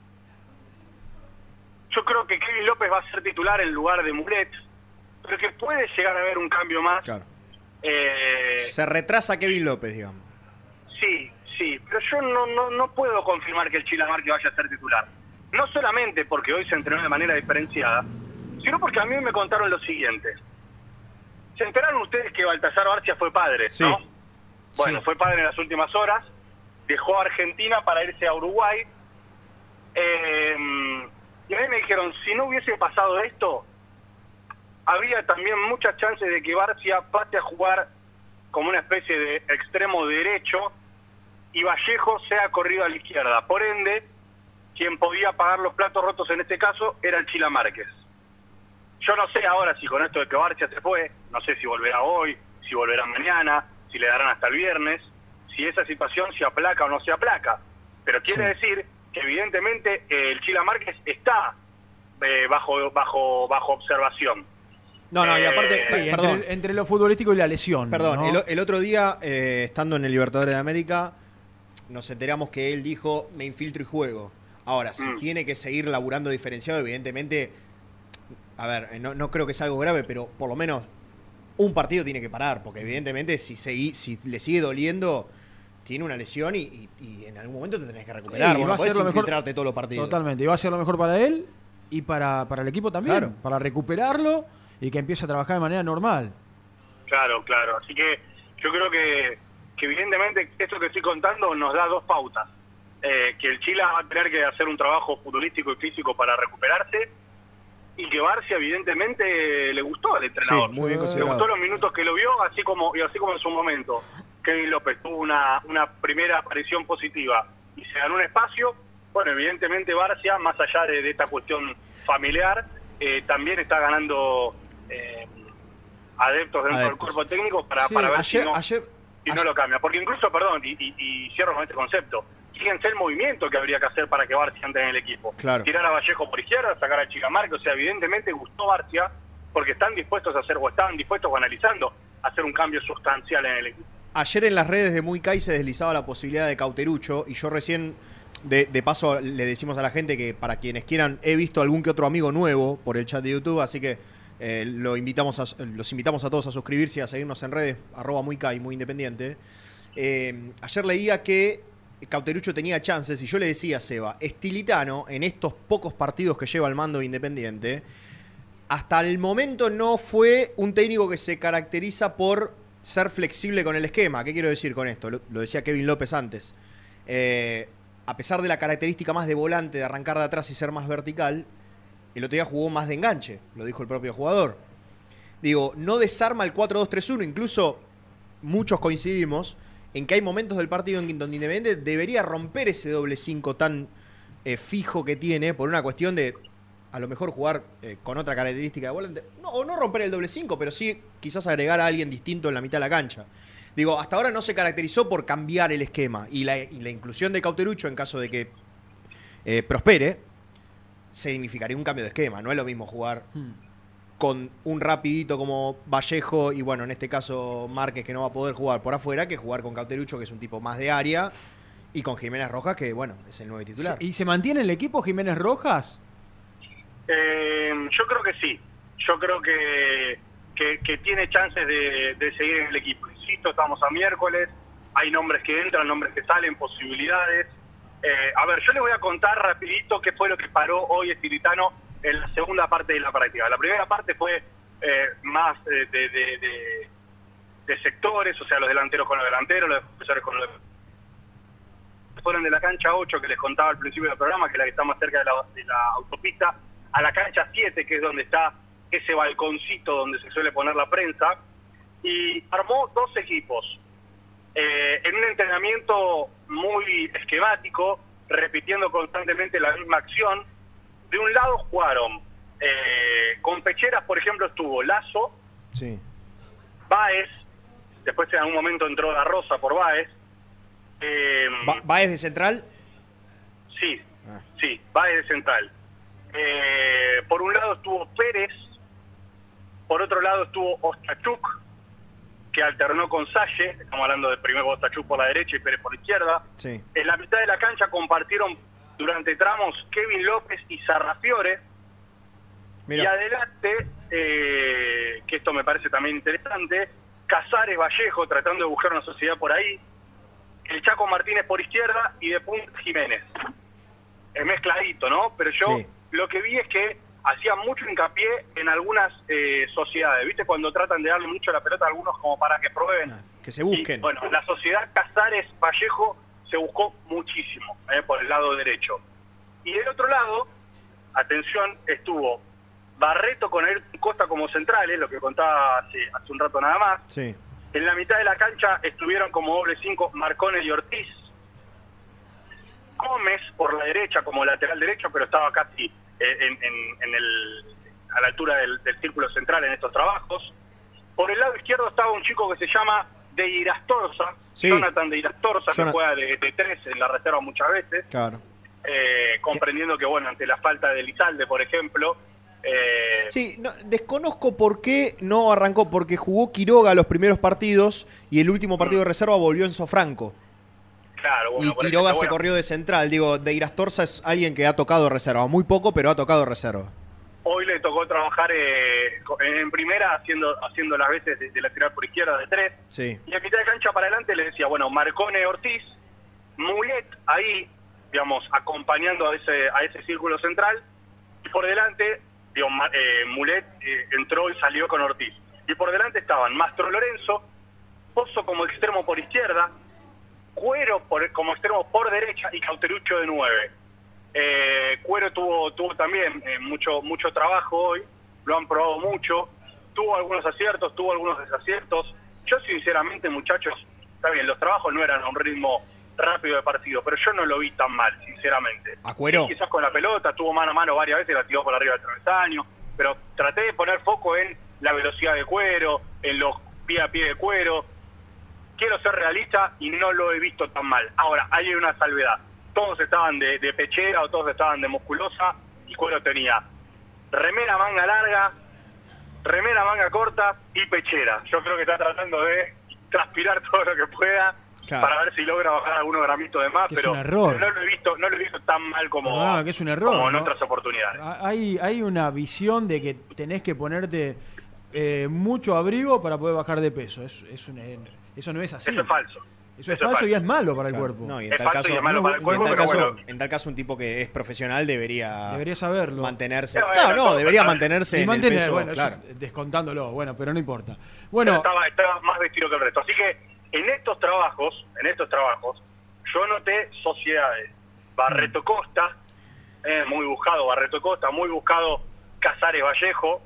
yo creo que Kevin López va a ser titular en lugar de Mulet, pero que puede llegar a haber un cambio más. Claro. Eh, Se retrasa Kevin López, digamos. sí, sí, pero pero yo no, no, no puedo confirmar que el Chila Márquez vaya a ser titular. No solamente porque hoy se entrenó de manera diferenciada, sino porque a mí me contaron lo siguiente. ¿Se enteraron ustedes que Baltasar Barcia fue padre, Sí. no? Bueno, Sí. fue padre en las últimas horas, dejó a Argentina para irse a Uruguay. Eh, y a mí me dijeron, si no hubiese pasado esto, había también muchas chances de que Barcia pase a jugar como una especie de extremo derecho y Vallejo sea corrido a la izquierda. Por ende, quien podía pagar los platos rotos en este caso era el Chila Márquez. Yo no sé ahora si con esto de que Barcia se fue, no sé si volverá hoy, si volverá mañana, si le darán hasta el viernes, si esa situación se aplaca o no se aplaca. Pero quiere Sí. decir que evidentemente eh, el Chila Márquez está eh, bajo, bajo, bajo observación. No, no, y aparte, Sí, per- perdón, entre, entre lo futbolístico y la lesión. perdón, ¿no? el, o- el otro día, eh, estando en el Libertadores de América, nos enteramos que él dijo, me infiltro y juego. Ahora, si Mm. tiene que seguir laburando diferenciado, evidentemente, a ver, eh, no, no creo que sea algo grave, pero por lo menos un partido tiene que parar, porque evidentemente si, segui- si le sigue doliendo, tiene una lesión y, y- y en algún momento te tenés que recuperar. Sí, Vos va no a podés ser lo mejor- infiltrarte todos los partidos. Totalmente, y va a ser lo mejor para él y para, para el equipo también, Claro. para recuperarlo y que empiece a trabajar de manera normal. Claro, claro. Así que yo creo que, que evidentemente esto que estoy contando nos da dos pautas. Eh, que el Chila va a tener que hacer un trabajo futbolístico y físico para recuperarse y que Barcia evidentemente le gustó al entrenador. Sí, muy bien le considerado. gustó los minutos que lo vio, así como y así como en su momento Kevin López tuvo una, una primera aparición positiva y se ganó un espacio. Bueno, evidentemente Barcia, más allá de, de esta cuestión familiar, eh, también está ganando eh, adeptos dentro del Adeptos. cuerpo técnico para, Sí, para ver ayer- si, no, ayer- si no lo cambia. Porque incluso, perdón, y, y, y cierro con este concepto, fíjense el movimiento que habría que hacer para que Barcia entre en el equipo. Claro. Tirar a Vallejo por izquierda, sacar a Chila Márquez, o sea, evidentemente gustó Barcia porque están dispuestos a hacer, o estaban dispuestos o analizando hacer un cambio sustancial en el equipo. Ayer en las redes de Muy Kai se deslizaba la posibilidad de Cauterucho y yo recién, de, de paso, le decimos a la gente que para quienes quieran, he visto algún que otro amigo nuevo por el chat de YouTube, así que eh, lo invitamos a- los invitamos a todos a suscribirse y a seguirnos en redes, arroba Muy Kai, muy independiente. Eh, ayer leía que Cauterucho tenía chances y yo le decía a Seba, Estilitano, en estos pocos partidos que lleva al mando de Independiente, hasta el momento no fue un técnico que se caracteriza por ser flexible con el esquema. ¿Qué quiero decir con esto? Lo, lo decía Kevin López antes. Eh, a pesar de la característica más de volante, de arrancar de atrás y ser más vertical, el otro día jugó más de enganche, lo dijo el propio jugador. Digo, no desarma el cuatro dos tres uno, incluso muchos coincidimos en que hay momentos del partido en donde Independiente debería romper ese doble cinco tan eh, fijo que tiene por una cuestión de a lo mejor jugar eh, con otra característica de volante. No, o no romper el doble cinco, pero sí quizás agregar a alguien distinto en la mitad de la cancha. Digo, hasta ahora no se caracterizó por cambiar el esquema. Y la, y la inclusión de Cauterucho, en caso de que eh, prospere, significaría un cambio de esquema. No es lo mismo jugar con un rapidito como Vallejo y, bueno, en este caso Márquez, que no va a poder jugar por afuera, que jugar con Cauterucho, que es un tipo más de área, y con Jiménez Rojas, que, bueno, es el nuevo titular. ¿Y se mantiene el equipo Jiménez Rojas? Eh, yo creo que sí. Yo creo que, que, que tiene chances de, de seguir en el equipo. Insisto, estamos a miércoles, hay nombres que entran, nombres que salen, posibilidades. Eh, a ver, yo les voy a contar rapidito qué fue lo que paró hoy Estilitano en la segunda parte de la práctica. La primera parte fue eh, más eh, de, de, de, de sectores, o sea, los delanteros con los delanteros, los defensores con los fueron de la cancha ocho que les contaba al principio del programa, que es la que está más cerca de la, de la autopista, a la cancha siete, que es donde está ese balconcito donde se suele poner la prensa, y armó dos equipos eh, en un entrenamiento muy esquemático, repitiendo constantemente la misma acción. De un lado jugaron eh, con pecheras, por ejemplo, estuvo Lazo, Sí. Báez, después en algún momento entró La Rosa por Báez. Eh, Va- ¿Báez de central? Sí, Ah. sí, Báez de central. Eh, por un lado estuvo Pérez, por otro lado estuvo Ostachuk, que alternó con Salle, estamos hablando de primero Ostachuk por la derecha y Pérez por la izquierda. Sí. En la mitad de la cancha compartieron durante tramos Kevin López y Sarrafiore. Mira. Y adelante, eh, que esto me parece también interesante, Casares Vallejo tratando de buscar una sociedad por ahí. el Chaco Martínez por izquierda y de punta Jiménez. Es mezcladito, ¿no? Pero yo Sí. lo que vi es que hacía mucho hincapié en algunas eh, sociedades, ¿viste? Cuando tratan de darle mucho la pelota a algunos como para que prueben. Que se busquen. Y, bueno, la sociedad Casares-Vallejo se buscó muchísimo, eh, por el lado derecho. Y del otro lado, atención, estuvo Barreto con el Costa como centrales, lo que contaba hace, hace un rato nada más. Sí. En la mitad de la cancha estuvieron como doble cinco Marcone y Ortiz. Gómez por la derecha como lateral derecho, pero estaba casi eh, en, en, en el, a la altura del, del círculo central en estos trabajos. Por el lado izquierdo estaba un chico que se llama De Irastorza, Sí. Jonathan De Irastorza, que Jonathan. juega de, de tres en la reserva muchas veces, Claro. eh, comprendiendo que, bueno, ante la falta de Lizalde, por ejemplo... Eh, Sí, no, desconozco por qué no arrancó, porque jugó Quiroga los primeros partidos y el último partido de reserva volvió en Sofranco. Claro, bueno, Y por Quiroga ejemplo, se bueno, corrió de central. Digo, De Irastorza es alguien que ha tocado reserva. Muy poco, pero ha tocado reserva. Hoy le tocó trabajar eh, en primera haciendo haciendo las veces de, de lateral por izquierda de tres. Sí. Y a mitad de cancha para adelante le decía, bueno, Marcone Ortiz, Mulet ahí, digamos, acompañando a ese a ese círculo central. Y por delante, digo, Ma- eh, Mulet eh, entró y salió con Ortiz. Y por delante estaban Mastro Lorenzo, Pozo como extremo por izquierda, Cuero por, como extremo por derecha y Cauterucho de nueve. Eh, Cuero tuvo tuvo también eh, mucho mucho trabajo hoy, lo han probado mucho, tuvo algunos aciertos, tuvo algunos desaciertos. Yo sinceramente, muchachos, está bien, los trabajos no eran a un ritmo rápido de partido, pero yo no lo vi tan mal, sinceramente. ¿A Cuero? Sí, quizás con la pelota, tuvo mano a mano varias veces, la tiró por arriba del travesaño, pero traté de poner foco en la velocidad de Cuero, en los pie a pie de Cuero. Quiero ser realista y no lo he visto tan mal. Ahora, hay una salvedad. Todos estaban de, de pechera o todos estaban de musculosa y Cuero tenía remera manga larga, remera manga corta y pechera. Yo creo que está tratando de transpirar todo lo que pueda Claro. para ver si logra bajar algunos gramitos de más, Que es pero un error. pero no lo he visto, no lo he visto tan mal como, Perdóname, que es un error, como en ¿no? otras oportunidades. Hay, hay una visión de que tenés que ponerte eh, mucho abrigo para poder bajar de peso. Es, es una- eso no es así. Eso es falso. Eso es falso y es malo para el Claro. cuerpo. No, y en Es tal falso caso, y es malo para el y en cuerpo, tal pero caso- bueno. en tal caso un tipo que es profesional debería, Debería saberlo. mantenerse. Eh, bueno, Claro, no, todo debería personal. mantenerse Y en mantener, el peso, bueno, eso claro. es descontándolo, bueno, pero no importa. Pero Bueno, estaba, estaba más vestido que el resto. Así que en estos trabajos, en estos trabajos, yo noté sociedades. Barreto Costa, eh, muy buscado Barreto Costa, muy buscado Casares Vallejo.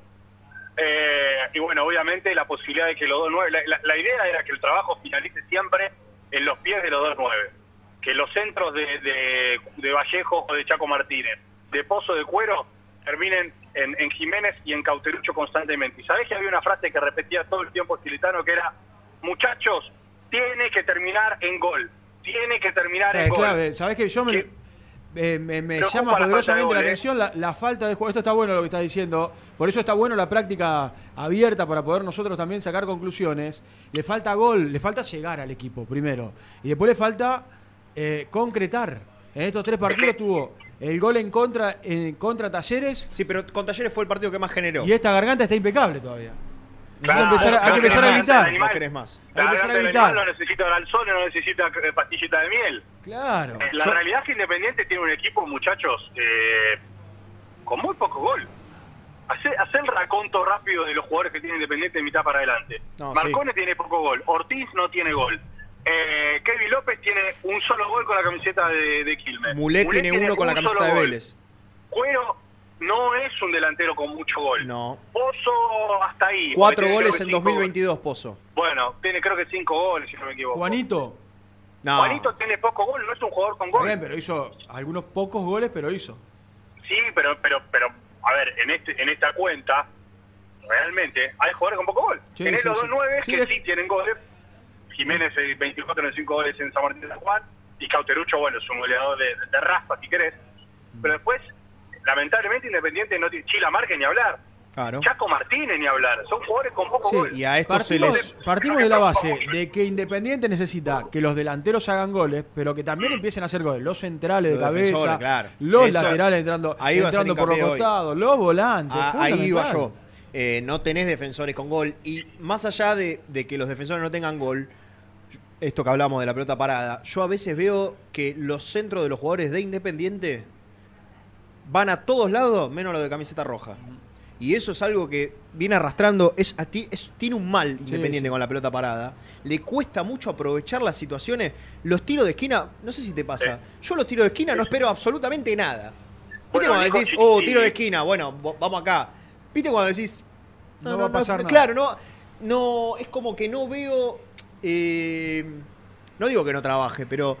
Eh, y bueno, obviamente la posibilidad de que los dos nueve, la, la- la idea era que el trabajo finalice siempre en los pies de los dos nueve. Que los centros de, de, de Vallejo o de Chaco Martínez, de Pozo de Cuero, terminen en, en Jiménez y en Cauterucho constantemente. Y sabés que había una frase que repetía todo el tiempo Estilitano que era, muchachos, tiene que terminar en gol, tiene que terminar en es gol. clave. ¿Sabés que yo me, eh, me, me Preocupa llama la falta poderosamente de la gol, ¿eh? atención la, la falta de juego? Esto está bueno lo que estás diciendo. Por eso está bueno la práctica abierta para poder nosotros también sacar conclusiones. Le falta gol, le falta llegar al equipo primero. Y después le falta eh, concretar. En estos tres partidos tuvo el gol en contra en contra Talleres. Sí, pero con Talleres fue el partido que más generó. Y esta garganta está impecable todavía. Claro, hay que empezar, a- hay no que empezar a querés más, gritar. animal. No querés más. Hay que empezar a La gritar. animal no necesita Dalzone, no necesita eh, pastillita de miel. Claro. Eh, La Yo- realidad es que Independiente tiene un equipo, muchachos, eh, con muy poco gol. Hace, hace el raconto rápido de los jugadores que tiene Independiente de mitad para adelante. No, Marcone tiene poco gol, Ortiz no tiene gol. Eh, Kevin López tiene un solo gol con la camiseta de, de Quilmes. Mulet tiene uno con la un camiseta solo de gol. Vélez. Cuero no es un delantero con mucho gol. No. Pozo hasta ahí. Cuatro Porque tiene, goles creo en que cinco dos mil veintidós, Pozo. Bueno, tiene creo que cinco goles, si no me equivoco. Juanito. No. Juanito tiene poco gol, no es un jugador con Está gol. bien, pero hizo algunos pocos goles, pero hizo. Sí, pero, pero, pero, a ver, en este, en esta cuenta, realmente, hay jugadores con poco gol. Sí, Tenés sí, los sí. dos nueve Sí, que es- sí tienen goles. Jiménez, eh, veinticuatro en cinco goles en San Martín de San Juan. Y Cauterucho, bueno, es un goleador de, de raspa, si querés. Pero después, lamentablemente, Independiente no tiene Chila Márquez ni hablar. Claro. Chaco Martínez ni hablar. Son jugadores con poco Sí, gol. Y a esto se Partimos, les... partimos de la base de que Independiente necesita que los delanteros hagan goles, pero que también empiecen a hacer goles. Los centrales de Los cabeza, defensores, claro. los Eso- laterales entrando, ahí va a ser entrando por los hincapié hoy. costados, los volantes. Ah, ahí iba fundamental. yo. Eh, no tenés defensores con gol. Y más allá de, de que los defensores no tengan gol, esto que hablamos de la pelota parada, yo a veces veo que los centros de los jugadores de Independiente van a todos lados, menos los de camiseta roja. Y eso es algo que viene arrastrando, es, a ti, es tiene un mal Independiente sí, sí. con la pelota parada. Le cuesta mucho aprovechar las situaciones. Los tiros de esquina, no sé si te pasa, sí. yo los tiros de esquina sí. no espero absolutamente nada. ¿Viste bueno, cuando decís, oh, tiro de esquina, bueno, vamos acá? ¿Viste cuando decís, no, no, no va a pasar no, nada? Claro, no, no, es como que no veo, eh, no digo que no trabaje, pero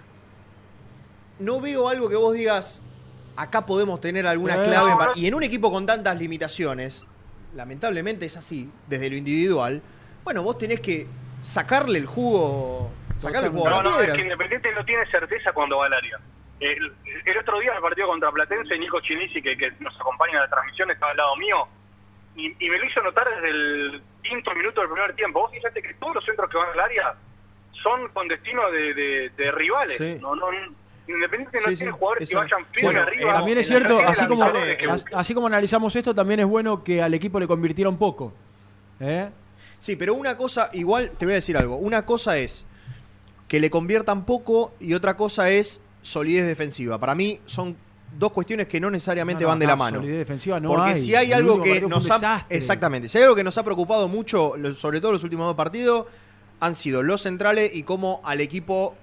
no veo algo que vos digas, acá podemos tener alguna clave. No, para... Y en un equipo con tantas limitaciones, lamentablemente es así, desde lo individual, bueno, vos tenés que sacarle el jugo, sacarle el jugo no, a las no, piedras. Es que Independiente no tiene certeza cuando va al área. El, el otro día en el partido contra Platense, Nico Chinisi, que, que nos acompaña en la transmisión, estaba al lado mío, y, y me lo hizo notar desde el quinto minuto del primer tiempo. Vos fíjate que todos los centros que van al área son con destino de, de, de rivales. Sí. No, no, Independiente no sí, tiene sí. jugadores Eso. que vayan firme bueno, arriba. También es cierto, así como, así como analizamos esto, también es bueno que al equipo le convirtieron poco. ¿Eh? Sí, pero una cosa, igual te voy a decir algo. Una cosa es que le conviertan poco y otra cosa es solidez defensiva. Para mí son dos cuestiones que no necesariamente no, no, van de no, la mano. Solidez defensiva no Porque hay. si hay algo que nos ha exactamente, si hay algo que nos ha preocupado mucho, sobre todo los últimos dos partidos, han sido los centrales y cómo al equipo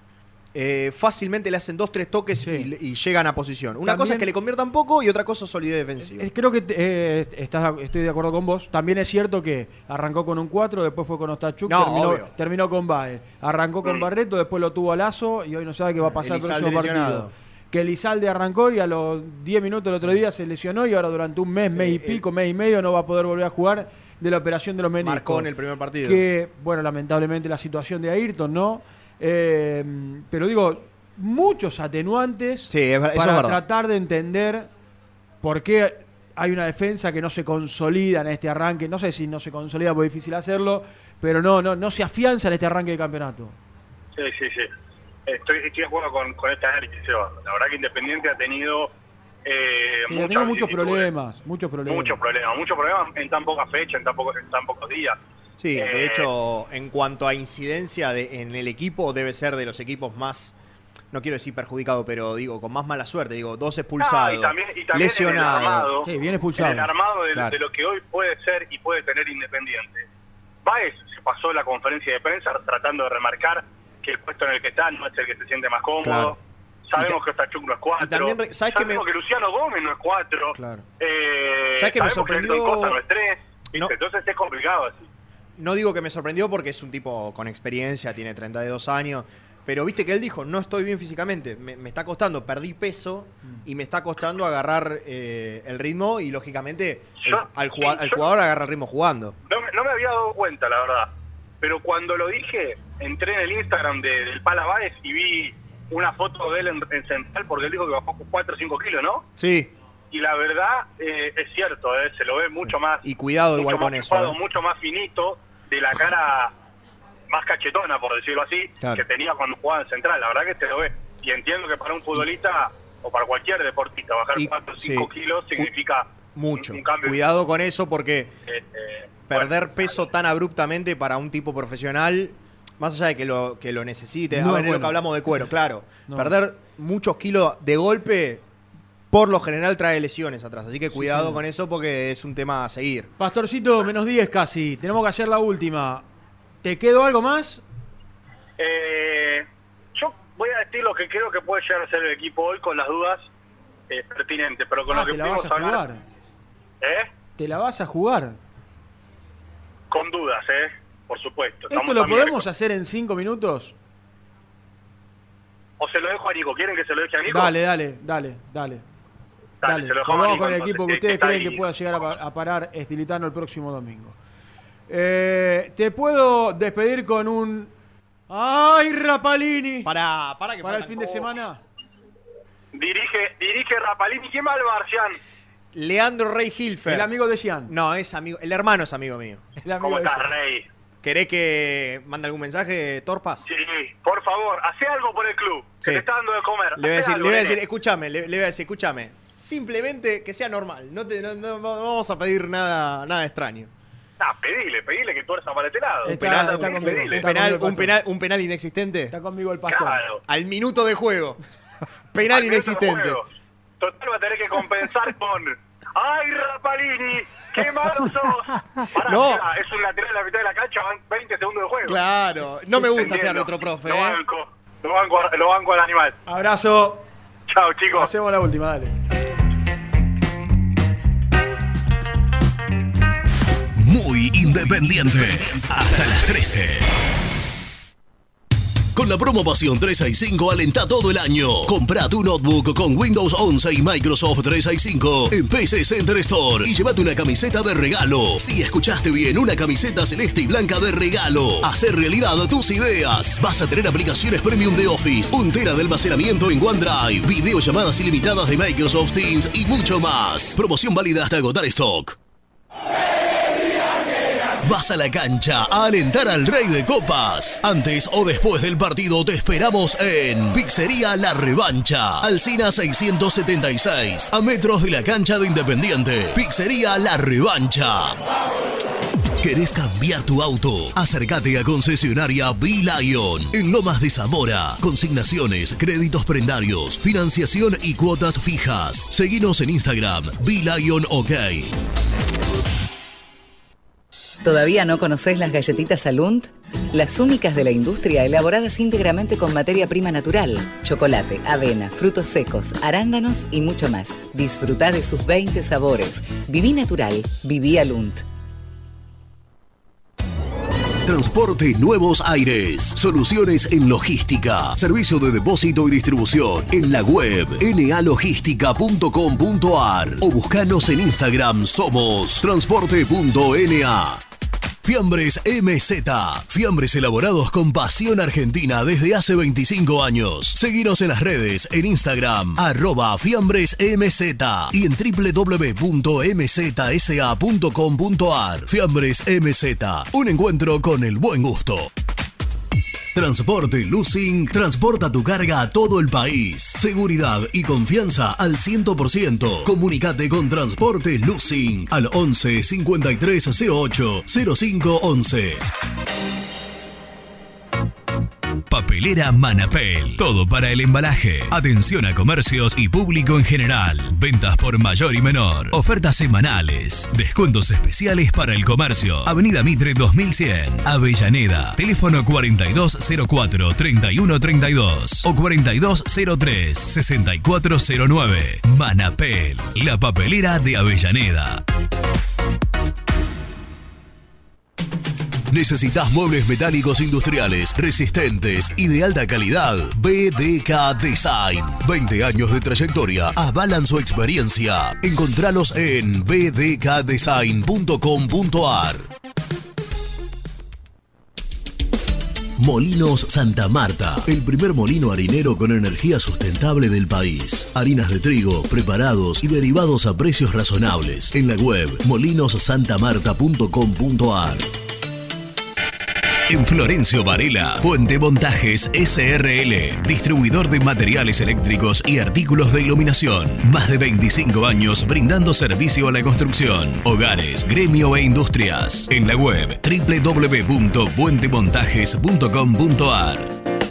eh, fácilmente le hacen dos, tres toques sí. y, y llegan a posición. Una También, cosa es que le conviertan poco y otra cosa es solidez defensiva. Eh, creo que eh, estás, estoy de acuerdo con vos. También es cierto que arrancó con un cuatro, después fue con Ostachuk, no, terminó, terminó con Baez. Arrancó con mm. Barreto, después lo tuvo a Lazo y hoy no sabe qué va a pasar el próximo partido. Que Elizalde arrancó y a los diez minutos del otro día se lesionó y ahora durante un mes, sí, mes y pico, mes y medio no va a poder volver a jugar de la operación de los meniscos. Marcó en el primer partido. Que, bueno, lamentablemente la situación de Ayrton, ¿no? Eh, pero digo, muchos atenuantes sí, es, eso para es tratar de entender por qué hay una defensa que no se consolida en este arranque. No sé si no se consolida porque es difícil hacerlo, pero no, no, no se afianza en este arranque de campeonato. Sí, sí, sí. Estoy, estoy de acuerdo con, con esta análisis, Seba. La verdad que Independiente ha tenido eh, sí, ha tenido muchos problemas, muchos problemas. Muchos problemas, muchos problemas en tan poca fecha, en tan, poco, en tan pocos días. Sí, eh, de hecho, en cuanto a incidencia de, en el equipo, debe ser de los equipos más, no quiero decir perjudicado, pero digo, con más mala suerte. Digo, dos expulsados, ah, y también, y también lesionados. En el armado, sí, bien expulsado. En el armado de, claro. de lo que hoy puede ser y puede tener Independiente. Baez se pasó la conferencia de prensa tratando de remarcar que el puesto en el que está no es el que se siente más cómodo. Claro. Sabemos que Ostachuk no es cuatro. También, ¿sabes sabemos que, me... que Luciano Gómez no es cuatro. Claro. Eh, ¿Sabes que me sorprendió? Que Costa no es tres. No. Entonces es complicado así. No digo que me sorprendió porque es un tipo con experiencia, tiene treinta y dos años. Pero viste que él dijo, no estoy bien físicamente, me, me está costando, perdí peso y me está costando agarrar eh, el ritmo y lógicamente yo, el, al, sí, al jugador yo, agarra el ritmo jugando. No, no me había dado cuenta, la verdad. Pero cuando lo dije, entré en el Instagram de, del Pala Baez y vi una foto de él en, en Central porque él dijo que bajó cuatro o cinco kilos, ¿no? Sí. Y la verdad eh, es cierto, eh, se lo ve mucho sí. más... Y cuidado igual con eso. Eh. Mucho más finito, de la cara más cachetona, por decirlo así, claro. que tenía cuando jugaba en Central. La verdad que se lo ve. Y entiendo que para un futbolista y, o para cualquier deportista bajar cuatro o cinco sí. kilos significa mucho. Un, un cambio. Cuidado con eso porque... Eh, eh, perder bueno, peso tan abruptamente para un tipo profesional, más allá de que lo, que lo necesite, no a ver, bueno. lo que hablamos de cuero, claro, no. perder muchos kilos de golpe, por lo general trae lesiones atrás, así que cuidado sí, con eso porque es un tema a seguir. Pastorcito, menos diez casi, tenemos que hacer la última. ¿Te quedó algo más? Eh, yo voy a decir lo que creo que puede llegar a ser el equipo hoy con las dudas eh, pertinentes, pero con ah, lo que ¿te la vas a hablar, jugar? ¿Eh? ¿Te la vas a jugar? Con dudas, ¿eh? Por supuesto. ¿Esto lo podemos con... hacer en cinco minutos? ¿O se lo dejo a Nico? ¿Quieren que se lo deje a Nico? Dale, dale, dale, dale. Dale, dale. Se lo vamos Nico, con el entonces, equipo que que, ustedes que creen ahí. que pueda llegar a, a parar Estilitano el próximo domingo. Eh, ¿Te puedo despedir con un... ¡Ay, Rapalini! Para, para que ¿Para el fin de semana? Dirige, dirige Rapalini. ¿Quién va al Barcián? Leandro Rey Hilfer. El amigo de Gian. No, es amigo, el hermano es amigo mío. El amigo ¿Cómo de estás, Gian. Rey? ¿Querés que mande algún mensaje, Torpas? Sí, por favor, hace algo por el club. Sí. Que te está dando de comer. Le voy a decir, algo, le voy a nene. decir escúchame, le, le voy a decir, escúchame. Simplemente que sea normal. No, te, no, no vamos a pedir nada, nada extraño. Ah, pedile, pedile que tuerza para este lado. Un penal, está un conmigo, penal, está un penal, conmigo el un penal, un penal inexistente. Está conmigo el pastor. Claro. Al minuto de juego. Penal Al minuto de inexistente. juego. Total va a tener que compensar con... ¡Ay, Rapalini! ¡Qué malo sos! Pará, No. mirá, es un lateral en la mitad de la cancha, van veinte segundos de juego. Claro. No me gusta este Entiendo. árbitro, profe. Lo ¿eh? banco, lo banco, lo banco al animal. Abrazo. Chao, chicos. Hacemos la última, dale. Muy independiente. Hasta las trece. Con la promo Pasión trescientos sesenta y cinco alenta todo el año. Comprá tu notebook con Windows once y Microsoft trescientos sesenta y cinco en P C Center Store y llévate una camiseta de regalo. Si escuchaste bien, una camiseta celeste y blanca de regalo. Hacer realidad tus ideas. Vas a tener aplicaciones premium de Office, un tera de almacenamiento en OneDrive, videollamadas ilimitadas de Microsoft Teams y mucho más. Promoción válida hasta agotar stock. Vas a la cancha a alentar al Rey de Copas. Antes o después del partido te esperamos en Pizzería La Revancha, Alsina seiscientos setenta y seis, a metros de la cancha de Independiente. Pizzería La Revancha. ¿Querés cambiar tu auto? Acércate a concesionaria B-Lion en Lomas de Zamora. Consignaciones, créditos prendarios, financiación y cuotas fijas. Seguinos en Instagram, B-Lion OK. ¿Todavía no conocés las galletitas Alunt? Las únicas de la industria elaboradas íntegramente con materia prima natural. Chocolate, avena, frutos secos, arándanos y mucho más. Disfrutá de sus veinte sabores. Viví natural, viví Alunt. Transporte Nuevos Aires. Soluciones en logística. Servicio de depósito y distribución. En la web n a logística punto com punto a r o buscanos en Instagram. Somos transporte punto n a. Fiambres M Z. Fiambres elaborados con pasión argentina desde hace veinticinco años. Seguinos en las redes, en Instagram, arroba fiambresmz y en w w w punto m z s a punto com punto a r. Fiambres M Z. Un encuentro con el buen gusto. Transporte Lucing transporta tu carga a todo el país. Seguridad y confianza al cien por ciento. Comunicate con Transporte Lucing al once cincuenta y tres cero ocho cero cinco once. Papelera Manapel. Todo para el embalaje. Atención a comercios y público en general. Ventas por mayor y menor. Ofertas semanales. Descuentos especiales para el comercio. Avenida Mitre dos mil cien. Avellaneda. Teléfono cuarenta y dos cero cuatro treinta y uno treinta y dos o cuarenta y dos cero tres sesenta y cuatro cero nueve. Manapel. La papelera de Avellaneda. ¿Necesitas muebles metálicos industriales, resistentes y de alta calidad? B D K Design. veinte años de trayectoria avalan su experiencia. Encontralos en b d k design punto com punto a r. Molinos Santa Marta, el primer molino harinero con energía sustentable del país. Harinas de trigo, preparados y derivados a precios razonables. En la web molinos santa marta punto com punto a r. En Florencio Varela, Puente Montajes S R L, distribuidor de materiales eléctricos y artículos de iluminación. Más de veinticinco años brindando servicio a la construcción, hogares, gremio e industrias. En la web w w w punto puente montajes punto com punto a r.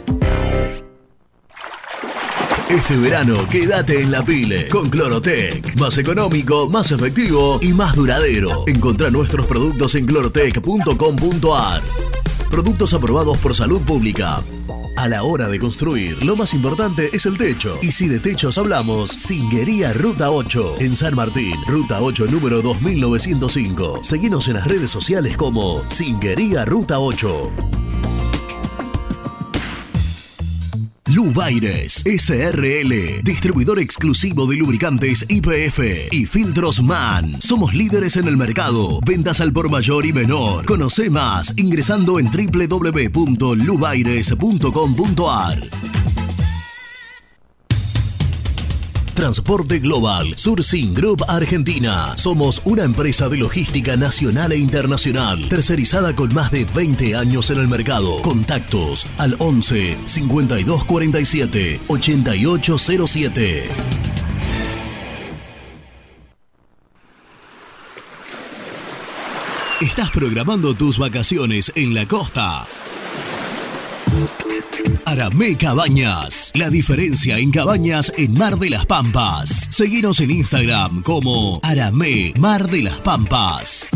Este verano quédate en la pile con Clorotec. Más económico, más efectivo y más duradero. Encontrá nuestros productos en clorotec punto com punto a r. Productos aprobados por Salud Pública. A la hora de construir, lo más importante es el techo. Y si de techos hablamos, Zinguería Ruta ocho. En San Martín, Ruta ocho número dos mil novecientos cinco. Seguinos en las redes sociales como Zinguería Ruta ocho. Lubaires S R L, distribuidor exclusivo de lubricantes Y P F y filtros MAN. Somos líderes en el mercado. Ventas al por mayor y menor. Conoce más ingresando en w w w punto lubaires punto com punto a r. Transporte Global, Surcing Group Argentina. Somos una empresa de logística nacional e internacional, tercerizada con más de veinte años en el mercado. Contactos al once cincuenta y dos cuarenta y siete ochenta y ocho cero siete. ¿Estás programando tus vacaciones en la costa? Aramé Cabañas, la diferencia en cabañas en Mar de las Pampas. Seguinos en Instagram como Aramé Mar de las Pampas.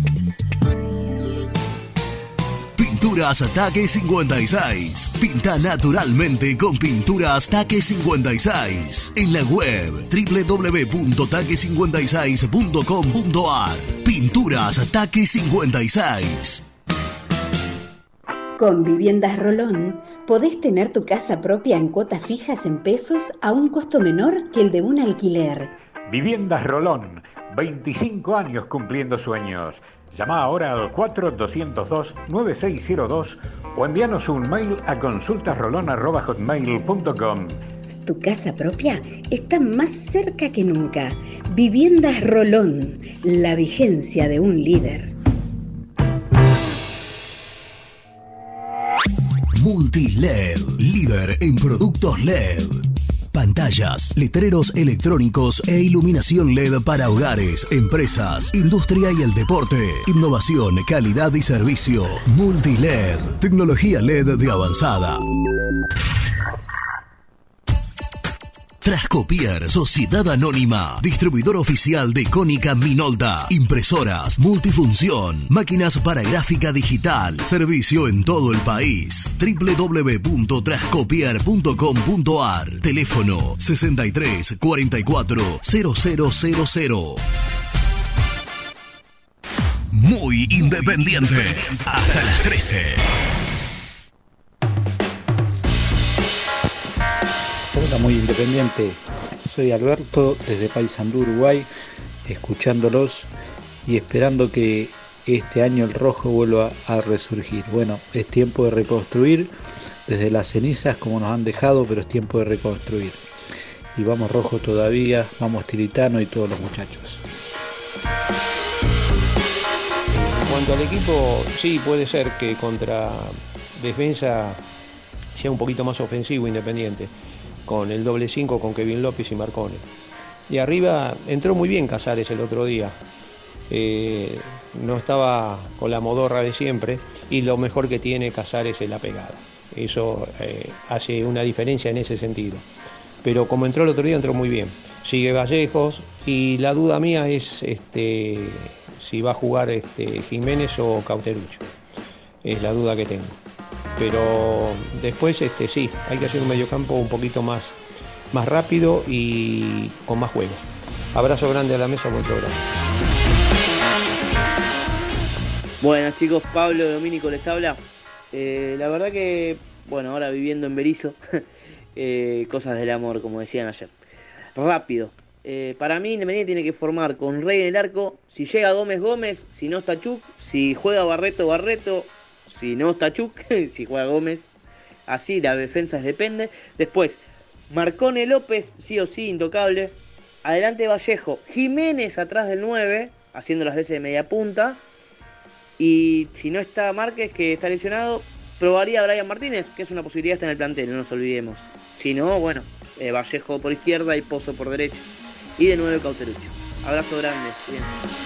Pinturas Taque cincuenta y seis. Pinta naturalmente con Pinturas Taque cincuenta y seis. En la web doble u doble u doble u punto taque cincuenta y seis punto com punto a r. Pinturas Taque cincuenta y seis. Con Viviendas Rolón podés tener tu casa propia en cuotas fijas en pesos a un costo menor que el de un alquiler. Viviendas Rolón, veinticinco años cumpliendo sueños. Llama ahora al cuatro doscientos dos nueve seis cero dos o envíanos un mail a consultasrolón arroba hotmail punto com. Tu casa propia está más cerca que nunca. Viviendas Rolón, la vigencia de un líder. Multiled, líder en productos L E D. Pantallas, letreros electrónicos e iluminación L E D para hogares, empresas, industria y el deporte. Innovación, calidad y servicio. Multiled, tecnología L E D de avanzada. Trascopier, Sociedad Anónima, distribuidor oficial de Cónica Minolta, impresoras, multifunción, máquinas para gráfica digital, servicio en todo el país. doble u doble u doble u punto trascopier punto com punto a r, teléfono sesenta y tres cuarenta y cuatro cero cero cero cero. Muy independiente, hasta las trece. Hola, muy independiente. Soy Alberto desde Paysandú, Uruguay, escuchándolos y esperando que este año el rojo vuelva a resurgir. Bueno, es tiempo de reconstruir desde las cenizas como nos han dejado, pero es tiempo de reconstruir. Y vamos rojo todavía, vamos Tiritano y todos los muchachos. En cuanto al equipo, sí, puede ser que contra defensa sea un poquito más ofensivo Independiente, con el doble cinco con Kevin López y Marcone. Y arriba entró muy bien Casares el otro día. Eh, no estaba con la modorra de siempre y lo mejor que tiene Casares es la pegada. Eso eh, hace una diferencia en ese sentido. Pero como entró el otro día, entró muy bien. Sigue Vallejos y la duda mía es este, si va a jugar este, Jiménez o Cauterucho. Es la duda que tengo. Pero después este sí, hay que hacer un mediocampo un poquito más, más rápido y con más juego. Abrazo grande a la mesa, buen programa. Buenas chicos, Pablo Domínico les habla. Eh, la verdad que, bueno, ahora viviendo en Berizo, eh, cosas del amor, como decían ayer. Rápido. Eh, para mí Independiente tiene que formar con Rey en el arco. Si llega Gómez, Gómez. Si no está Chuc. Si juega Barreto, Barreto. Si no está Chuc, si juega Gómez, así la defensa depende. Después, Marcone López, sí o sí, intocable. Adelante Vallejo, Jiménez atrás del nueve, haciendo las veces de media punta. Y si no está Márquez, que está lesionado, probaría a Brian Martínez, que es una posibilidad, está en el plantel, no nos olvidemos. Si no, bueno, eh, Vallejo por izquierda y Pozo por derecha. Y de nuevo Cauterucho. Abrazo grande. Bien.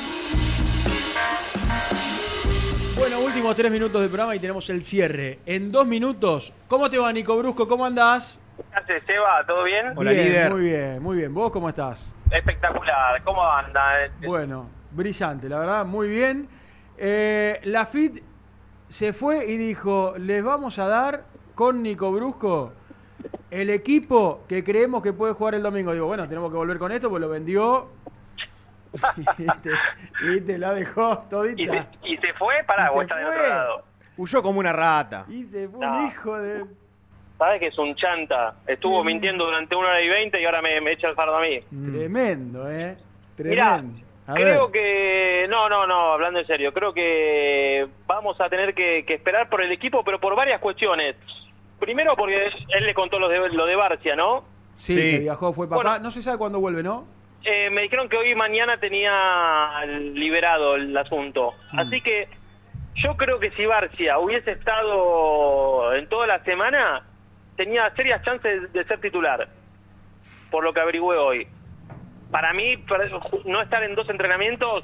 Bueno, últimos tres minutos del programa y tenemos el cierre. En dos minutos, ¿cómo te va, Nico Brusco? ¿Cómo andás? ¿Qué haces, Seba? ¿Todo bien? Hola, bien, líder. Muy bien, muy bien. ¿Vos cómo estás? Espectacular. ¿Cómo anda? Bueno, brillante, la verdad, muy bien. Eh, la F I T se fue y dijo, les vamos a dar con Nico Brusco el equipo que creemos que puede jugar el domingo. Digo, bueno, tenemos que volver con esto, pues lo vendió... y, te, y te la dejó todita. ¿Y se, y se fue? Pará, vos estás del otro lado. Huyó como una rata. Y se fue no. un hijo de... ¿Sabes que es un chanta? Estuvo sí. mintiendo durante una hora y veinte y ahora me, me echa el fardo a mí. Tremendo, ¿eh? Tremendo. Mirá, creo ver. que... No, no, no, hablando en serio. Creo que vamos a tener que, que esperar por el equipo, pero por varias cuestiones. Primero porque él le contó lo de, lo de Barcia, ¿no? Sí, sí. Que viajó, fue papá. Bueno, no se sabe cuándo vuelve, ¿no? Eh, me dijeron que hoy y mañana tenía liberado el asunto. Mm. Así que yo creo que si Barcia hubiese estado en toda la semana, tenía serias chances de ser titular, por lo que averigüé hoy. Para mí, no estar en dos entrenamientos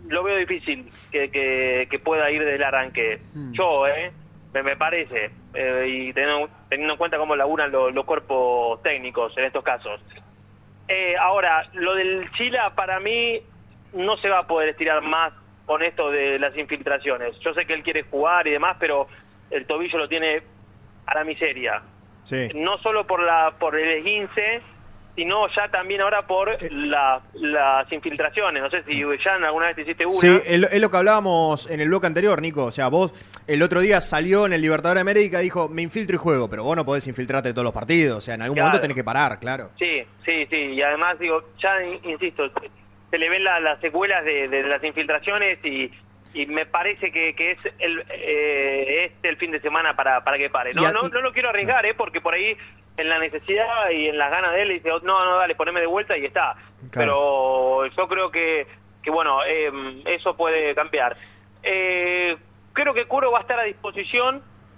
lo veo difícil que, que, que pueda ir desde el arranque. Mm. Yo, ¿eh? Me, me parece. Eh, y teniendo, teniendo en cuenta cómo laburan los, los cuerpos técnicos en estos casos. Eh, ahora, lo del Chila para mí no se va a poder estirar más con esto de las infiltraciones. Yo sé que él quiere jugar y demás, pero el tobillo lo tiene a la miseria. Sí. No solo por la por el esguince, sino ya también ahora por la, las infiltraciones. No sé si ya alguna vez te hiciste una. Sí, es lo, es lo que hablábamos en el bloque anterior, Nico. O sea, vos el otro día salió en el Libertadores de América y dijo, me infiltro y juego, pero vos no podés infiltrarte de todos los partidos. O sea, en algún Claro. momento tenés que parar, claro. Sí, sí, sí. Y además, digo, ya in- insisto, se le ven la- las secuelas de, de las infiltraciones y, y me parece que, que es el, eh, este el fin de semana para, para que pare. No, Y a- no, y- no lo quiero arriesgar, ¿eh? Porque por ahí en la necesidad y en las ganas de él dice, no, no, dale, poneme de vuelta y está. Pero yo creo que, que bueno, eh, eso puede cambiar. Eh, creo que Curo va a estar a disposición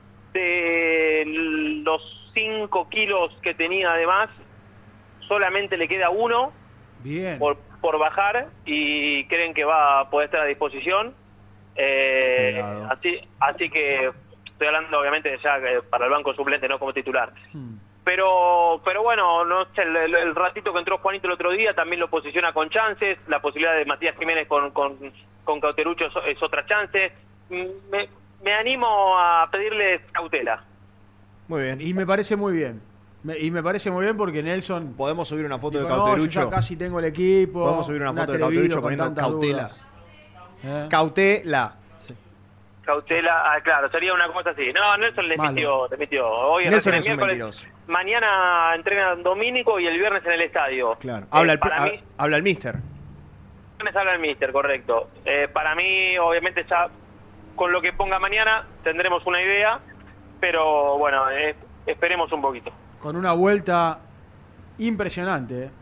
de los cinco kilos que tenía además, solamente le queda uno Bien. por, por bajar y creen que va a poder estar a disposición. Eh, Cuidado. así, así que estoy hablando obviamente ya eh, para el banco suplente, no como titular. Pero pero bueno, no sé, el, el- el ratito que entró Juanito el otro día también lo posiciona con chances, la posibilidad de Matías Jiménez con, con, con Cauterucho es, es otra chance. Me, me animo a pedirles cautela. Muy bien. Y me parece muy bien. Me- y me parece muy bien porque Nelson... Podemos subir una foto dijo, de "No, yo Cauterucho. ya casi tengo el equipo. Podemos subir una un foto de atrevido Cauterucho con poniendo tantas cautela. dudas". ¿Eh? Cautela. Cautela, ah, claro, sería una cosa así. No, Nelson le Malo. mintió, le mintió. Hoy Nelson recién es un miércoles, mentiroso. mañana entrena Domínico y el viernes en el estadio. Claro. Eh, Habla el, para ha- mí, habla el mister. viernes habla el míster, correcto. Eh, para mí, obviamente, ya con lo que ponga mañana tendremos una idea, pero bueno, eh, esperemos un poquito. Con una vuelta impresionante. ¿eh?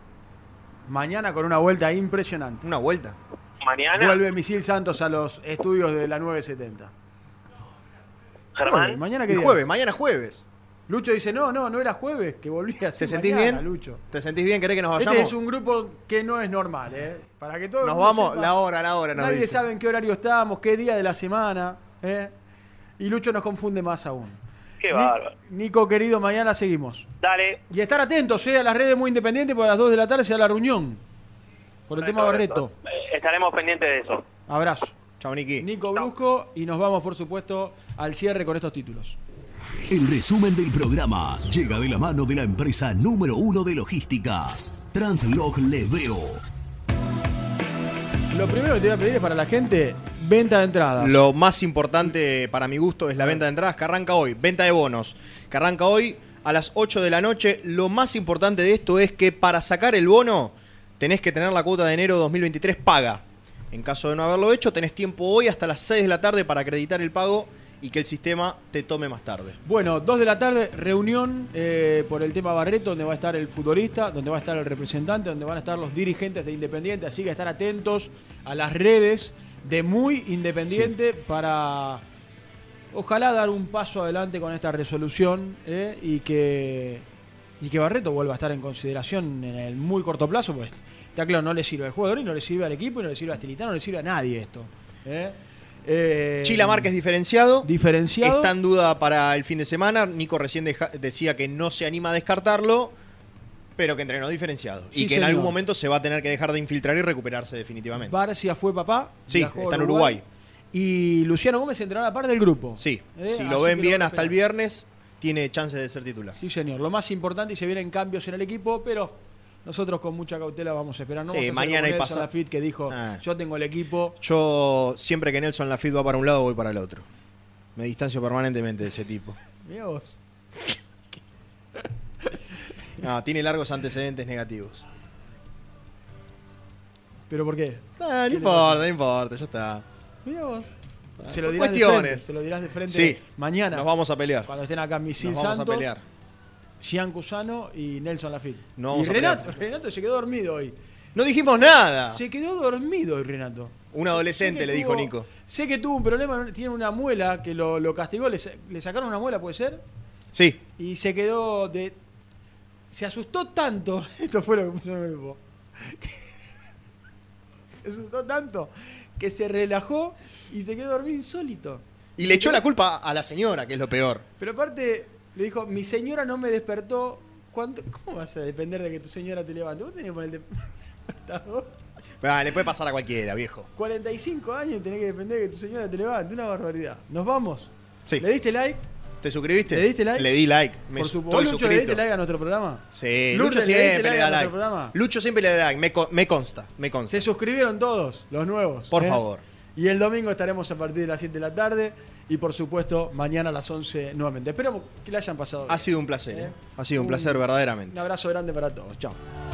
Mañana con una vuelta impresionante. Una vuelta. Mañana, Vuelve Misil Santos a los estudios de la nueve setenta. Germán. Jueves, ¿Mañana qué Y día jueves, es? mañana jueves. Lucho dice, no, no, no era jueves, que volvía así ¿Te sentís mañana, bien? Lucho. ¿Te sentís bien? ¿Querés que nos vayamos? Este es un grupo que no es normal, ¿eh? Para que todos Nos vamos, la hora, la hora, nos Nadie dice. sabe en qué horario estamos, qué día de la semana, ¿eh? Y Lucho nos confunde más aún. Qué Ni- bárbaro. Nico, querido, mañana seguimos. Dale. Y estar atentos, ¿eh? A las redes muy independientes, porque a las dos de la tarde se da la reunión. Por el tema Barreto. Eh, Estaremos pendientes de eso. Abrazo. Chao, Niki. Nico Brusco, y nos vamos, por supuesto, al cierre con estos títulos. El resumen del programa llega de la mano de la empresa número uno de logística, Translog Leveo. Lo primero que te voy a pedir es para la gente, venta de entradas. Lo más importante para mi gusto es la venta de entradas que arranca hoy. Venta de bonos. Que arranca hoy a las ocho de la noche. Lo más importante de esto es que para sacar el bono tenés que tener la cuota de enero dos mil veintitrés paga. En caso de no haberlo hecho, tenés tiempo hoy hasta las seis de la tarde para acreditar el pago y que el sistema te tome más tarde. Bueno, dos de la tarde, reunión eh, por el tema Barreto, donde va a estar el futbolista, donde va a estar el representante, donde van a estar los dirigentes de Independiente, así que estar atentos a las redes de Muy Independiente para ojalá dar un paso adelante con esta resolución eh, y que y que Barreto vuelva a estar en consideración en el muy corto plazo, pues está claro, no le sirve al jugador y no le sirve al equipo y no le sirve a Stilitano, no le sirve a nadie esto. ¿eh? Eh, Chila Márquez diferenciado. Diferenciado. Está en duda para el fin de semana. Nico recién deja- decía que no se anima a descartarlo, pero que entrenó diferenciado. Sí, y que en señor. algún momento se va a tener que dejar de infiltrar y recuperarse definitivamente. Barcia fue papá. Sí, viajó a está en Uruguay. Y Luciano Gómez entrenó a la par del grupo. Sí, ¿Eh? si Así lo ven que bien van a hasta el esperar. viernes, tiene chances de ser titular. Sí, señor. Lo más importante, y se vienen cambios en el equipo, pero nosotros con mucha cautela vamos a esperar. No Sí, vamos a hacer mañana como y Nelson pasado. Lafitte, que dijo, Ah. yo tengo el equipo. Yo, siempre que Nelson Lafitte va para un lado, voy para el otro. Me distancio permanentemente de ese tipo. Mirá vos. No, tiene largos antecedentes negativos. ¿Pero por qué? Ah, no ¿Qué le importa, pasa? no importa, ya está. Mirá vos. Ah, Se lo por dirás de cuestiones. frente, se lo dirás de frente Sí, mañana. nos vamos a pelear. Cuando estén acá Misil Nos vamos Santos, a pelear. Gian Cusano y Nelson Lafitte. No y vamos a Renato, pelear. Renato se quedó dormido hoy. No dijimos nada. Se quedó dormido hoy, Renato. Un adolescente Sé que le dijo tuvo- Nico. Sé que tuvo un problema, tiene una muela que lo, lo castigó, le, sa- le sacaron una muela, ¿puede ser? Sí. Y se quedó de... Se asustó tanto, esto fue lo que puso en el grupo, se asustó tanto que se relajó y se quedó dormido insólito. Y le echó la culpa a la señora, que es lo peor. Pero aparte le dijo, mi señora no me despertó. ¿Cuánto? ¿Cómo vas a depender de que tu señora te levante? Vos tenés que poner el despertador. Ah, le puede pasar a cualquiera, viejo. cuarenta y cinco años y tenés que depender de que tu señora te levante. Una barbaridad. ¿Nos vamos? Sí. ¿Le diste like? ¿Te suscribiste? ¿Le diste like? Le di like. Me Por estoy supuesto. ¿Lucho suscrito. le diste like a nuestro programa? Sí, Lucho, Lucho ¿le diste siempre le like da a nuestro like. programa? Lucho siempre le da like, me, co- me consta, me consta. Se suscribieron todos, los nuevos. Por ¿eh? favor. Y el domingo estaremos a partir de las siete de la tarde. Y por supuesto, mañana a las once nuevamente. Esperamos que le hayan pasado bien. Ha sido un placer, ¿Eh? ¿eh? Ha sido un placer verdaderamente. Un abrazo grande para todos. Chao.